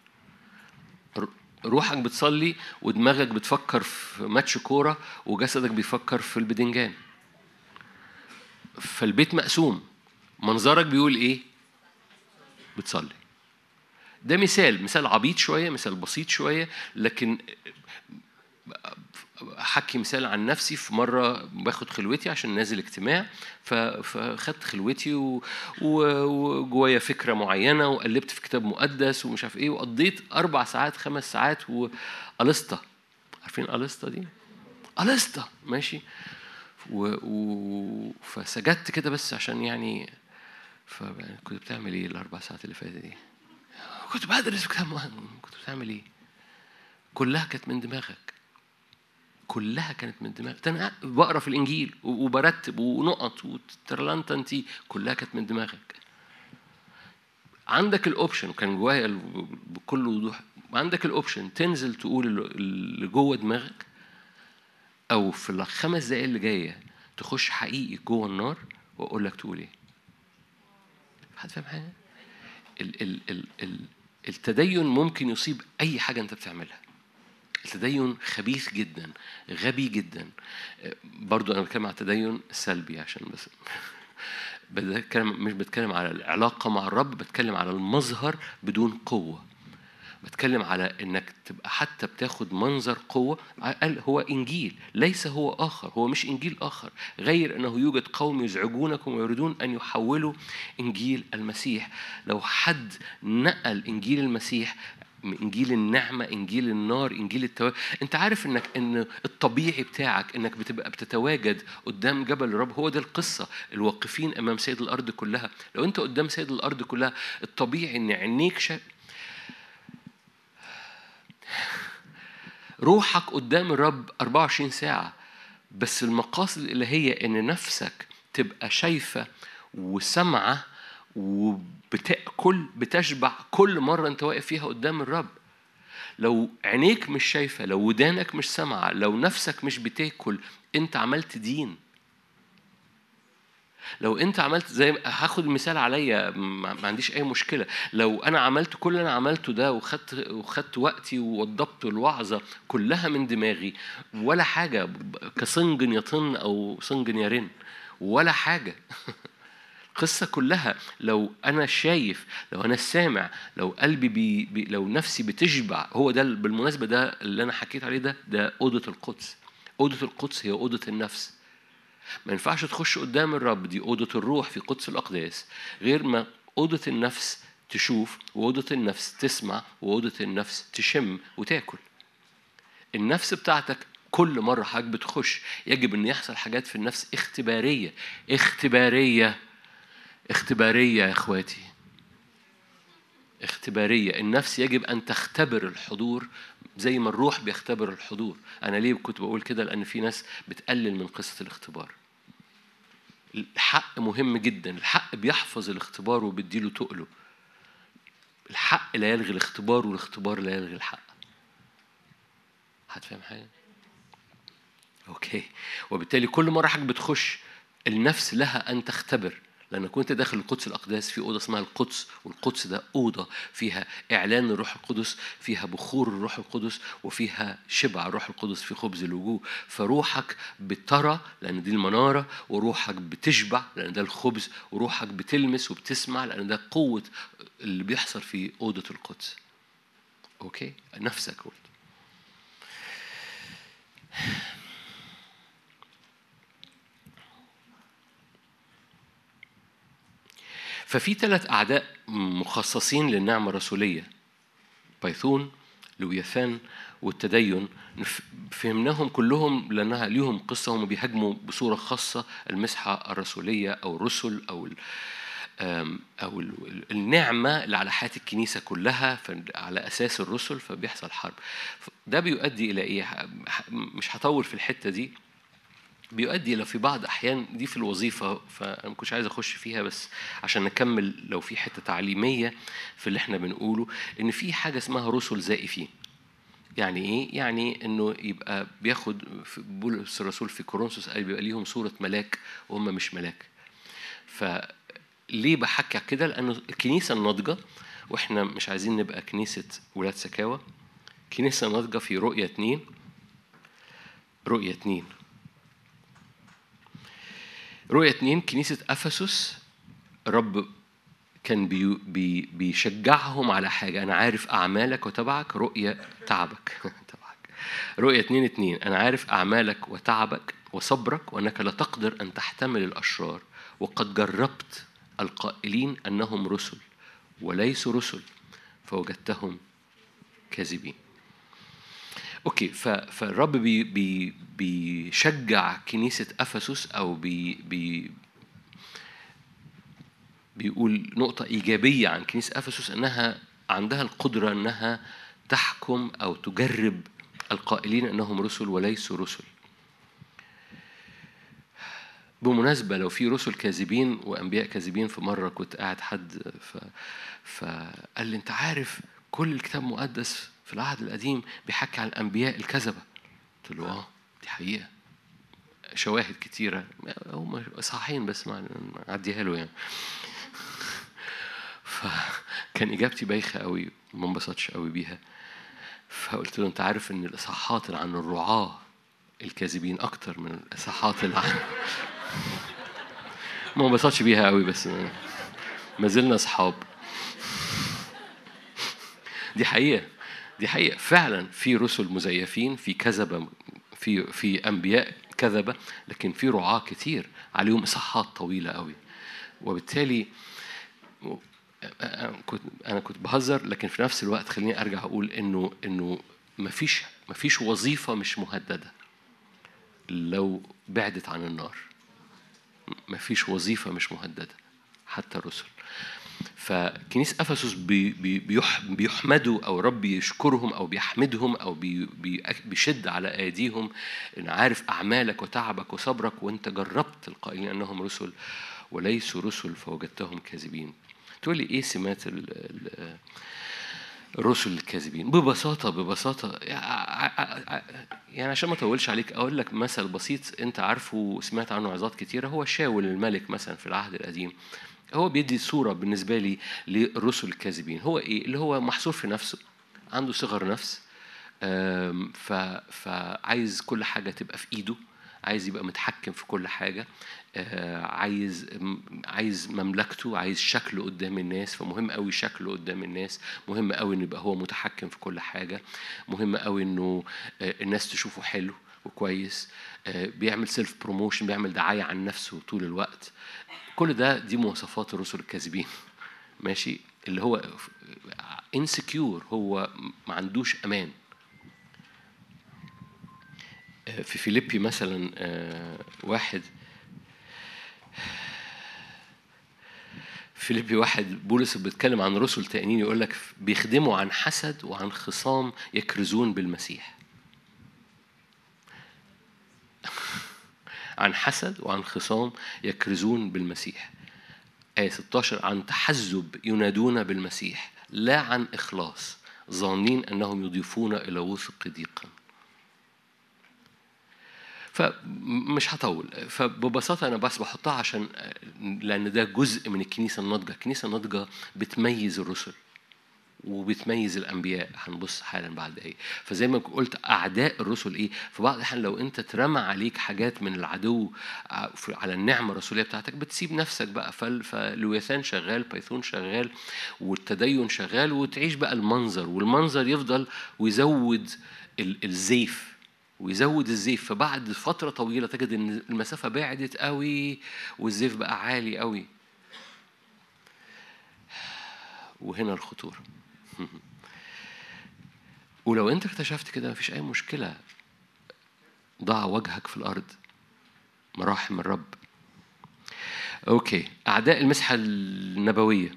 C: روحك بتصلي ودماغك بتفكر في ماتش كورة وجسدك بيفكر في البدنجان. فالبيت مقسوم، منظرك بيقول ايه؟ بتصلي. ده مثال مثال عبيط شوية، مثال بسيط شوية، لكن حكي مثال عن نفسي. في مرة باخد خلوتي عشان نازل اجتماع، فخدت خلوتي وجوايا فكرة معينة، وقلبت في كتاب مقدس ومش عارف ايه، وقضيت أربع ساعات خمس ساعات وألسطة. عارفين ألسطة دي؟ ألسطة ماشي. و... و... فسجدت كده بس عشان يعني، فكنت بتعمل ايه الأربع ساعات اللي فاتت دي؟ كنت بدرس كتاب مقدس. كنت بتعمل ايه؟ كلها كانت من دماغك، كلها كانت من دماغك. أنا بقرأ في الإنجيل وبرتب ونقط وترلانتنتي، كلها كانت من دماغك. عندك الأوبشن، وكان جوايا بكل وضوح، عندك الأوبشن تنزل تقول اللي جوه دماغك، أو في الخمس دقايق اللي جاية تخش حقيقي جوه النار وأقول لك تقول إيه. حد فاهم حاجة؟ ال ال ال ال التدين ممكن يصيب أي حاجة أنت بتعملها. التدين خبيث جدا، غبي جدا. برضو أنا بتكلم على التدين السلبي عشان بس بتكلم، مش بتكلم على العلاقة مع الرب، بتكلم على المظهر بدون قوة. بتكلم على إنك تبقى حتى بتاخد منظر قوة. قال هو إنجيل ليس هو آخر، هو مش إنجيل آخر غير أنه يوجد قوم يزعجونكم ويريدون أن يحولوا إنجيل المسيح. لو حد نقل إنجيل المسيح، إنجيل النعمة، إنجيل النار، إنجيل التواجد، أنت عارف إنك إن الطبيعي بتاعك إنك بتبقى بتتواجد قدام جبل الرب. هو ده القصة، الواقفين أمام سيد الأرض كلها. لو أنت قدام سيد الأرض كلها، الطبيعي إن عينيك شا... روحك قدام الرب أربعة وعشرين ساعة. بس المقاصد الإلهية إن نفسك تبقى شايفة وسمعة وبتأكل بتشبع كل مرة أنت واقف فيها قدام الرب. لو عينيك مش شايفة، لو ودانك مش سمعة، لو نفسك مش بتاكل، أنت عملت دين. لو أنت عملت زي هاخد مثال عليا، ما عنديش أي مشكلة. لو أنا عملت كل اللي أنا عملته ده وخدت وخدت وقتي ووضبت الوعظة كلها من دماغي، ولا حاجة، كصنج يطن أو صنج يرن، ولا حاجة. قصة كلها لو أنا شايف، لو أنا سامع، لو قلبي بي بي لو نفسي بتشبع. هو ده بالمناسبة، ده اللي أنا حكيت عليه، ده ده أوضة القدس. أوضة القدس هي أوضة النفس. ما ينفعش تخش قدام الرب، دي أوضة الروح في قدس الأقداس، غير ما أوضة النفس تشوف، وأوضة النفس تسمع، وأوضة النفس تشم وتاكل. النفس بتاعتك كل مرة حاجة بتخش يجب أن يحصل حاجات في النفس اختبارية. اختبارية اختبارية يا إخواتي، اختبارية. النفس يجب أن تختبر الحضور زي ما الروح بيختبر الحضور. أنا ليه كنت بقول كده؟ لأن في ناس بتقلل من قصة الاختبار. الحق مهم جدا، الحق بيحفظ الاختبار وبيديله تقله. الحق لا يلغي الاختبار، والاختبار لا يلغي الحق. هتفهم حاجة؟ أوكي. وبالتالي كل مرة حاجة بتخش النفس لها أن تختبر. لأن كنت داخل القدس الأقداس، في أوضة اسمها القدس، والقدس ده أوضة فيها إعلان الروح القدس، فيها بخور الروح القدس، وفيها شبع الروح القدس في خبز الوجوه. فروحك بترى لأن دي المنارة، وروحك بتشبع لأن ده الخبز، وروحك بتلمس وبتسمع لأن ده قوة اللي بيحصل في أوضة القدس. أوكي؟ نفسك قلت. ففي ثلاث أعداء مخصصين للنعمة الرسولية: بايثون، لوياثان، والتدين. فهمناهم كلهم لأنها ليهم قصة. هم بيهاجموا بصورة خاصة المسحة الرسولية أو الرسل أو أو النعمة اللي على حياة الكنيسة كلها على أساس الرسل. فبيحصل حرب. ده بيؤدي إلى إيه؟ مش هطول في الحتة دي. بيؤدي إلى في بعض أحيان دي في الوظيفة، فأنا ما كنتش عايز أخش فيها، بس عشان نكمل لو في حتة تعليمية في اللي احنا بنقوله، إن في حاجة اسمها رسل زائفين. يعني إيه؟ يعني إنه يبقى بياخد بولس الرسول في كورنثوس قال بيبقى ليهم صورة ملاك وهم مش ملاك. فليه بحكي كده؟ لأنه الكنيسة الناضجة، وإحنا مش عايزين نبقى كنيسة ولاد سكاوى. كنيسة ناضجة في رؤية اتنين، رؤية اتنين رؤية اتنين كنيسة أفسس، رب كان بي بي بيشجعهم على حاجة. أنا عارف أعمالك وتبعك، رؤية تعبك تبعك. رؤية اتنين اتنين أنا عارف أعمالك وتعبك وصبرك، وأنك لا تقدر أن تحتمل الأشرار، وقد جربت القائلين أنهم رسل وليسوا رسل، فوجدتهم كاذبين. أوكي. فالرب بي بي بيشجع كنيسة أفسس، أو بي بي بيقول نقطة إيجابية عن كنيسة أفسس، أنها عندها القدرة أنها تحكم أو تجرب القائلين أنهم رسل وليسوا رسل. بمناسبة لو في رسل كاذبين وأنبياء كاذبين، في مرة كنت قاعد حد ف... فقال لي أنت عارف كل الكتاب المقدس في العهد القديم بيحكي عن الأنبياء الكذبة. قلت له آه دي حقيقة، شواهد كتيرة هم صحيحين بس ما عديها له يعني. فكان إجابتي بايخة قوي، ما انبسطش قوي بيها. فقلت له أنت عارف إن الإصحاحات اللي عن الرعاة الكاذبين أكتر من الإصحاحات اللي عن ما انبسطش بيها قوي، بس ما زلنا أصحاب. دي حقيقة. دي حقيقة فعلا، في رسل مزيفين، في كذبة، في في أنبياء كذبة، لكن في رعاة كتير عليهم إصحاحات طويلة قوي. وبالتالي أنا كنت أنا كنت بهزر، لكن في نفس الوقت خليني أرجع أقول إنه إنه مفيش مفيش وظيفة مش مهددة لو بعدت عن النار. مفيش وظيفة مش مهددة حتى الرسل. فكنيسة أفسس بي بي بيح بيحمدوا أو رب يشكرهم أو بيحمدهم أو بي بي بيشد على أيديهم إن عارف أعمالك وتعبك وصبرك، وأنت جربت القائلين أنهم رسل وليسوا رسل فوجدتهم كاذبين. تقول لي إيه سمات الرسل الكاذبين؟ ببساطة ببساطة يعني عشان ما أطولش عليك أقول لك مثل بسيط أنت عارفه وسمعت عنه عظات كتيرة. هو شاول الملك مثلا في العهد القديم، هو بيدي صورة بالنسبة لي للرسل الكاذبين. هو إيه؟ اللي هو محصور في نفسه، عنده صغر نفس، فعايز كل حاجة تبقى في إيده، عايز يبقى متحكم في كل حاجة، عايز عايز مملكته، عايز شكله قدام الناس. فمهم قوي شكله قدام الناس، مهم قوي إنه يبقى هو متحكم في كل حاجة، مهم قوي إنه الناس تشوفه حلو وكويس، بيعمل سيلف بروموشن، بيعمل دعاية عن نفسه طول الوقت. كل ده دي مواصفات الرسل الكاذبين، ماشي؟ اللي هو insecure، هو ما عندوش أمان. في فيليبي مثلا واحد فيليبي واحد بولس بيتكلم عن رسل تانيين يقول لك بيخدموا عن حسد وعن خصام يكرزون بالمسيح. عن حسد وعن خصام يكرزون بالمسيح. آية ستة عشر عن تحزب ينادون بالمسيح لا عن إخلاص ظانين أنهم يضيفون إلى وثق ضيقا. فمش هطول، فببساطة أنا بس بحطها عشان لأن ده جزء من الكنيسة الناضجة. الكنيسة الناضجة بتميز الرسل وبتميز الأنبياء، هنبص حالا بعد إيه. فزي ما قلت أعداء الرسل إيه، في بعض الأحيان لو أنت ترمى عليك حاجات من العدو على النعمة الرسولية بتاعتك بتسيب نفسك بقى. فالويثان شغال، بايثون شغال، والتدين شغال، وتعيش بقى المنظر، والمنظر يفضل ويزود الزيف ويزود الزيف. فبعد فترة طويلة تجد إن المسافة بعدت قوي والزيف بقى عالي قوي. وهنا الخطورة. ولو أنت اكتشفت كده مفيش أي مشكلة، ضع وجهك في الأرض، مراحم الرب. أوكي، أعداء المسحة النبوية.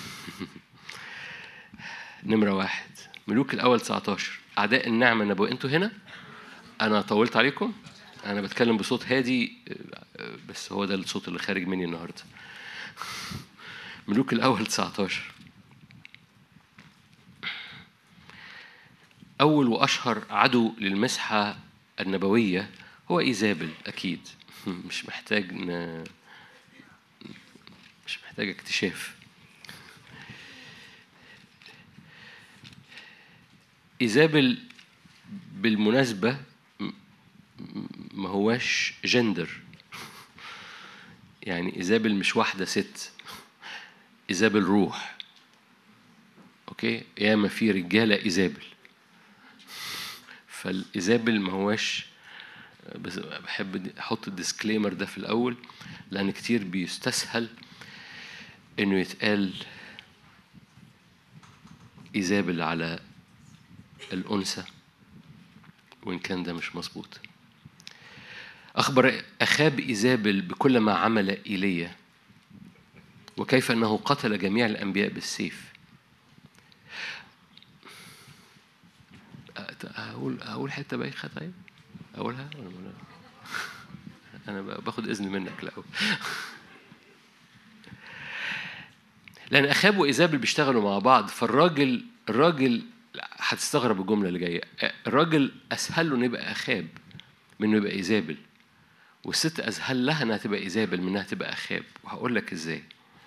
C: نمرة واحد ملوك الأول تسعة عشر. أعداء النعمة النبوية. أنتوا هنا؟ أنا طولت عليكم؟ أنا بتكلم بصوت هادي، بس هو ده الصوت اللي خارج مني النهاردة. ملوك الأول تسعة عشر. أول وأشهر عدو للمسحة النبوية هو إيزابل. أكيد مش محتاج ن... مش محتاج اكتشاف. إيزابل بالمناسبة ما هواش جندر، يعني إيزابل مش واحدة ست، إيزابل روح. أوكي، ياما في رجالة إيزابل. فالإيزابل ما هواش، بس بحب أحط الديسكليمر ده في الأول لأن كتير بيستسهل إنه يتقال إيزابل على الأنثى، وإن كان ده مش مظبوط. أخبر أخاب إيزابل بكل ما عمل إيليا وكيف أنه قتل جميع الأنبياء بالسيف. أقول أقول حتة بايخة؟ طيب أقولها؟ أنا باخد إذن منك الأول. لأن أخاب وإيزابل بيشتغلوا مع بعض. فالراجل الراجل هتستغرب الجملة اللي جاية. الراجل أسهل له إنه يبقى أخاب من إنه يبقى إيزابل، والست أسهل لها إنها تبقى إيزابل من إنها تبقى أخاب. وهقول لك إزاي.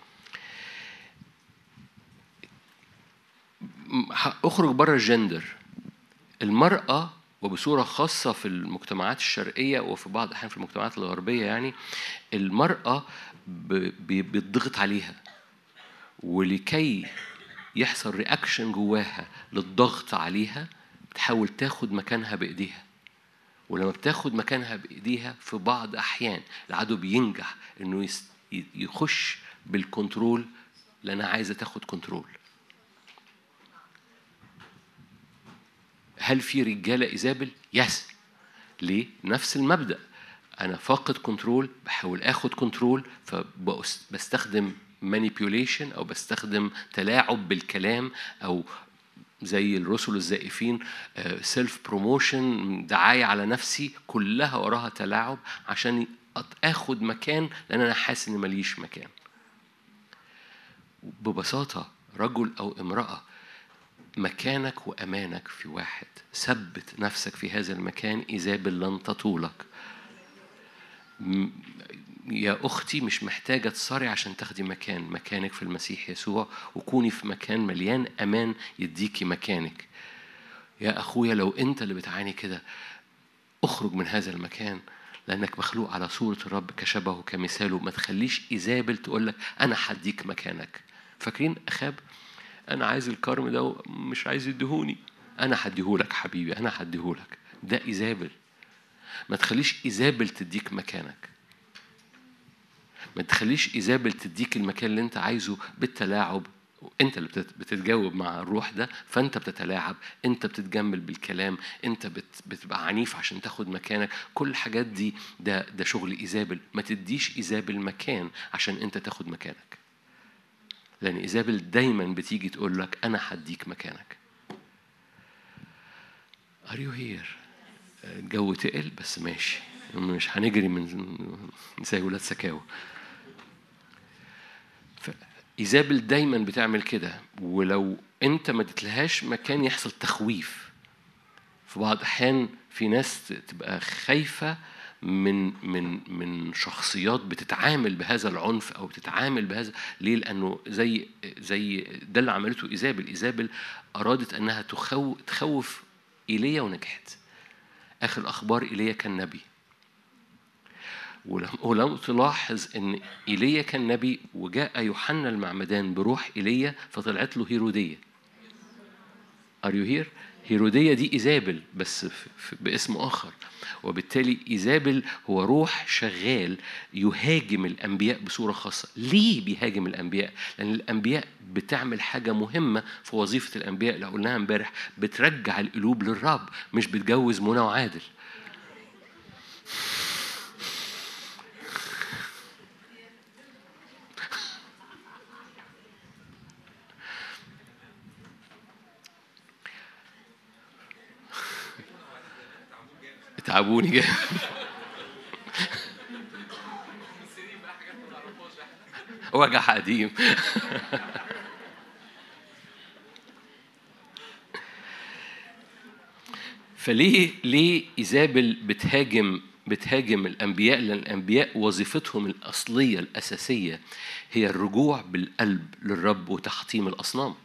C: أخرج بره الجندر. المرأة وبصورة خاصة في المجتمعات الشرقية وفي بعض الأحيان في المجتمعات الغربية، يعني المرأة بيضغط عليها، ولكي يحصل رياكشن جواها للضغط عليها، بتحاول تاخد مكانها بإيديها. ولما بتاخد مكانها بإيديها في بعض أحيان العدو بينجح إنه يخش بالكنترول، لأنها عايزة تاخد كنترول. هل في رجالة إيزابل؟ يس. ليه؟ نفس المبدأ. أنا فاقد كنترول، بحاول آخد كنترول، فبستخدم manipulation أو بستخدم تلاعب بالكلام، أو زي الرسل الزائفين سيلف بروموشن، دعاية على نفسي، كلها وراها تلاعب عشان آخد مكان، لأن أنا حاسس إن ماليش مكان. ببساطة رجل أو امرأة، مكانك وأمانك في واحد. ثبت نفسك في هذا المكان، إيزابل لن تطولك. يا أختي مش محتاجة تصاري عشان تاخدي مكان، مكانك في المسيح يسوع، وكوني في مكان مليان أمان يديكي مكانك. يا أخويا لو أنت اللي بتعاني كده، أخرج من هذا المكان، لأنك مخلوق على صورة الرب كشبهه كمثاله. ما تخليش إيزابل تقولك أنا حديك مكانك. فاكرين أخاب؟ أنا عايز الكرم ده ومش عايز يديهوني. أنا حديهولك حبيبي، أنا حديهولك. ده إيزابل. ما تخليش إيزابل تديك مكانك. ما تخليش إيزابل تديك المكان اللي أنت عايزه بالتلاعب. أنت اللي بتتجاوب مع الروح ده، فأنت بتتلاعب، أنت بتتجمل بالكلام، أنت بتبقى عنيف عشان تاخد مكانك. كل الحاجات دي ده ده شغل إيزابل. ما تديش إيزابل مكان عشان أنت تاخد مكانك، لأن إيزابل دايما بتيجي تقول لك أنا حديك مكانك. Are you here؟ الجو تقل بس ماشي، مش هنجري من زي ولاد سكاوى. إيزابل دايما بتعمل كده، ولو أنت ما اديتلهاش مكان يحصل تخويف. في بعض الأحيان في ناس تبقى خايفة من من من شخصيات بتتعامل بهذا العنف أو بتتعامل بهذا. ليه؟ لأنه زي زي ده اللي عملته إيزابل. إيزابل أرادت أنها تخو تخوف إيليا ونجحت. آخر الأخبار إيليا كان نبي، ولم تلاحظ أن إيليا كان نبي، وجاء يوحنا المعمدان بروح إيليا فطلعت له هيرودية. Are you here؟ هيرودية دي إيزابل بس باسم آخر. وبالتالي إيزابل هو روح شغال يهاجم الأنبياء بصورة خاصة. ليه بيهاجم الأنبياء؟ لأن الأنبياء بتعمل حاجة مهمة في وظيفة الأنبياء اللي قلناها امبارح، بترجع القلوب للرب، مش بتجوز منى وعادل. تعبوني جدا. وجع قديم. فليه ليه إيزابل بتهاجم بتهاجم الأنبياء؟ لأن الأنبياء وظيفتهم الأصلية الأساسية هي الرجوع بالقلب للرب وتحطيم الأصنام.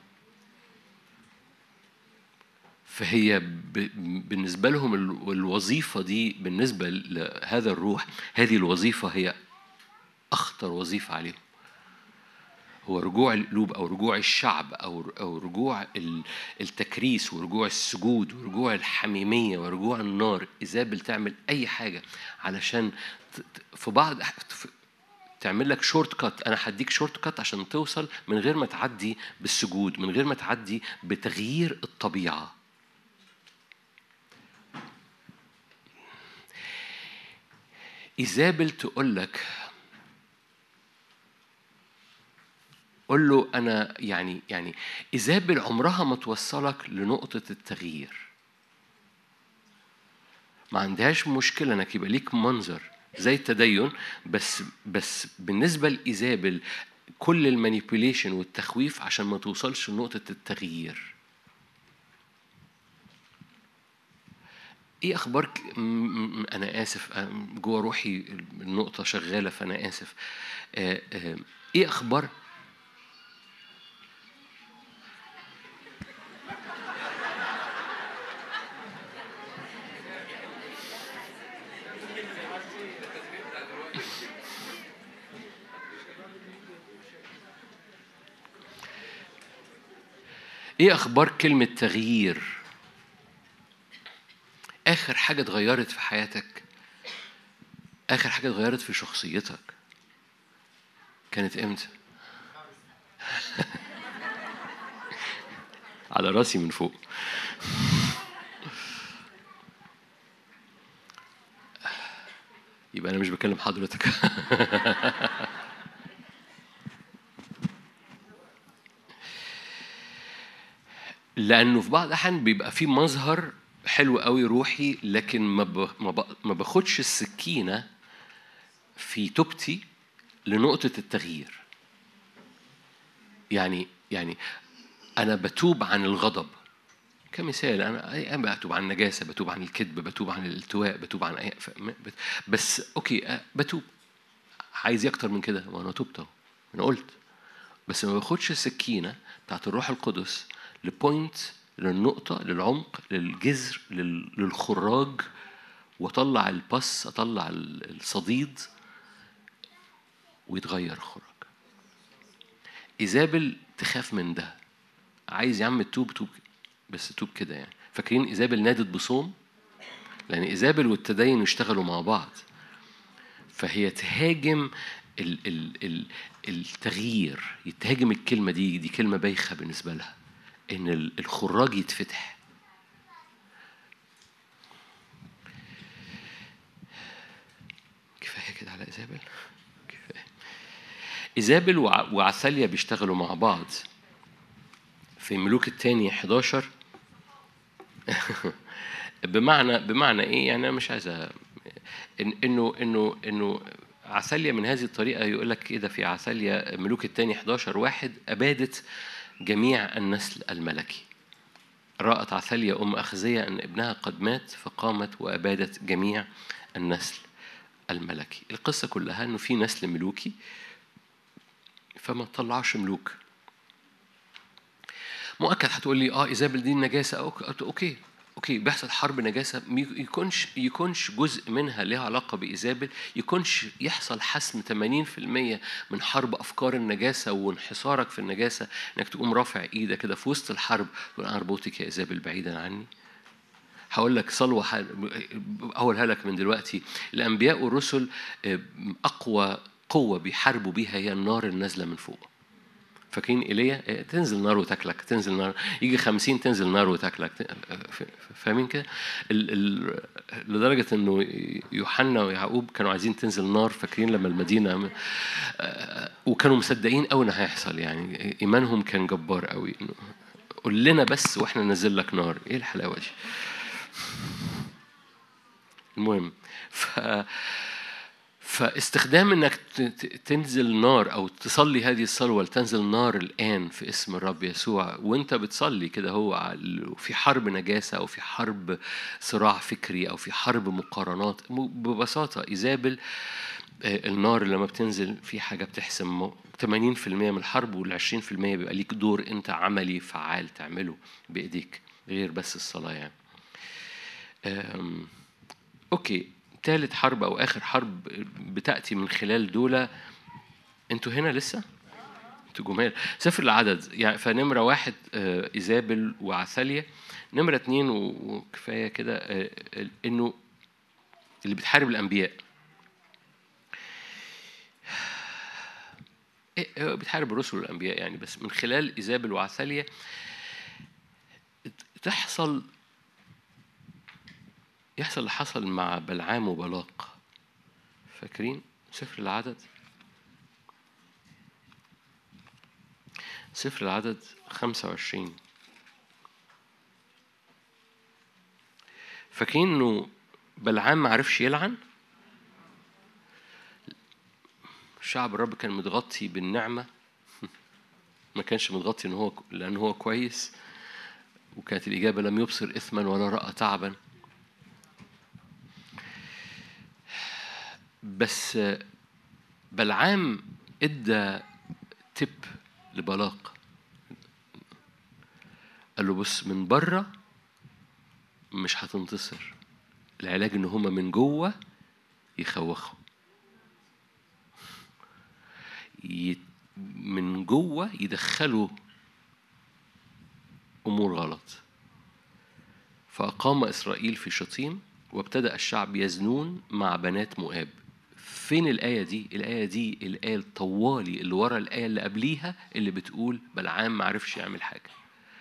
C: فهي بالنسبة لهم الوظيفة دي، بالنسبة لهذا الروح، هذه الوظيفة هي أخطر وظيفة عليهم. هو رجوع القلوب أو رجوع الشعب أو أو رجوع التكريس ورجوع السجود ورجوع الحميمية ورجوع النار. إيزابل تعمل أي حاجة علشان في بعض تعمل لك شورت كات. أنا هديك شورت كات عشان توصل من غير ما تعدي بالسجود، من غير ما تعدي بتغيير الطبيعة. إيزابل تقول لك، قل له أنا يعني يعني إيزابل عمرها ما توصلك لنقطة التغيير. ما عندهاش مشكلة إنك يبقى ليك منظر زي التدين، بس بس بالنسبة لإيزابل كل المانيبيوليشن والتخويف عشان ما توصلش لنقطة التغيير. إيه أخبارك؟ أنا آسف جوا روحي النقطة شغالة فأنا آسف. إيه أخبار؟ ايه اخبار كلمة تغيير؟ اخر حاجة اتغيرت في حياتك، اخر حاجة اتغيرت في شخصيتك كانت امتى؟ على راسي من فوق. يبقى انا مش بكلم حضرتك. لانه في بعض الاحيان بيبقى في مظهر حلو قوي روحي، لكن ما ب... ما, ب... ما باخدش السكينه في توبتي لنقطه التغيير. يعني يعني انا بتوب عن الغضب كمثال، انا انا بتوب عن النجاسه، بتوب عن الكذب، بتوب عن الالتواء، بتوب عن اي ف... بس اوكي بتوب. عايز اكتر من كده؟ وانا تبت اهو، انا قلت. بس ما باخدش السكينه بتاعت الروح القدس لبوينت، للنقطه، للعمق، للجذر، لل... للخراج، واطلع البس، اطلع الصديد ويتغير الخراج. إيزابل تخاف من ده. عايز يا عم تتوب توب، بس توب كده. يعني فاكرين إيزابل نادت بصوم؟ لأن إيزابل والتدين يشتغلوا مع بعض، فهي تهاجم ال ال ال التغيير، يتهاجم الكلمة دي. دي كلمة بايخة بالنسبة لها، إن الخراج يتفتح. كفاية كده على إيزابل. كفاية. إيزابل وعساليا بيشتغلوا مع بعض في ملوك الثاني حداشر. بمعنى بمعنى ايه؟ يعني انا مش عايز إن انه انه انه عساليا من هذه الطريقه يقول لك كده في عساليا ملوك الثاني حداشر واحد: ابادت جميع النسل الملكي. رأت عساليا ام اخزية ان ابنها قد مات، فقامت وابادت جميع النسل الملكي. القصه كلها انه في نسل ملوكي، فما تطلعش ملوك. مؤكد هتقول لي اه ايزابل دي النجاسه. اوكي اوكي بيحصل حرب نجاسه، يكونش يكونش جزء منها لها علاقه بايزابل، يكونش يحصل حسم ثمانين بالمية من حرب افكار النجاسه وانحصارك في النجاسه، انك تقوم رافع ايدك كده في وسط الحرب تقول انا اربطك يا ايزابل بعيدا عني. هقول لك صلوه اقولها لك من دلوقتي. الانبياء والرسل اقوى قوه بيحاربوا بيها هي النار النازله من فوق. فاكرين ايليا؟ تنزل نار وتاكلك، تنزل نار، يجي خمسين تنزل نار وتاكلك. فاهمين كده؟ لدرجه انه يوحنا ويعقوب كانوا عايزين تنزل نار. فاكرين لما المدينه، وكانوا مصدقين قوي ان هيحصل. يعني ايمانهم كان جبار قوي. قول لنا بس واحنا ننزل لك نار. ايه الحلاوه دي؟ المهم ف فاستخدام انك تنزل نار او تصلي هذه الصلوه لتنزل نار الان في اسم الرب يسوع، وانت بتصلي كده هو في حرب نجاسه او في حرب صراع فكري او في حرب مقارنات. ببساطه ايزابل النار لما بتنزل في حاجه بتحسم ثمانين بالمية من الحرب، وال عشرين بالمية بيبقى ليك دور انت عملي فعال تعمله بايديك غير بس الصلاه. يعني اوكي، ثالث حرب أو آخر حرب بتأتي من خلال دولة. أنتوا هنا لسه؟ أنتوا جمال. سفر العدد. يعني فنمرة واحد إيزابل وعساليا. نمرة اتنين وكفاية كده إنه اللي بتحارب الأنبياء بتحارب الرسل والأنبياء. يعني بس من خلال إيزابل وعساليا تحصل يحصل اللي حصل مع بلعام وبلاق. فاكرين سفر العدد؟ سفر العدد خمسة وعشرين. فاكرين انه بلعام ما عرفش يلعن؟ شعب الرب كان متغطي بالنعمة، ما كانش متغطي ان هو لان هو كويس. وكانت الإجابة لم يبصر إثما ولا رأى تعبا. بس بلعام ادى تب لبلاق، قال له بص من بره مش هتنتصر، العلاج ان هما من جوه يخوخوا، من جوه يدخلوا أمور غلط. فأقام إسرائيل في شطيم وابتدأ الشعب يزنون مع بنات مؤاب. فين الآية دي؟ الآية دي الآية الطوالي اللي ورا الآية اللي قبليها اللي بتقول بلعام ما عرفش يعمل حاجة.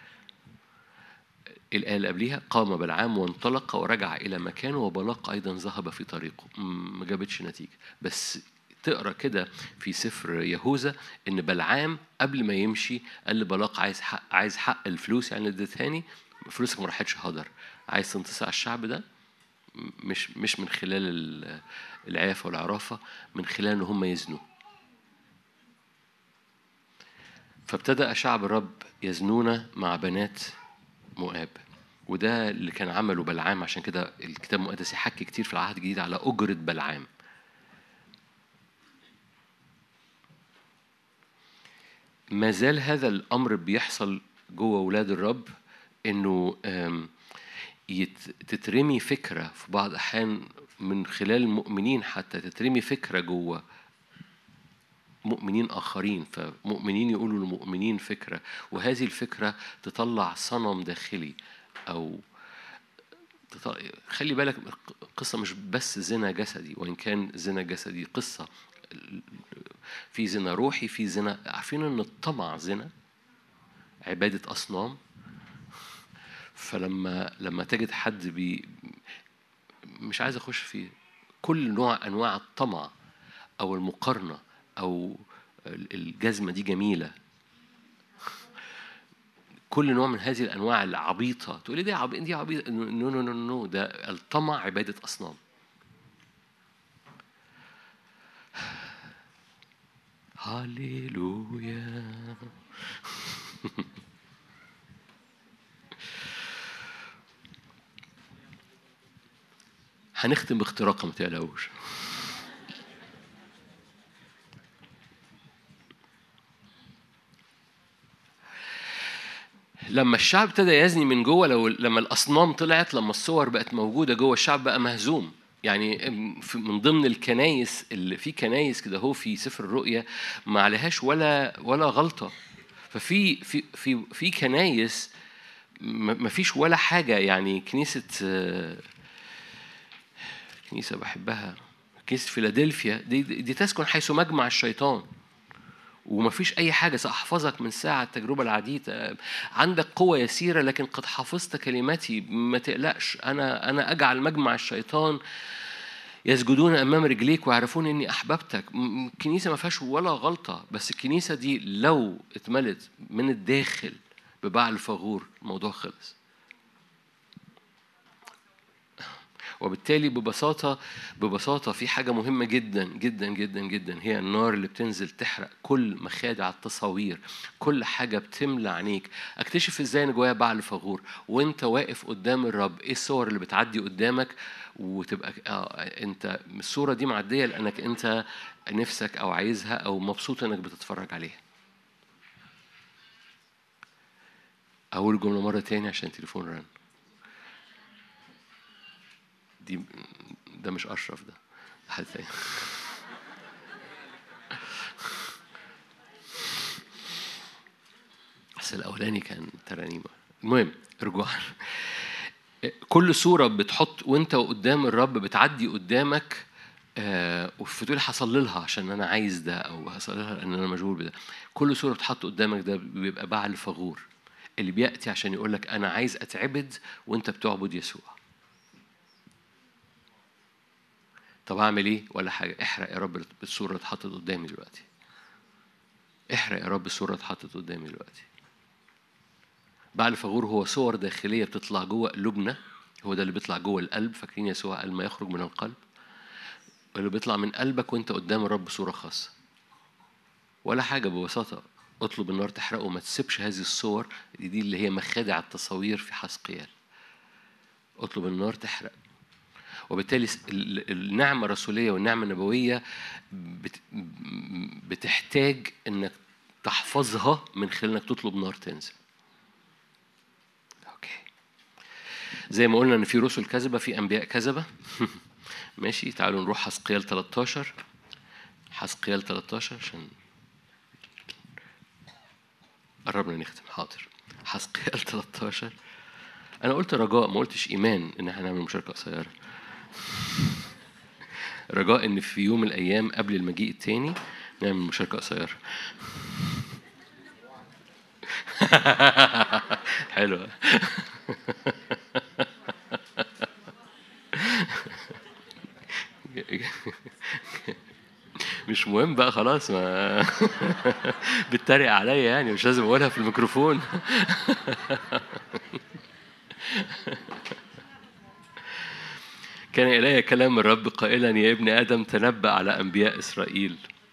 C: الآية اللي قبليها قام بلعام وانطلق ورجع إلى مكانه وبلاق أيضا ذهب في طريقه. ما جابتش نتيجة. بس تقرأ كده في سفر يهوذا إن بلعام قبل ما يمشي قال لبلاق عايز حق عايز حق الفلوس، يعني اديتهاني فلوسك ما راحتش هدر. عايز تنتصر على الشعب ده مش مش من خلال العيافة والعرافة، من خلال إن هم يزنوا. فابتدأ شعب الرب يزنون مع بنات مؤاب، وده اللي كان عمله بلعام. عشان كده الكتاب المقدس يحكي كتير في العهد الجديد على أجرة بلعام. ما زال هذا الأمر بيحصل جوه ولاد الرب، إنه تترمي فكرة في بعض أحيان من خلال المؤمنين، حتى تترمي فكرة جوه مؤمنين آخرين، فمؤمنين يقولوا للمؤمنين فكرة، وهذه الفكرة تطلع صنم داخلي. أو خلي بالك قصة مش بس زنا جسدي، وإن كان زنا جسدي قصة في زنا روحي، في زنا. عارفين أن الطمع زنا، عبادة أصنام. فلما لما تجد حد بي مش عايز أخش فيه كل نوع أنواع الطمع أو المقارنة أو الجزمة دي جميلة، كل نوع من هذه الأنواع العبيطة. تقولي دي عبيطة دي عبيطة نو نو نو نو ده الطمع عبادة أصنام. هاليلويا. هنختم باختراقة ما تقلقوش. لما الشعب ابتدى يزني من جوه، لو لما الأصنام طلعت، لما الصور بقت موجودة جوه، الشعب بقى مهزوم. يعني من ضمن الكنايس اللي في كنايس كده هو في سفر الرؤيا ما عليهاش ولا ولا غلطة. ففي في في في كنايس ما فيش ولا حاجة. يعني كنيسة كنيسة بحبها، كنيسة فيلادلفيا دي, دي تسكن حيث مجمع الشيطان، وما فيش أي حاجة. سأحفظك من ساعة التجربة العديدة، عندك قوة يسيرة لكن قد حفظت كلمتي، ما تقلقش. أنا أنا أجعل مجمع الشيطان يسجدون أمام رجليك ويعرفون إني أحببتك. الكنيسة ما فيهاش ولا غلطة، بس الكنيسة دي لو اتملت من الداخل ببعل فغور الموضوع خلص. وبالتالي ببساطة ببساطة في حاجة مهمة جدا جدا جدا جدا، هي النار اللي بتنزل تحرق كل مخادع التصاوير، كل حاجة بتملى عينيك. اكتشف ازاي ان جوايا بعل فغور وانت واقف قدام الرب. ايه الصور اللي بتعدي قدامك وتبقى آه انت الصورة دي معدية لانك انت نفسك او عايزها او مبسوط انك بتتفرج عليها. اقول جملة مرة تاني عشان تليفون رن. دي ده مش أشرف، ده حد ثاني. بس الأولاني كان ترانيمة. المهم رجوعا، كل صورة بتحط وانت قدام الرب بتعدي قدامك آه وفتقول حصل لها عشان أنا عايز ده، أو حصل لها لأن أنا مشغول بده. كل صورة بتحط قدامك ده بيبقى بعل فغور اللي بيأتي عشان يقولك أنا عايز أتعبد وانت بتعبد يسوع. طب أعمل إيه؟ ولا حاجة. احرق يا رب الصورة اللي اتحطت قدامي دلوقتي. احرق يا رب الصورة اللي اتحطت قدامي دلوقتي. بعل فغور هو صور داخلية بتطلع جوه قلوبنا، هو ده اللي بيطلع جوه القلب. فاكرين يسوع قال ما يخرج من القلب، اللي بيطلع من قلبك وانت قدام الرب صورة خاصة. ولا حاجة، ببساطة اطلب النار تحرقه وما تسيبش هذه الصور. دي اللي هي مخادع التصوير في حسقيال. اطلب النار تحرق. وبالتالي النعمة الرسولية والنعمة النبوية بتحتاج انك تحفظها من خلال انك تطلب نار تنزل. اوكي، زي ما قلنا ان في رسل كذبة، في انبياء كذبة. ماشي، تعالوا نروح حسقيال ثلاثة عشر. حسقيال ثلاثة عشر عشان قربنا نختم. حاضر. حزقيال ثلاثة عشر. أنا قلت رجاء، ما قلتش إيمان إن احنا نعمل مشاركة قصيرة. رجاء إن في يوم من الأيام قبل المجيء التاني نعمل مشاركة قصيرة. حلوة. مش مهم بقى خلاص، ما بتتريق عليا يعني، مش لازم اقولها في الميكروفون. كان إلي كلام الرب قائلا يا ابن آدم تنبأ على أنبياء إسرائيل،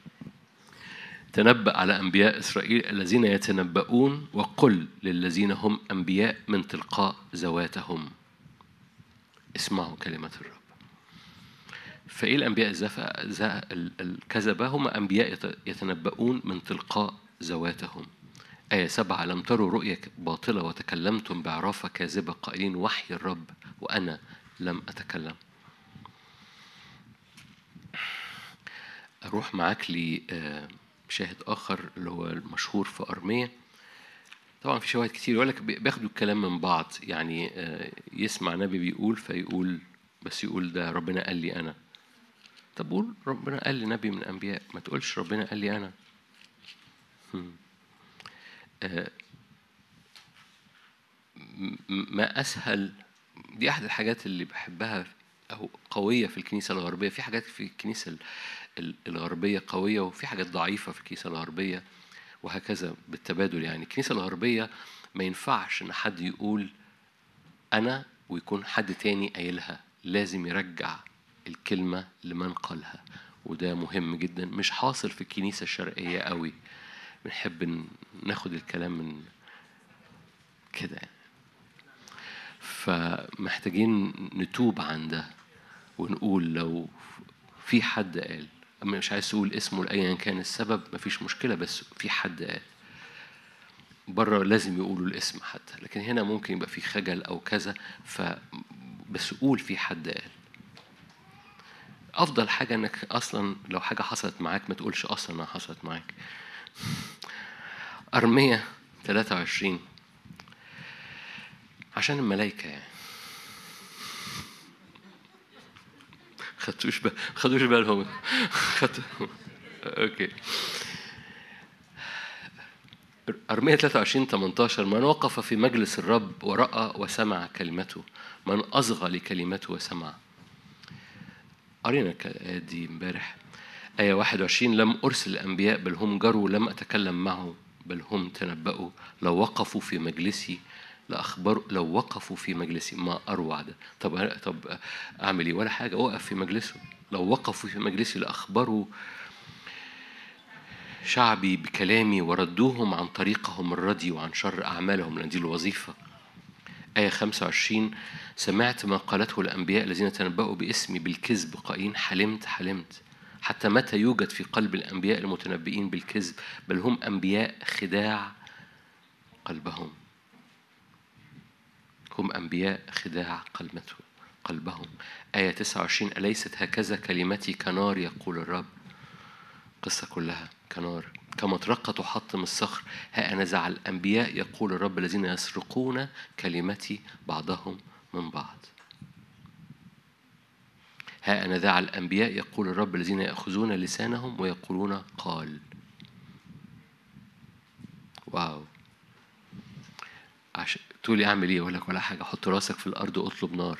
C: تنبأ على أنبياء إسرائيل الذين يتنبؤون، وقل للذين هم أنبياء من تلقاء ذواتهم اسمعوا كلمة الرب. فإيه الأنبياء الكذبة؟ هم أنبياء يتنبؤون من تلقاء ذواتهم. آية سبعة لم تروا رؤيا باطلة وتكلمتم بعرافة كاذبة قائلين وحي الرب وأنا لم أتكلم. أروح معاك لشاهد آخر اللي هو المشهور في أرمية. طبعا في شواهد كتير يقول لك بياخدوا الكلام من بعض، يعني يسمع نبي بيقول فيقول بس يقول ده ربنا قال لي أنا. طب قول ربنا قال لي نبي من الأنبياء، ما تقولش ربنا قال لي أنا. ما أسهل، دي أحد الحاجات اللي بحبها أو قوية في الكنيسة الغربية. في حاجات في الكنيسة الغربية قوية وفي حاجات ضعيفة في الكنيسة الغربية، وهكذا بالتبادل. يعني الكنيسة الغربية ما ينفعش إن حد يقول أنا ويكون حد تاني قايلها، لازم يرجع الكلمة لمن قالها، وده مهم جدا. مش حاصل في الكنيسة الشرقية قوي، بنحب ناخد الكلام من كده، فمحتاجين نتوب عن ده ونقول لو في حد قال، مش عايز تقول اسمه لأيا كان السبب مفيش مشكلة، بس في حد قال بره لازم يقولوا الاسم حتى، لكن هنا ممكن يبقى في خجل أو كذا، فبس قول في حد قال. أفضل حاجة أنك أصلا لو حاجة حصلت معاك ما تقولش أصلا أنها حصلت معاك. أرمية ثلاثة وعشرين عشان الملائكة يعني خدتوش بال خدوش بالهم خدت أوكي. أرمية ثلاثة وعشرين ثمانية عشر من وقف في مجلس الرب ورأى وسمع كلمته، من أصغى لكلمته وسمع. قرينا دي امبارح. آية واحد وعشرين لم أرسل الأنبياء بل هم جروا، لم أتكلم معه بل هم تنبأوا. لو وقفوا في مجلسي لأخبروا، لو وقفوا في مجلسي ما أروع ده. طب طب أعمل إيه؟ ولا حاجة، أوقف في مجلسه. لو وقفوا في مجلسي لأخبروا شعبي بكلامي وردوهم عن طريقهم الردي وعن شر أعمالهم، لأن دي الوظيفة. آية خمسة وعشرين سمعت ما قالته الأنبياء الذين تنبأوا باسمي بالكذب قائلين حلمت حلمت. حتى متى يوجد في قلب الأنبياء المتنبئين بالكذب؟ بل هم أنبياء خداع قلبهم. هم أنبياء خداع قلبهم. آية تسعة وعشرين أليست هكذا كلمتي كنار يقول الرب؟ قصة كلها كنار، كمطرقة تحطم الصخر. ها أنا زع الأنبياء يقول الرب الذين يسرقون كلمتي بعضهم من بعض. ها أنا ذا الأنبياء يقول الرب الذين يأخذون لسانهم ويقولون قال. واو. عشان تقولي أعمل إيه؟ أقول لك ولا حاجة، حط راسك في الأرض واطلب نار.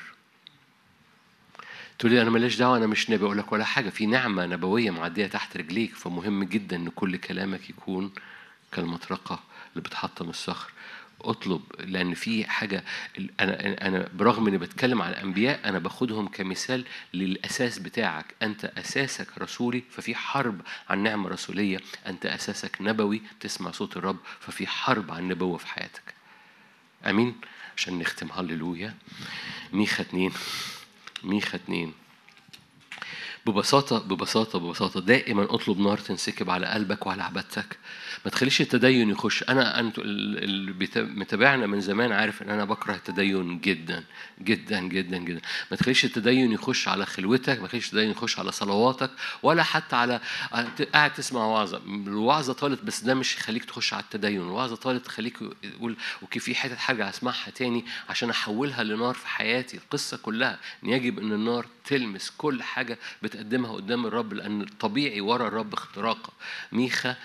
C: تقولي أنا ملاش دعوة أنا مش نبي، أقول لك ولا حاجة، في نعمة نبوية معدية تحت رجليك. فمهم جدا إن كل كلامك يكون كالمطرقة اللي بتحطم الصخر. اطلب، لأن في حاجة. أنا أنا برغم إني بتكلم عن الأنبياء أنا باخدهم كمثال للأساس بتاعك. أنت أساسك رسولي، ففي حرب عن نعمة رسولية. أنت أساسك نبوي، تسمع صوت الرب، ففي حرب عن نبوة في حياتك. أمين. عشان نختم هاليلويا. ميخا اتنين ميخا اتنين ببساطة ببساطة ببساطة دائما اطلب نار تنسكب على قلبك وعلى عبادتك. ما تخليش التدين يخش. أنا أنتوا اللي متابعنا من زمان عارف إن أنا بكره التدين جدا جدا جدا جدا. ما تخليش التدين يخش على خلوتك، ما تخليش التدين يخش على صلواتك، ولا حتى على قاعد تسمع وعظة. الوعظة طالت بس ده مش يخليك تخش على التدين. الوعظة طالت تخليك تقول أوكي في حتة حاجة أسمعها تاني عشان أحولها لنار في حياتي. القصة كلها إن يجب إن النار تلمس كل حاجة بتقدمها قدام الرب، لأن الطبيعي ورا الرب اختراقه. ميخا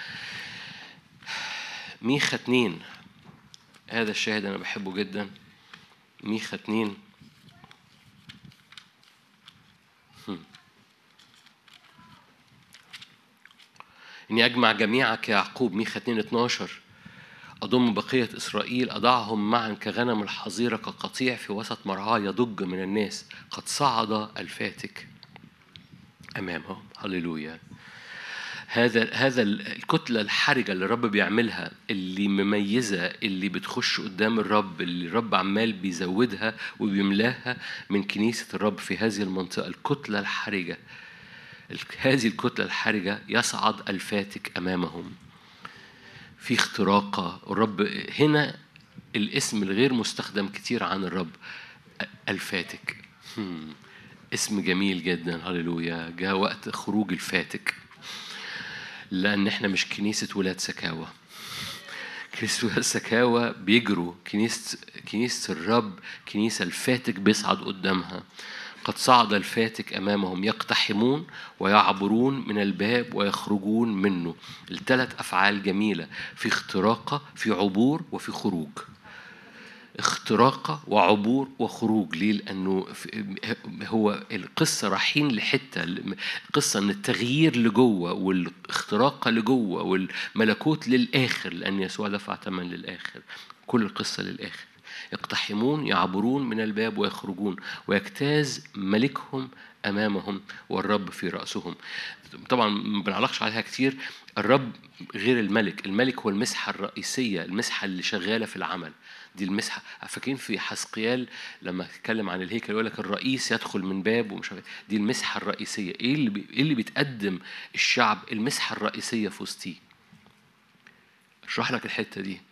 C: ميخا اتنين، هذا الشاهد أنا بحبه جدا. ميخا اتنين إني أجمع جميعك يا يعقوب. ميخا اتنين اتناشر أضم بقية إسرائيل أضعهم معا كغنم الحظيرة كقطيع في وسط مرعاه يضج من الناس. قد صعد الفاتك أمامهم. هللويا. هذا هذا الكتلة الحرجة اللي الرب بيعملها، اللي مميزة، اللي بتخش قدام الرب، اللي الرب عمال بيزودها وبيملاها من كنيسة الرب في هذه المنطقة. الكتلة الحرجة، هذه الكتلة الحرجة يصعد الفاتك أمامهم في اختراقة. الرب هنا الاسم الغير مستخدم كتير عن الرب، الفاتك. اسم جميل جدا. هللويا. جاء وقت خروج الفاتك، لأن احنا مش كنيسة ولاد سكاوى. كنيسة ولاد سكاوى بيجروا، كنيسة كنيسة الرب كنيسة الفاتك بيصعد قدامها. قد صعد الفاتك أمامهم يقتحمون ويعبرون من الباب ويخرجون منه. الثلاث أفعال جميلة، في اختراقة، في عبور، وفي خروج. اختراقة وعبور وخروج. ليه؟ لأنه هو القصة رايحين لحتة، القصة أن التغيير لجوه والاختراقة لجوه والملكوت للآخر، لأن يسوع دفع ثمن للآخر. كل القصة للآخر. يقتحمون يعبرون من الباب ويخرجون ويجتاز ملكهم أمامهم والرب في رأسهم. طبعا ما بنعلقش عليها كتير. الرب غير الملك. الملك هو المسحة الرئيسية، المسحة اللي شغالة في العمل. دي المسحة. فاكرين في حسقيال لما اتكلم عن الهيكل يقول لك الرئيس يدخل من باب ومش عارف. دي المسحة الرئيسية. ايه اللي بي... ايه اللي بتقدم الشعب؟ المسحة الرئيسية في وسطيه. اشرح لك الحتة دي.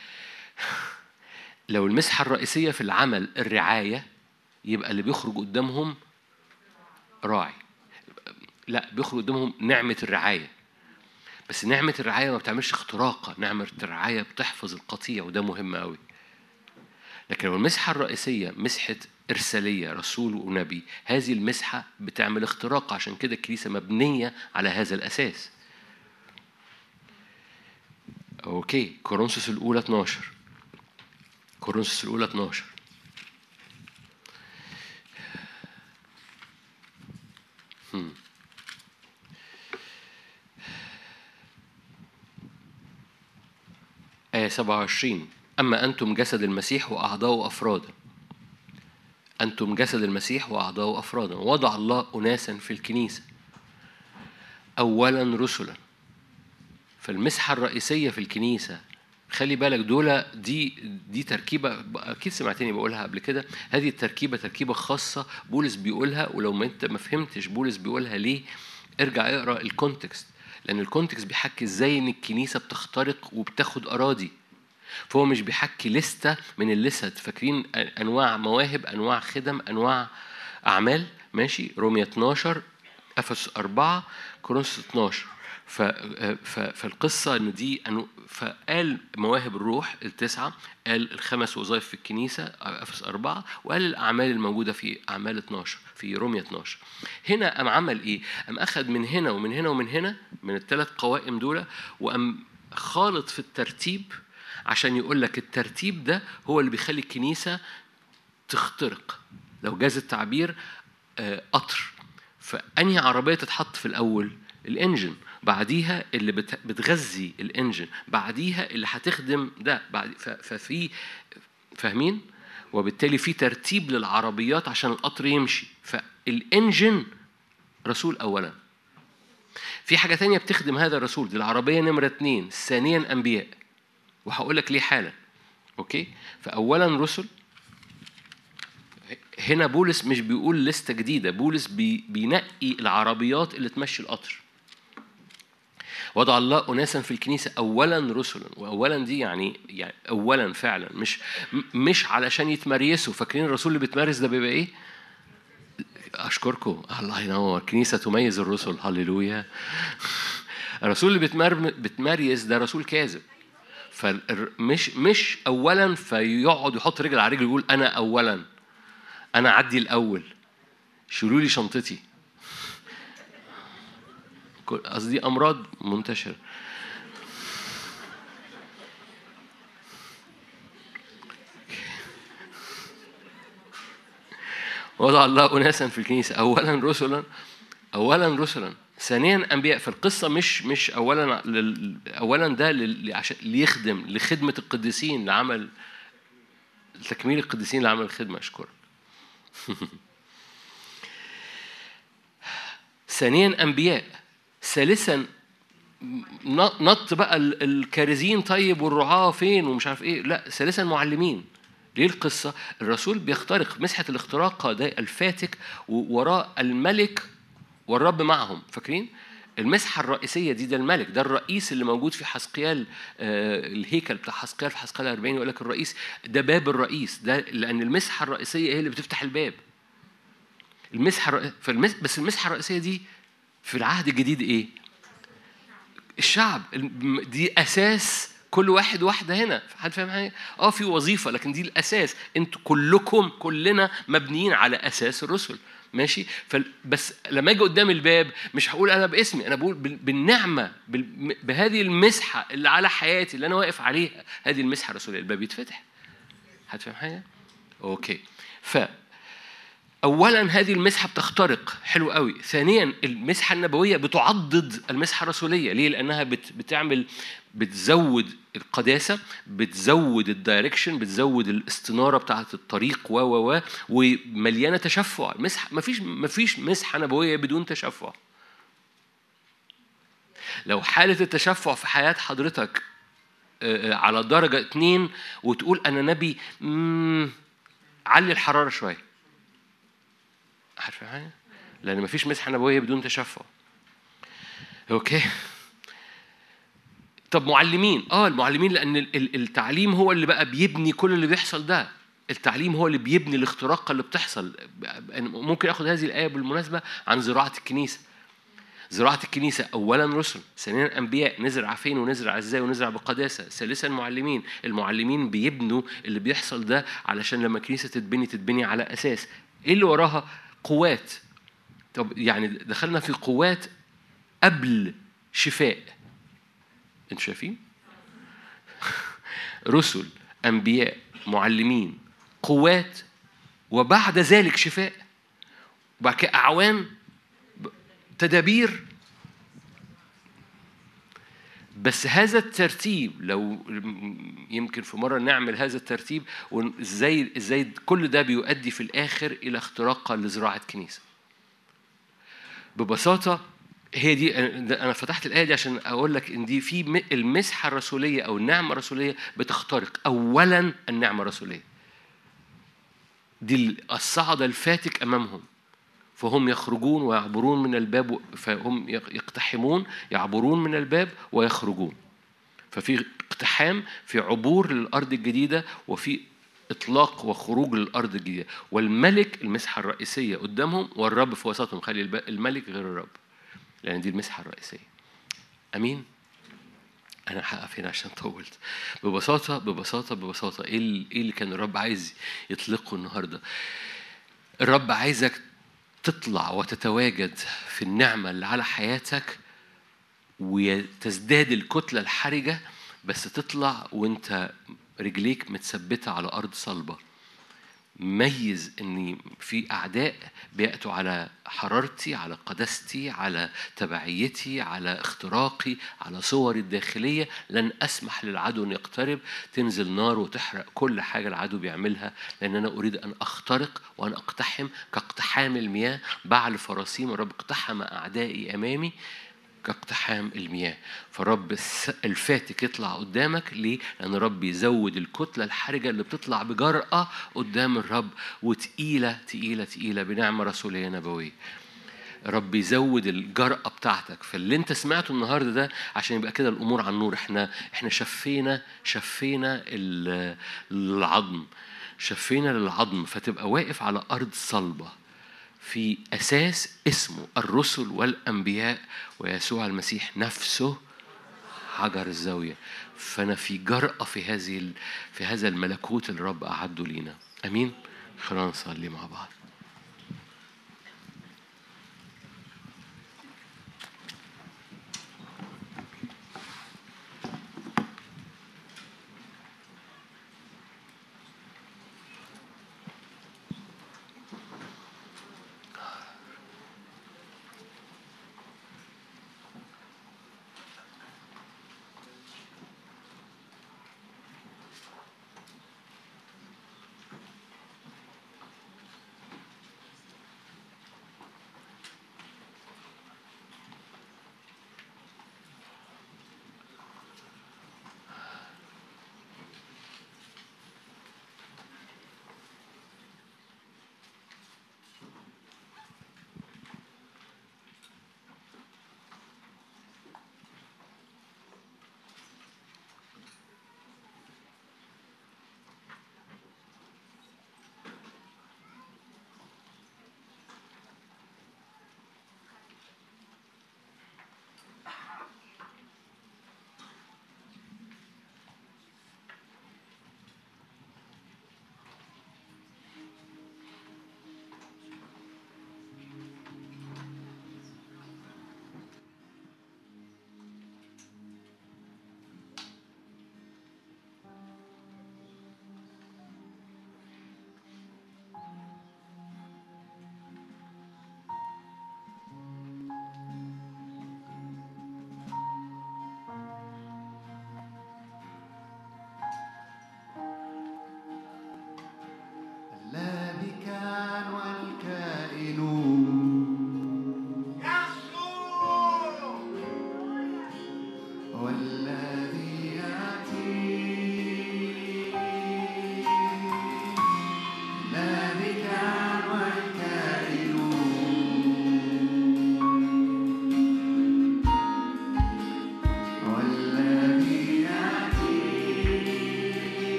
C: لو المسحة الرئيسية في العمل الرعاية، يبقى اللي بيخرج قدامهم راعي. لا، بيخرج قدامهم نعمة الرعاية. بس نعمة الرعاية ما بتعملش اختراقة. نعمة الرعاية بتحفظ القطيع، وده مهم قوي. لكن لو المسحة الرئيسية مسحة إرسالية، رسول ونبي، هذه المسحة بتعمل اختراق. عشان كده الكنيسة مبنية على هذا الأساس. أوكي. كورنثوس الأولى اتناشر. كورنثوس الأولى اتناشر. هم. آية سبعة وعشرين. أما أنتم جسد المسيح وأعضاء أفرادا. أنتم جسد المسيح وأعضاء أفرادا. وضع الله أناسا في الكنيسة، أولا رسلا. فالمسحة الرئيسية في الكنيسة، خلي بالك دول، دي دي تركيبة أكيد سمعتني بقولها قبل كده. هذه التركيبة تركيبة خاصة بولس بيقولها، ولو ما أنت ما فهمتش بولس بيقولها ليه، ارجع اقرأ الكونتكست، لأن الكونتكست بيحكي إزاي إن الكنيسة بتخترق وبتاخد أراضي. فهو مش بيحكي لستة من الليست. فاكرين أنواع مواهب، أنواع خدم، أنواع أعمال، ماشي؟ رومية اتناشر، أفسس أربعة، كورنثوس اتناشر. فالقصة إن دي أنو فقال مواهب الروح التسعة، قال الخمس وظائف في الكنيسة أفسس أربعة، وقال الأعمال الموجودة في أعمال اتناشر في رومية اتناشر. هنا أم عمل إيه؟ أم أخذ من هنا ومن هنا ومن هنا من الثلاث قوائم دول، وأم خالط في الترتيب عشان يقول لك الترتيب ده هو اللي بيخلي الكنيسة تخترق. لو جاز التعبير قطر، فأنهي عربية تتحط في الأول؟ الإنجن، بعديها اللي بتغذي الإنجن، بعديها اللي هتخدم ده بعد. ففي فاهمين؟ وبالتالي في ترتيب للعربيات عشان القطر يمشي. فالإنجن رسول أولا، في حاجة تانية بتخدم هذا الرسول، دي العربية نمرة اتنين، ثانيا أنبياء، وهقول لك ليه حالا. أوكي؟ فأولا رسل، هنا بولس مش بيقول لستة جديدة، بولس بي بينقي العربيات اللي تمشي القطر. وضع الله أناسا في الكنيسة أولا رسلا، وأولا دي يعني يعني أولا فعلا، مش مش علشان يتمريسوا. فاكرين الرسول اللي بيتمارس ده بيبقى إيه؟ أشكركم، الله ينور، كنيسة تميز الرسل، هللويا. الرسول اللي بيتمر بتماريس ده رسول كاذب. فمش مش أولا فيقعد يحط رجل على رجل يقول أنا أولا، أنا عدي الأول، شيلوا لي شنطتي. قصدي أمراض منتشرة. وضع الله أناسا في الكنيسة أولا رسلا، أولا رسلا، ثانيا أنبياء. في القصة مش مش أولا أولا ده عشان ليخدم لخدمة القديسين، لعمل تكميل القديسين لعمل الخدمة. أشكرك. ثانيا أنبياء، ثالثا نط بقى الكارزين طيب والرعاة فين ومش عارف إيه، لا ثالثا معلمين. ليه القصة؟ الرسول بيخترق مسحة الاختراق ده الفاتك، ووراء الملك والرب معهم. فاكرين المسحة الرئيسية دي؟ ده الملك، ده الرئيس اللي موجود في حسقيال، آه الهيكل بتاع حسقيال في حسقيال أربعين يقول لك الرئيس ده باب الرئيس ده، لأن المسحة الرئيسية هي اللي بتفتح الباب. المسحة الرئيسية فالمس... بس المسحة الرئيسية دي في العهد الجديد إيه؟ الشعب. دي أساس كل واحد واحدة هنا. حد فاهم حاجة؟ آه في وظيفة، لكن دي الأساس. أنتوا كلكم كلنا مبنيين على أساس الرسل، ماشي؟ بس لما أجي قدام الباب مش هقول أنا باسمي، أنا بقول بالنعمة، بهذه المسحة اللي على حياتي اللي أنا واقف عليها، هذه المسحة الرسولية، الباب يتفتح. حد فاهم حاجة؟ أوكي. ف أولاً هذه المسحة بتخترق، حلو قوي. ثانياً المسحة النبوية بتعضد المسحة الرسولية. ليه؟ لأنها بت بتعمل بتزود القداسة، بتزود الدايركشن، بتزود الاستنارة بتاعة الطريق و و و ومليانة تشفع. مسحة مفيش مفيش مسحة نبوية بدون تشفع. لو حالة التشفع في حياة حضرتك على درجة اتنين وتقول أنا نبي، علي الحرارة شوية. عارفة حاجة؟ لأن مفيش مسحة نبوية بدون تشفع. أوكي. طب معلمين، آه المعلمين، لأن التعليم هو اللي بقى بيبني كل اللي بيحصل ده. التعليم هو اللي بيبني الاختراق اللي بتحصل. ممكن أخذ هذه الآية بالمناسبة عن زراعة الكنيسة. زراعة الكنيسة أولاً رسل، ثانياً أنبياء. نزرع فين ونزرع إزاي ونزرع بقداسة. ثالثاً معلمين. المعلمين بيبنوا اللي بيحصل ده علشان لما الكنيسة تتبني تتبني على أساس إيه اللي وراها؟ قوات. طب يعني دخلنا في قوات قبل شفاء. انتوا شايفين؟ رسل، أنبياء، معلمين، قوات، وبعد ذلك شفاء، وبعد كده أعوان، تدابير. بس هذا الترتيب لو يمكن في مرة نعمل هذا الترتيب، وإزاي إزاي كل ده بيؤدي في الآخر إلى اختراق لزراعة كنيسة. ببساطة هي دي. أنا فتحت الآية دي عشان أقول لك إن دي في المسحة الرسولية أو النعمة الرسولية بتخترق أولاً النعمة الرسولية. دي الصعدة الفاتك أمامهم، فهم يخرجون ويعبرون من الباب، فهم يقتحمون يعبرون من الباب ويخرجون. ففي اقتحام، في عبور للأرض الجديدة، وفي إطلاق وخروج للأرض الجديدة. والملك المسحة الرئيسية قدامهم، والرب في وسطهم. خلي الملك غير الرب، لأن دي المسحة الرئيسية. أمين. أنا هقف هنا عشان طولت. ببساطة ببساطة ببساطة إيه اللي كان الرب عايز يطلقه النهاردة؟ الرب عايزك تطلع وتتواجد في النعمة اللي على حياتك، وتزداد الكتلة الحرجة، بس تطلع وانت رجليك متثبتة على أرض صلبة. ميز أن في أعداء بيأتوا على حرارتي، على قداستي، على تبعيتي، على اختراقي، على صوري الداخلية. لن أسمح للعدو أن يقترب. تنزل نار وتحرق كل حاجة العدو بيعملها، لأن أنا أريد أن أخترق وأن أقتحم كاقتحام المياه. بعل فراسيم، الرب اقتحم أعدائي أمامي. كاقتحام المياه. فالرب الفاتك يطلع قدامك ليه؟ لأن الرب يزود الكتلة الحرجة اللي بتطلع بجرأة قدام الرب، وتقيلة تقيلة تقيلة بنعمة رسولية نبوية. رب يزود الجرأة بتاعتك. فاللي انت سمعته النهارده ده عشان يبقى كده الأمور على النور. احنا احنا شفينا شفينا العظم، شفينا للعظم، فتبقى واقف على أرض صلبة في أساس اسمه الرسل والأنبياء ويسوع المسيح نفسه حجر الزاوية. فأنا في جرأة في هذه في هذا الملكوت اللي الرب أعده لينا. أمين. خلينا نصلي مع بعض.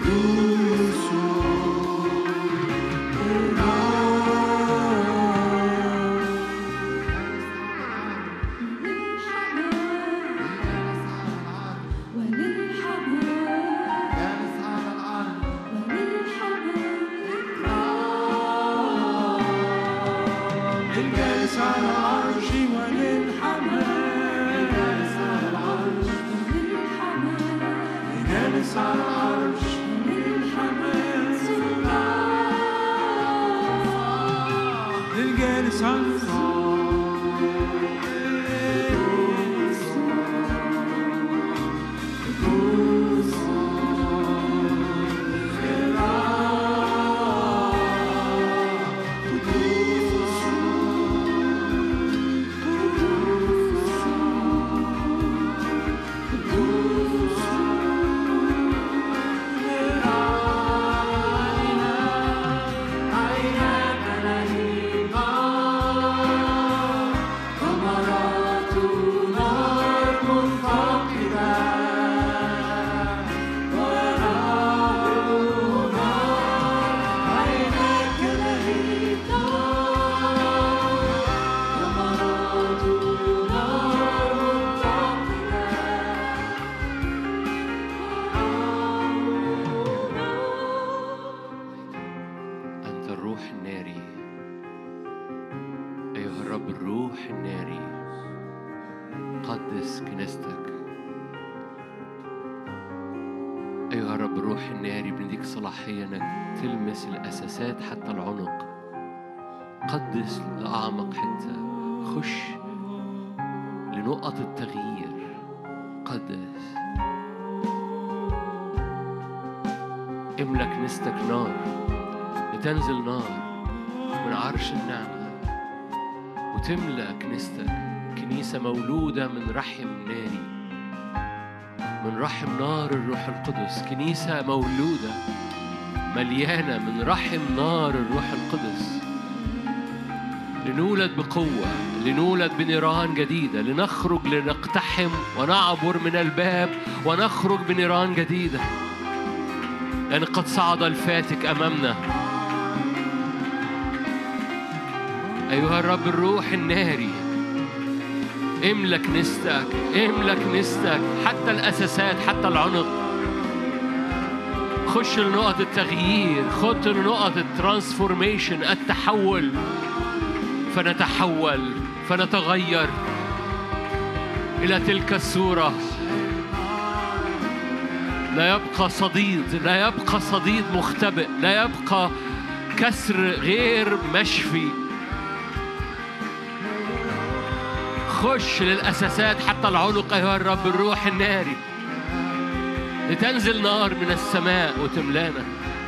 C: حتى العنق. قدس لأعمق حتة. خش لنقط التغيير. قدس. املى كنيستك نار لتنزل نار من عرش النعمة وتملى كنيستك كنيسة مولودة من رحم ناري، من رحم نار الروح القدس. كنيسة مولودة مليانة من رحم نار الروح القدس، لنولد بقوة، لنولد بنيران جديدة، لنخرج لنقتحم ونعبر من الباب ونخرج بنيران جديدة، لأن قد صعد الفاتك أمامنا. أيها الرب الروح الناري، املى كنيستك، املى كنيستك حتى الأساسات، حتى العنق. خش لنقط التغيير، خد لنقط الترانسفورميشن، التحول، فنتحول فنتغير إلى تلك الصورة. لا يبقى صديد، لا يبقى صديد مختبئ، لا يبقى كسر غير مشفي. خش للأساسات حتى العنق أيها الرب الروح الناري، لتنزل نار من السماء وتملانا.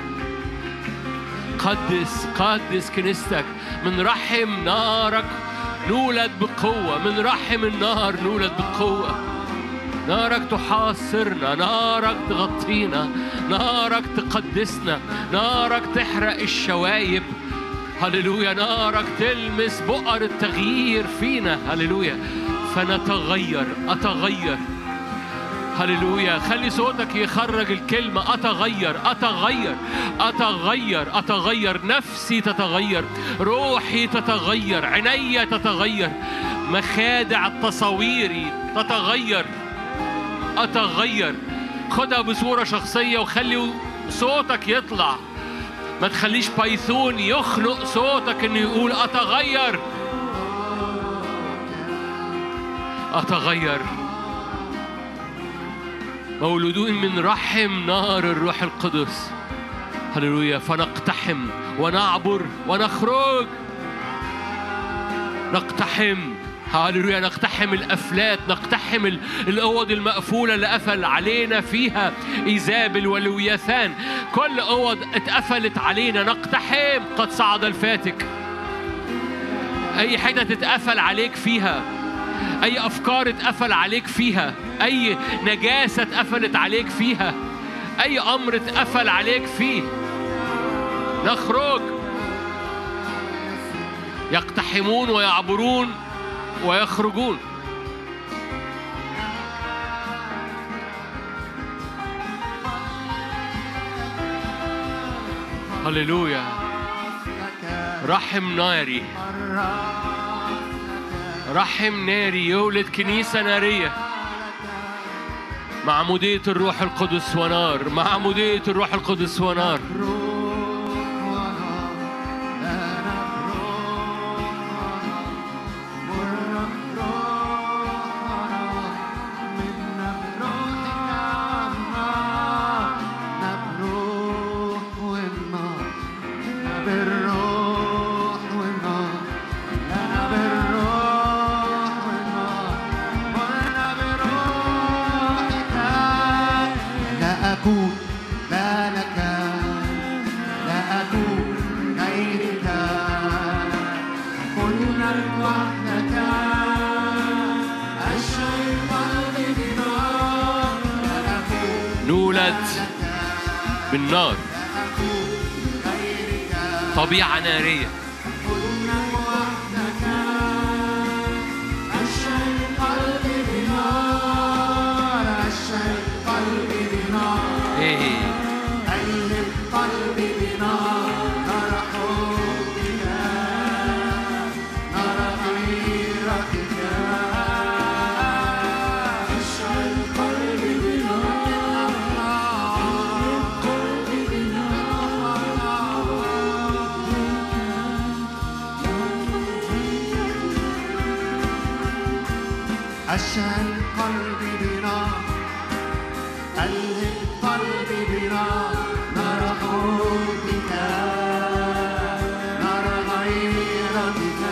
C: قدس قدس كنيستك، من رحم نارك نولد بقوة، من رحم النار نولد بقوة. نارك تحاصرنا، نارك تغطينا، نارك تقدسنا، نارك تحرق الشوايب. هللويا. نارك تلمس بؤر التغيير فينا. هللويا. فنتغير، أتغير. هللويا. خلي صوتك يخرج الكلمة: أتغير أتغير أتغير أتغير. نفسي تتغير، روحي تتغير، عيني تتغير، مخادع تصويري تتغير. أتغير. خدها بصورة شخصية وخلي صوتك يطلع. ما تخليش بايثون يخنق صوتك إنه يقول أتغير أتغير. مولودون من رحم نار الروح القدس. هللويا. فنقتحم ونعبر ونخرج. نقتحم. هللويا. نقتحم الأفلات، نقتحم الأوض المقفولة اللي قفل علينا فيها إيزابل ولوياثان. كل أوض اتقفلت علينا نقتحم. قد صعد الفاتك. أي حاجة تتقفل عليك فيها، أي أفكار اتقفل عليك فيها، أي نجاسة اتقفلت عليك فيها، أي أمر اتقفل عليك فيه، نخرج. يقتحمون ويعبرون ويخرجون. هللويا. رحم ناري، رحم ناري يولد كنيسة نارية، معمودية الروح القدس ونار، معمودية الروح القدس ونار. بالنار، طبيعة نارية. ايه
B: أشعل قلبي بنار، ألهم قلبي بنار، نار حبك، نار غيرتك،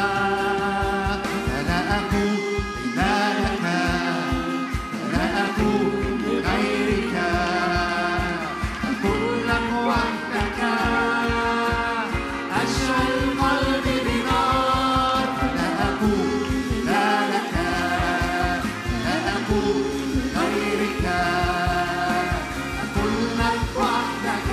B: فلا أكون إلا لك، فلا أكون لغيرك، أكون لك وحدك. أشعل قلبي بنار، فلا أكون إلا لك، غيرك، أكون لك وحدك.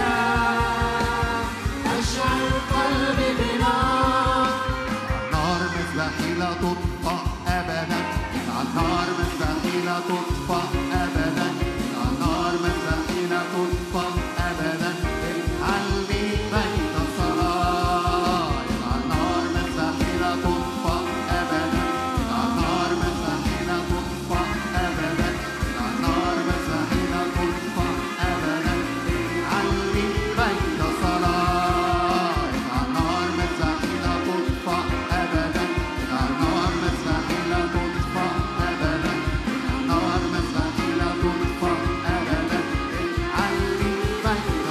B: أشعل قلبي بنار، النار مذبحي لا تطفأ أبدا، النار مذبحي لا تطفأ أبدا، النار مذبحي لا تطفأ أبدا. اجعلني بيت صلاة، النار مذبحي لا تطفأ أبدا، النار مذبحي لا تطفأ أبدا، النار مذبحي لا تطفأ أبدا. اجعلني بيت صلاة، النار مذبحي لا تطفأ أبدا، النار مذبحي لا تطفأ أبدا، النار مذبحي لا تطفأ أبدا. اجعلني بيت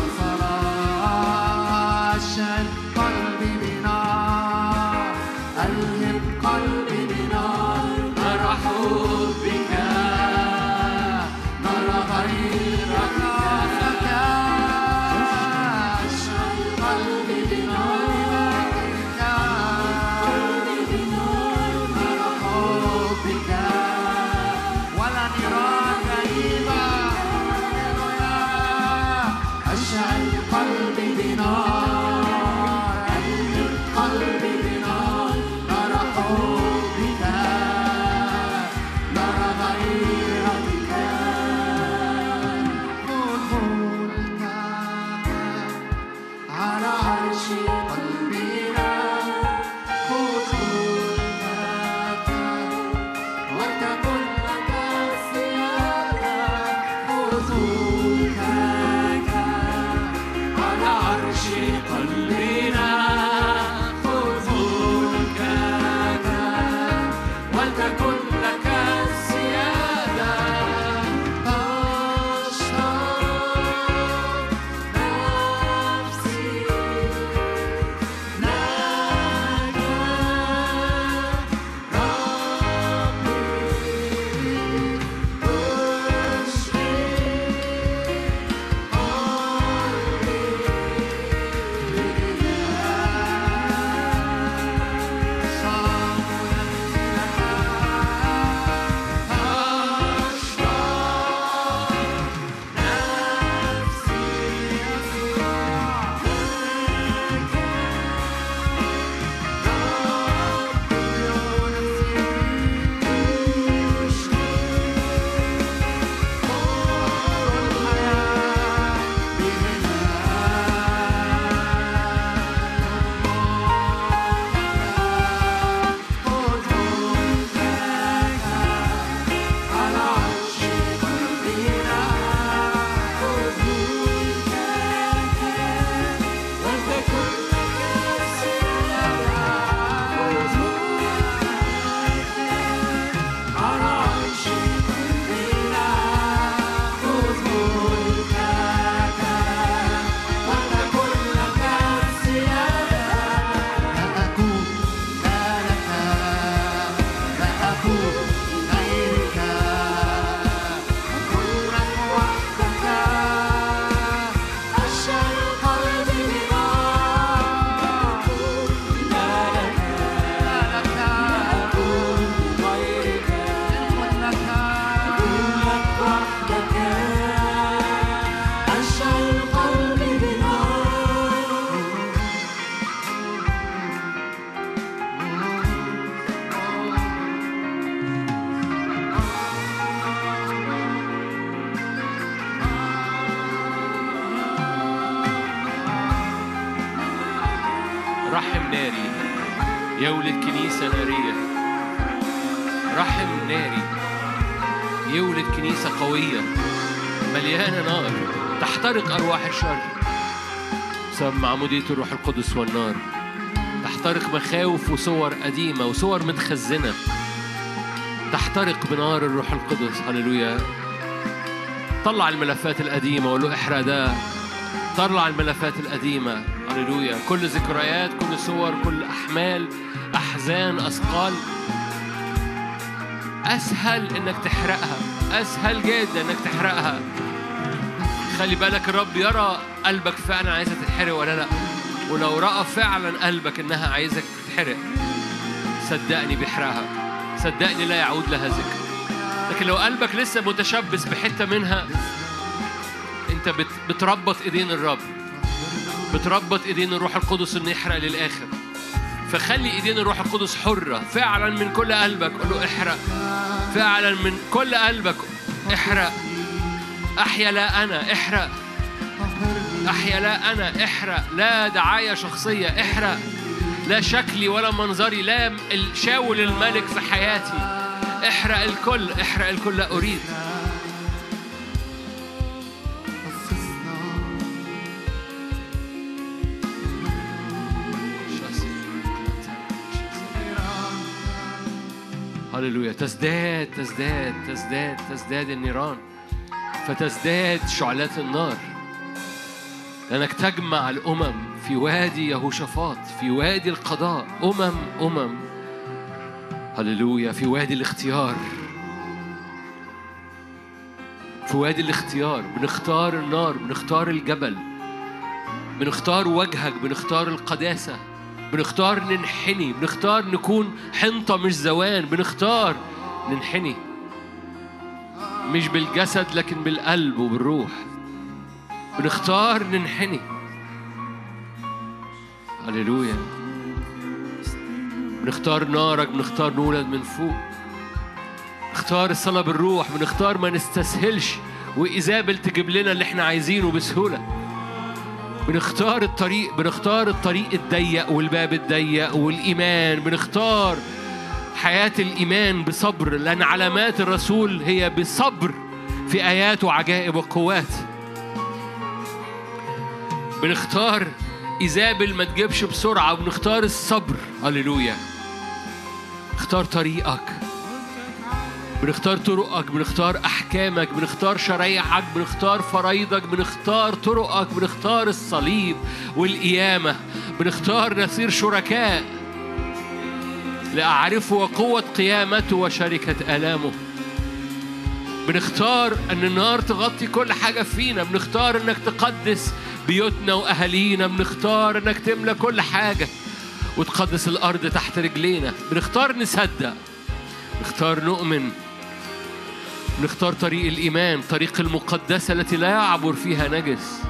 B: صلاة، أشعل قلبي بنار، ألهم قلبي بنار، نار حبك، نار غيرك، أشعل قلبي بنار، نار حبك، ولا نيران غريبة. أشعل قلبي بنار، ألهم قلبي بنار، نار حبك، نار غيرتك. قلت على عرش قلبنا، قلت وتكن لك السيادة، قلت على عرش
C: رحم ناري يولد كنيسة نارية. رحم ناري يولد كنيسة قوية مليانة نار تحترق أرواح الشر بسبب معمودية الروح القدس والنار. تحترق مخاوف وصور قديمة وصور متخزنة، تحترق بنار الروح القدس. هللويا. طلع الملفات القديمة وقول له احرق ده. طلع الملفات القديمة. هللويا. كل ذكريات، كل صور، كل أحمال، أحزان، أثقال، أسهل إنك تحرقها. أسهل جدا إنك تحرقها. خلي بالك الرب يرى قلبك فعلا عايزة تتحرق ولا لا. ولو رأى فعلا قلبك إنها عايزك تتحرق صدقني بيحرقها. صدقني لا يعود لها ذكر. لكن لو قلبك لسه متشبث بحتة منها أنت بتربط إيدين الرب، بتربط إيدين الروح القدس إنه يحرق للآخر. فخلي إيدين الروح القدس حرة فعلا من كل قلبك. قل له احرق فعلا من كل قلبك. احرق. أحيا لا أنا. احرق. أحيا لا أنا. احرق. لا دعاية شخصية. احرق. لا شكلي ولا منظري، لا الشاول الملك في حياتي. احرق الكل. احرق الكل. لا أريد. هللويا. تزداد تزداد تزداد تزداد النيران، فتزداد شعلات النار، لأنك تجمع الأمم في وادي يهوشافاط، في وادي القضاء. أمم أمم هللويا. في وادي الاختيار، في وادي الاختيار. بنختار النار، بنختار الجبل، بنختار وجهك، بنختار القداسة، بنختار ننحني، بنختار نكون حنطة مش زوان. بنختار ننحني مش بالجسد لكن بالقلب وبالروح. بنختار ننحني. هللويا. بنختار نارك، بنختار نولد من فوق، بنختار الصلاة بالروح، بنختار ما نستسهلش وإيزابل تجيب لنا اللي احنا عايزينه بسهولة. بنختار الطريق، بنختار الطريق الضيق والباب الضيق والإيمان. بنختار حياة الإيمان بصبر، لأن علامات الرسول هي بصبر في آيات وعجائب وقوات. بنختار إيزابل ما تجيبش بسرعة، وبنختار الصبر. هللويا. اختار طريقك، بنختار طرقك، بنختار أحكامك، بنختار شريعك، بنختار فرايضك، بنختار طرقك، بنختار الصليب والقيامة. بنختار نصير شركاء لأعرفه وقوة قيامته وشركة آلامه. بنختار أن النار تغطي كل حاجة فينا. بنختار أنك تقدس بيوتنا وأهالينا. بنختار أنك تملى كل حاجة وتقدس الأرض تحت رجلينا. بنختار نصدق، بنختار نؤمن، بنختار طريق الإيمان، طريق المقدسة التي لا يعبر فيها نجس.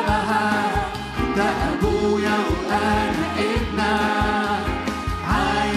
B: شبهك، ده أبويا وأنا ابنك.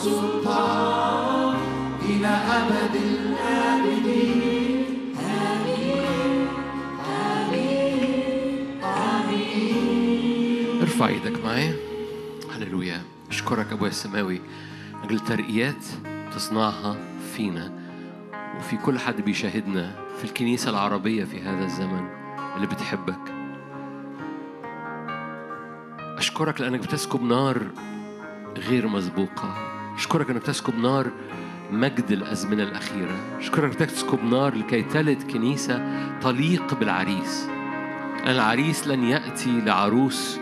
B: والسلطان إلى أبد الآبدين. آمين آمين آمين.
C: ارفع ايدك معايا. هللويا. اشكرك ابويا السماوي اجل ترقيات تصنعها فينا وفي كل حد بيشاهدنا في الكنيسة العربية في هذا الزمن اللي بتحبك. أشكرك لأنك بتسكب نار غير مسبوقة. أشكرك أنك بتسكب نار مجد الأزمنة الأخيرة. أشكرك أنك بتسكب نار لكي تلد كنيسة تليق بالعريس. العريس لن يأتي لعروس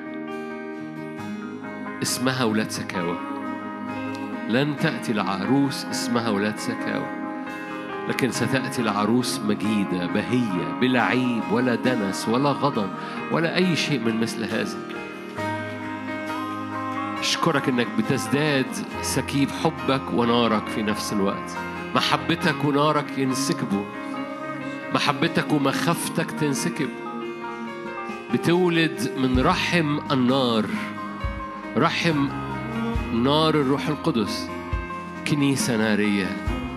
C: اسمها ولاد سكاوى. لن تأتي لعروس اسمها ولاد سكاوى، لكن ستأتي لعروس مجيدة بهية بلا عيب ولا دنس ولا غضن ولا أي شيء من مثل هذا. أشكرك أنك بتزداد سكيب حبك ونارك في نفس الوقت. محبتك ونارك ينسكبوا، محبتك ومخافتك تنسكب. بتولد من رحم النار، رحم نار الروح القدس، كنيسة نارية.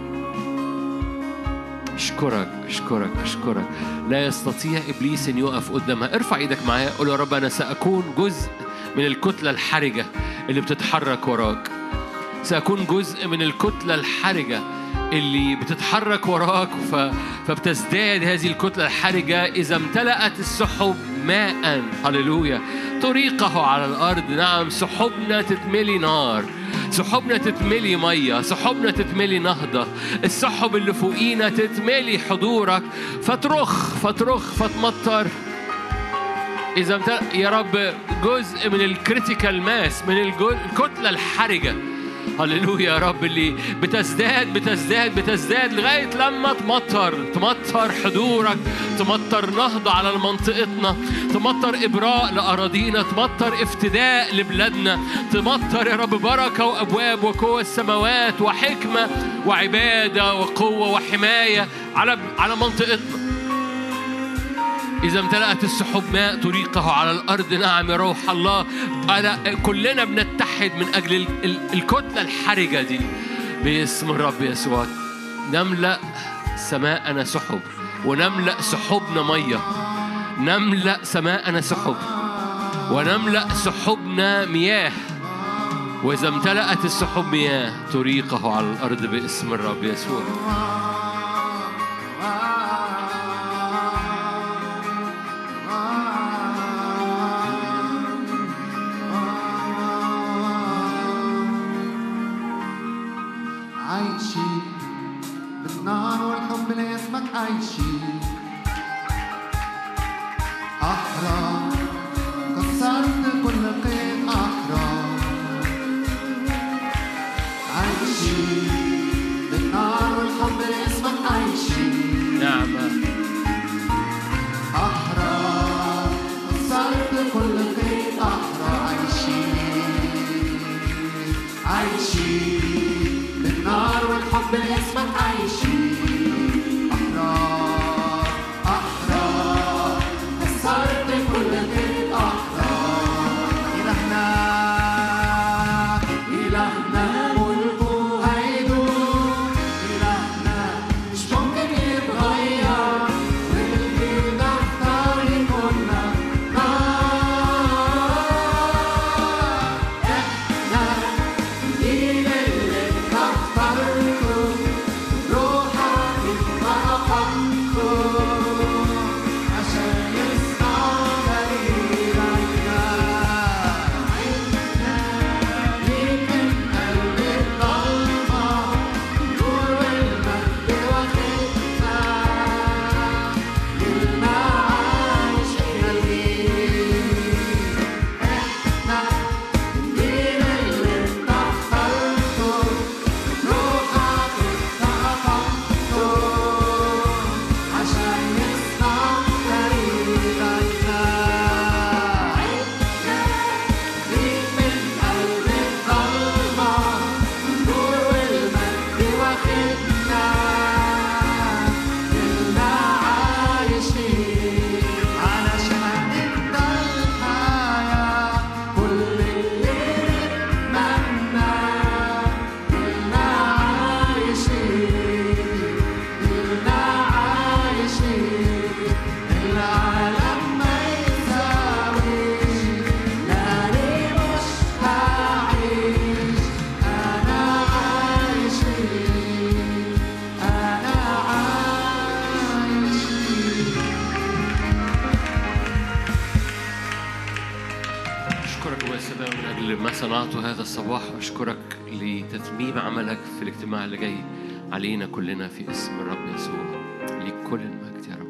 C: أشكرك أشكرك أشكرك. لا يستطيع إبليس أن يقف قدامها. ارفع إيدك معايا قول يا رب أنا سأكون جزء من الكتلة الحرجة اللي بتتحرك وراك. سأكون جزء من الكتلة الحرجة اللي بتتحرك وراك. فبتزداد هذه الكتلة الحرجة إذا امتلأت السحب ماء. هللويا. طريقه على الأرض. نعم سحبنا تتملي نار، سحبنا تتملي مية، سحبنا تتملي نهضة. السحب اللي فوقينا تتملي حضورك فترخ فترخ فتمطر. إذا امتلأ يا رب جزء من الكريتيكال ماس، من الكتلة الحرجة. هللويا يا رب اللي بتزداد بتزداد بتزداد لغاية لما تمطر تمطر حضورك، تمطر نهضة على منطقتنا، تمطر إبراء لأراضينا، تمطر افتداء لبلادنا، تمطر يا رب بركة وأبواب وقوة السماوات وحكمة وعبادة وقوة وحماية على على منطقتنا. إذا امتلأت السحب ماء طريقه على الأرض. نعم يا روح الله. أنا كلنا بنتحد من أجل ال ال الكتلة الحرجة دي باسم الرب يسوع. نملأ سماءنا سحب ونملأ سحبنا مية. نملأ سماءنا سحب ونملأ سحبنا مياه. وإذا امتلأت السحب مياه طريقه على الأرض باسم الرب يسوع.
B: عايشين أحرار، كسرت كل قيد أحرار. عايشين بالنار والحب لاسمك عايشين.
C: نعم
B: أحرار، كسرت كل قيد أحرار. عايشين عايشين بالنار والحب لاسمك عايشين.
C: أشكرك يا سلام من أجل ما صنعته هذا الصباح. أشكرك لتتميم عملك في الاجتماع اللي جاي علينا كلنا في اسم الرب يسوع. ليك كل المجد يا رب.